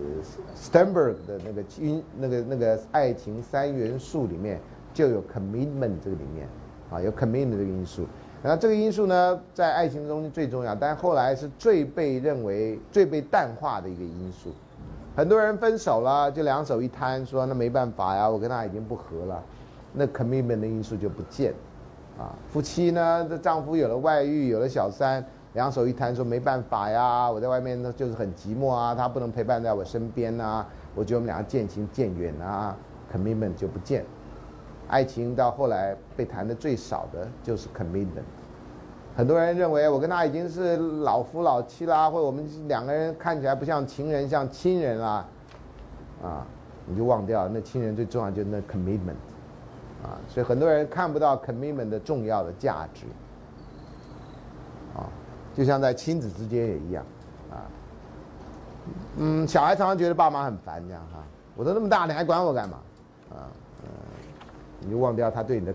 Speaker 1: Sternberg 的那个因那个那个爱情三元素里面就有 commitment 这个里面啊，有 commitment 这个因素。然后这个因素呢，在爱情中最重要，但后来是最被认为最被淡化的一个因素。很多人分手了，就两手一摊，说那没办法呀，我跟他已经不合了，那 commitment 的因素就不见了。啊，夫妻呢，这丈夫有了外遇，有了小三，两手一摊说没办法呀，我在外面呢就是很寂寞啊，他不能陪伴在我身边啊，我觉得我们两个渐行渐远啊 ，commitment 就不见。爱情到后来被谈的最少的就是 commitment。很多人认为我跟他已经是老夫老妻啦，或者我们两个人看起来不像情人，像亲人啦，啊，你就忘掉那亲人最重要就是那 commitment。 啊，所以很多人看不到 commitment 的重要的价值，啊，就像在亲子之间也一样，啊，嗯，小孩常常觉得爸妈很烦，这样哈，我都那么大，你还管我干嘛？啊，呃，你就忘掉他对你的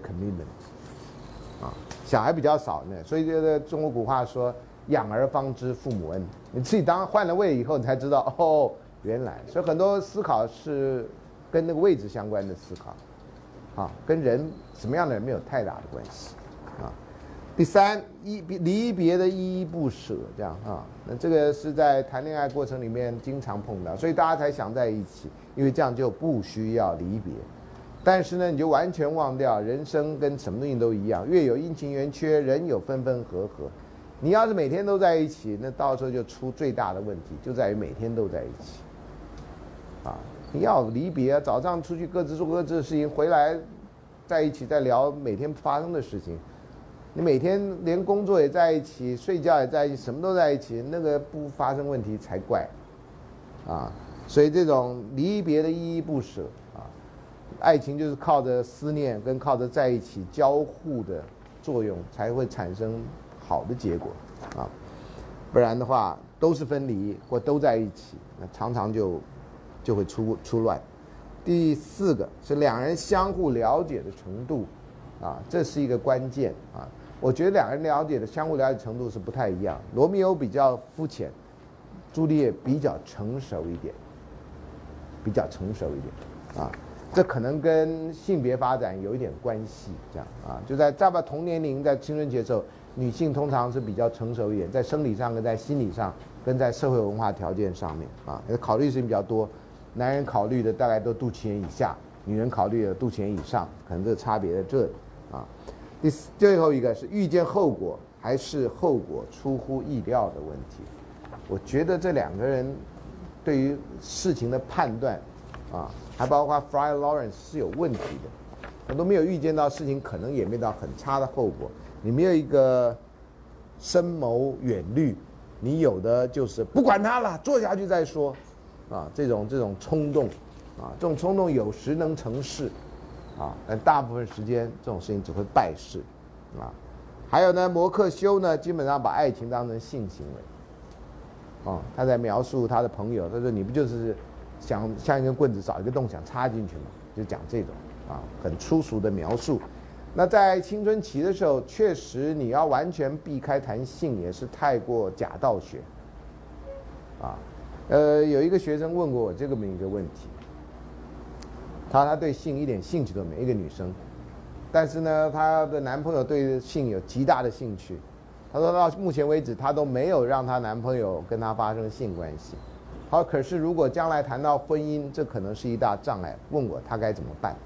Speaker 1: commitment， 啊，小孩比较少呢，所以这个中国古话说养儿方知父母恩，你自己当换了位以后，你才知道哦，原来，所以很多思考是跟那个位置相关的思考，啊，跟人什么样的人没有太大的关系，啊。第三，依离别的依依不舍，这样啊，那这个是在谈恋爱过程里面经常碰到，所以大家才想在一起，因为这样就不需要离别。但是呢，你就完全忘掉，人生跟什么东西都一样，月有阴晴圆缺，人有分分合合。你要是每天都在一起，那到时候就出最大的问题，就在于每天都在一起。啊，你要离别，早上出去各自做各自的事情，回来在一起再聊每天发生的事情。你每天连工作也在一起，睡觉也在一起，什么都在一起，那个不发生问题才怪，啊！所以这种离别的依依不舍啊，爱情就是靠着思念跟靠着在一起交互的作用，才会产生好的结果啊！不然的话，都是分离或都在一起，那常常就就会出出乱。第四个是两人相互了解的程度，啊，这是一个关键啊。我觉得两人了解的相互了解程度是不太一样。罗密欧比较肤浅，朱丽叶比较成熟一点，比较成熟一点，啊，这可能跟性别发展有一点关系，这样啊，就在差不多同年龄在青春期的时候，女性通常是比较成熟一点，在生理上跟在心理上跟在社会文化条件上面啊，考虑事情比较多。男人考虑的大概都肚脐眼以下，女人考虑的肚脐眼以上，可能这个差别在这里啊。第四，最后一个是预见后果还是后果出乎意料的问题。我觉得这两个人对于事情的判断啊，还包括 Friar Lawrence 是有问题的，我都没有预见到事情可能演变到很差的后果。你没有一个深谋远虑，你有的就是不管他了，做下去再说啊，这种这种冲动啊，这种冲动有时能成事啊，但大部分时间这种事情只会败事啊。还有呢，摩克修呢，基本上把爱情当成性行为，啊，他在描述他的朋友，他说你不就是想像一根棍子找一个洞想插进去吗？就讲这种啊，很粗俗的描述。那在青春期的时候，确实你要完全避开谈性也是太过假道学，啊，呃，有一个学生问过我这么一个问题。她她对性一点兴趣都没有，一个女生，但是呢，她的男朋友对性有极大的兴趣。她说到目前为止，她都没有让她男朋友跟她发生性关系。好，可是如果将来谈到婚姻，这可能是一大障碍。问我她该怎么办？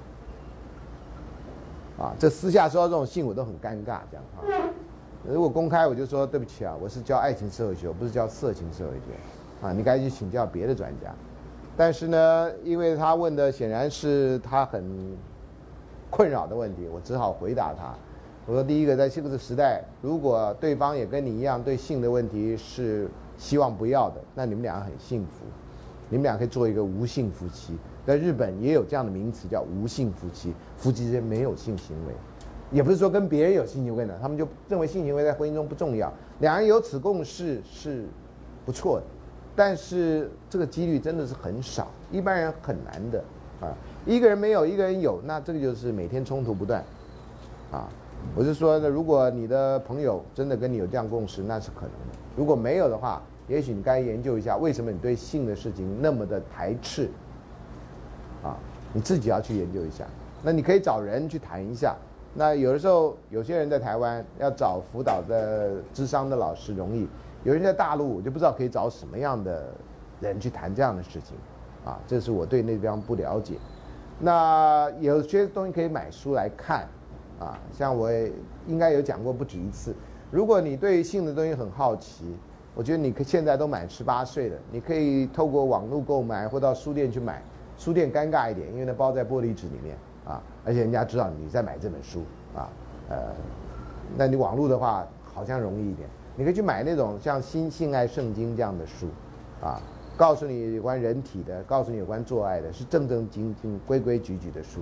Speaker 1: 啊，这私下说到这种性，我都很尴尬，这样啊。如果公开，我就说对不起啊，我是教爱情社会学，我不是教色情社会学，啊，你该去请教别的专家。但是呢，因为他问的显然是他很困扰的问题，我只好回答他。我说，第一个，在这个时代，如果对方也跟你一样对性的问题是希望不要的，那你们俩很幸福，你们俩可以做一个无性夫妻。在日本也有这样的名词叫无性夫妻，夫妻之间没有性行为，也不是说跟别人有性行为的，他们就认为性行为在婚姻中不重要，两人有此共识是不错的。但是这个几率真的是很少，一般人很难的啊。一个人没有，一个人有，那这个就是每天冲突不断啊。我是说呢，如果你的朋友真的跟你有这样共识，那是可能的。如果没有的话，也许你该研究一下，为什么你对性的事情那么的排斥啊？你自己要去研究一下。那你可以找人去谈一下。那有的时候，有些人在台湾要找辅导的諮商的老师容易。有人在大陆，我就不知道可以找什么样的人去谈这样的事情，啊，这是我对那地方不了解。那有些东西可以买书来看，啊，像我也应该有讲过不止一次。如果你对性的东西很好奇，我觉得你可现在都满十八岁了，你可以透过网络购买或到书店去买。书店尴尬一点，因为它包在玻璃纸里面啊，而且人家知道你在买这本书啊，呃，那你网络的话好像容易一点。你可以去买那种像《新性爱圣经》这样的书，啊，告诉你有关人体的，告诉你有关做爱的，是正正经经、规规矩矩的书，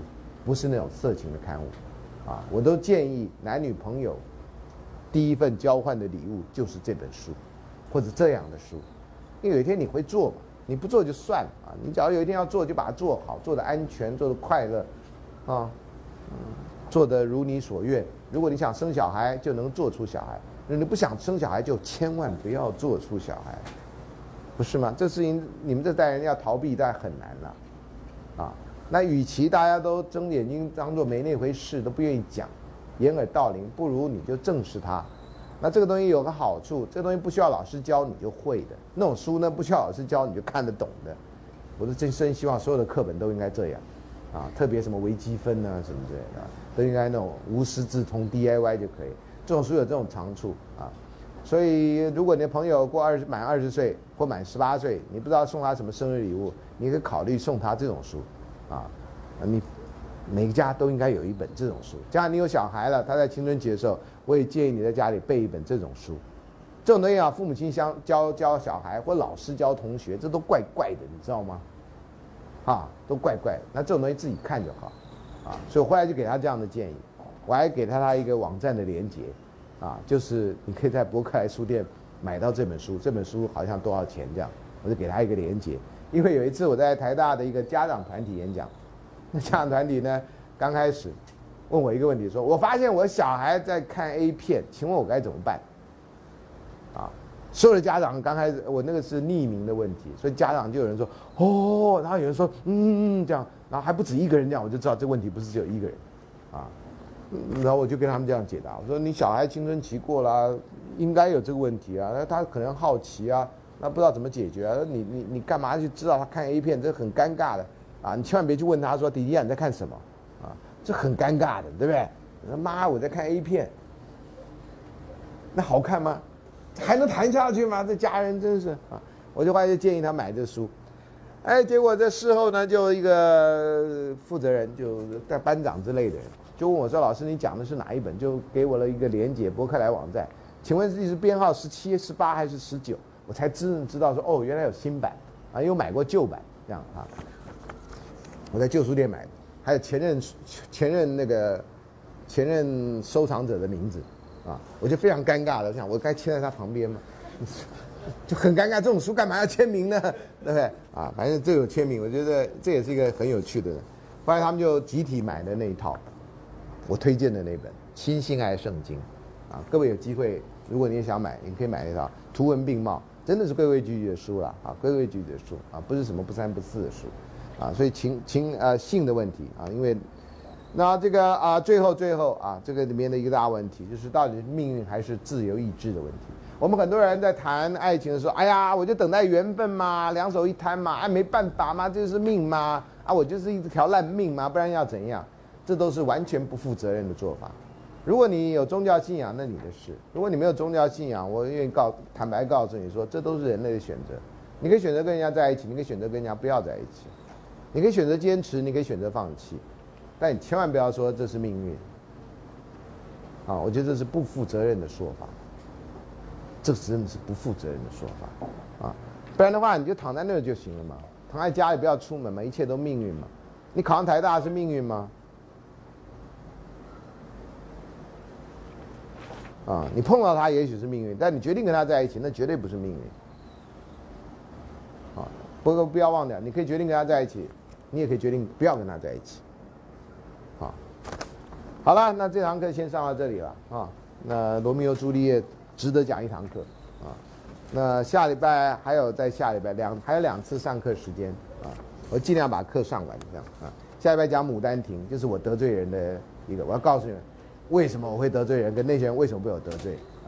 Speaker 1: 不是那种色情的刊物，啊，我都建议男女朋友第一份交换的礼物就是这本书，或者这样的书，因为有一天你会做嘛，你不做就算了啊，你假如有一天要做，就把它做好，做得安全，做得快乐，啊，嗯，做得如你所愿。如果你想生小孩，就能做出小孩；如果你不想生小孩，就千万不要做出小孩，不是吗？这事情你们这代人要逃避，但很难了，啊。那与其大家都睁眼睛当作没那回事，都不愿意讲，掩耳盗铃，不如你就正视它。那这个东西有个好处，这个东西不需要老师教你就会的，那种书呢不需要老师教你就看得懂的。我是真真希望所有的课本都应该这样，啊，特别什么微积分啊什么之类的，都应该那种无师自通 D I Y 就可以。这种书有这种长处啊，所以如果你的朋友过二十满二十岁或满十八岁，你不知道送他什么生日礼物，你可以考虑送他这种书。啊，你每个家都应该有一本这种书。假如你有小孩了，他在青春期的时候，我也建议你在家里备一本这种书。这种东西啊，父母亲相教教小孩，或老师教同学，这都怪怪的，你知道吗？啊，都怪怪的。那这种东西自己看就好，啊，所以我后来就给他这样的建议，我还给他他一个网站的连结，啊，就是你可以在博客来书店买到这本书，这本书好像多少钱这样，我就给他一个连结。因为有一次我在台大的一个家长团体演讲，那家长团体呢刚开始问我一个问题，说我发现我小孩在看 A 片，请问我该怎么办？啊，所有的家长刚开始，我那个是匿名的问题，所以家长就有人说哦，然后有人说嗯这样，然后还不止一个人这样，我就知道这个问题不是只有一个人，啊，然后我就跟他们这样解答，我说你小孩青春期过了，应该有这个问题啊，那他可能好奇啊。那不知道怎么解决啊？你你你干嘛去知道他看 A 片？这很尴尬的啊！你千万别去问他说：“弟弟啊，你在看什么？”啊，这很尴尬的，对不对？他妈，我在看 A 片，那好看吗？还能谈下去吗？这家人真是啊！我就后来就建议他买这书，哎，结果这事后呢，就一个负责人，就带班长之类的人，就问我说：“老师，你讲的是哪一本？”就给我了一个连结，博客来网站，请问是编号十七、十八还是十九？我才知知道说哦，原来有新版啊，有买过旧版这样啊。我在旧书店买的，还有前任前任那个前任收藏者的名字啊，我就非常尴尬的，我想我该签在他旁边吗？就很尴尬，这种书干嘛要签名呢？对不对啊？反正这有签名，我觉得这也是一个很有趣的。后来他们就集体买的那一套，我推荐的那本《新性爱圣经》啊，各位有机会，如果你也想买，你可以买那套，图文并茂。真的是规规矩矩的书了啊，规规矩矩的书啊，不是什么不三不四的书，啊，所以情情呃性的问题啊，因为那这个啊最后最后啊这个里面的一个大问题就是到底是命运还是自由意志的问题。我们很多人在谈爱情的时候，哎呀，我就等待缘分嘛，两手一摊嘛，哎没办法嘛，这就是命嘛，啊我就是一条烂命嘛，不然要怎样？这都是完全不负责任的做法。如果你有宗教信仰，那你的事；如果你没有宗教信仰，我愿意告坦白告诉你说，这都是人类的选择。你可以选择跟人家在一起，你可以选择跟人家不要在一起，你可以选择坚持，你可以选择放弃，但你千万不要说这是命运。啊，我觉得这是不负责任的说法，这真的是不负责任的说法啊！不然的话，你就躺在那儿就行了嘛，躺在家里不要出门嘛，一切都命运嘛。你考上台大是命运吗？啊，你碰到他也许是命运，但你决定跟他在一起，那绝对不是命运。啊，不过不要忘掉，你可以决定跟他在一起，你也可以决定不要跟他在一起。啊，好了，那这堂课先上到这里了啊。那罗密欧朱丽叶值得讲一堂课啊。那下礼拜还有在下礼拜两还有两次上课时间啊，我尽量把课上完这样啊。下礼拜讲《牡丹亭》，就是我得罪人的一个，我要告诉你们。为什么我会得罪人，跟那些人为什么被我得罪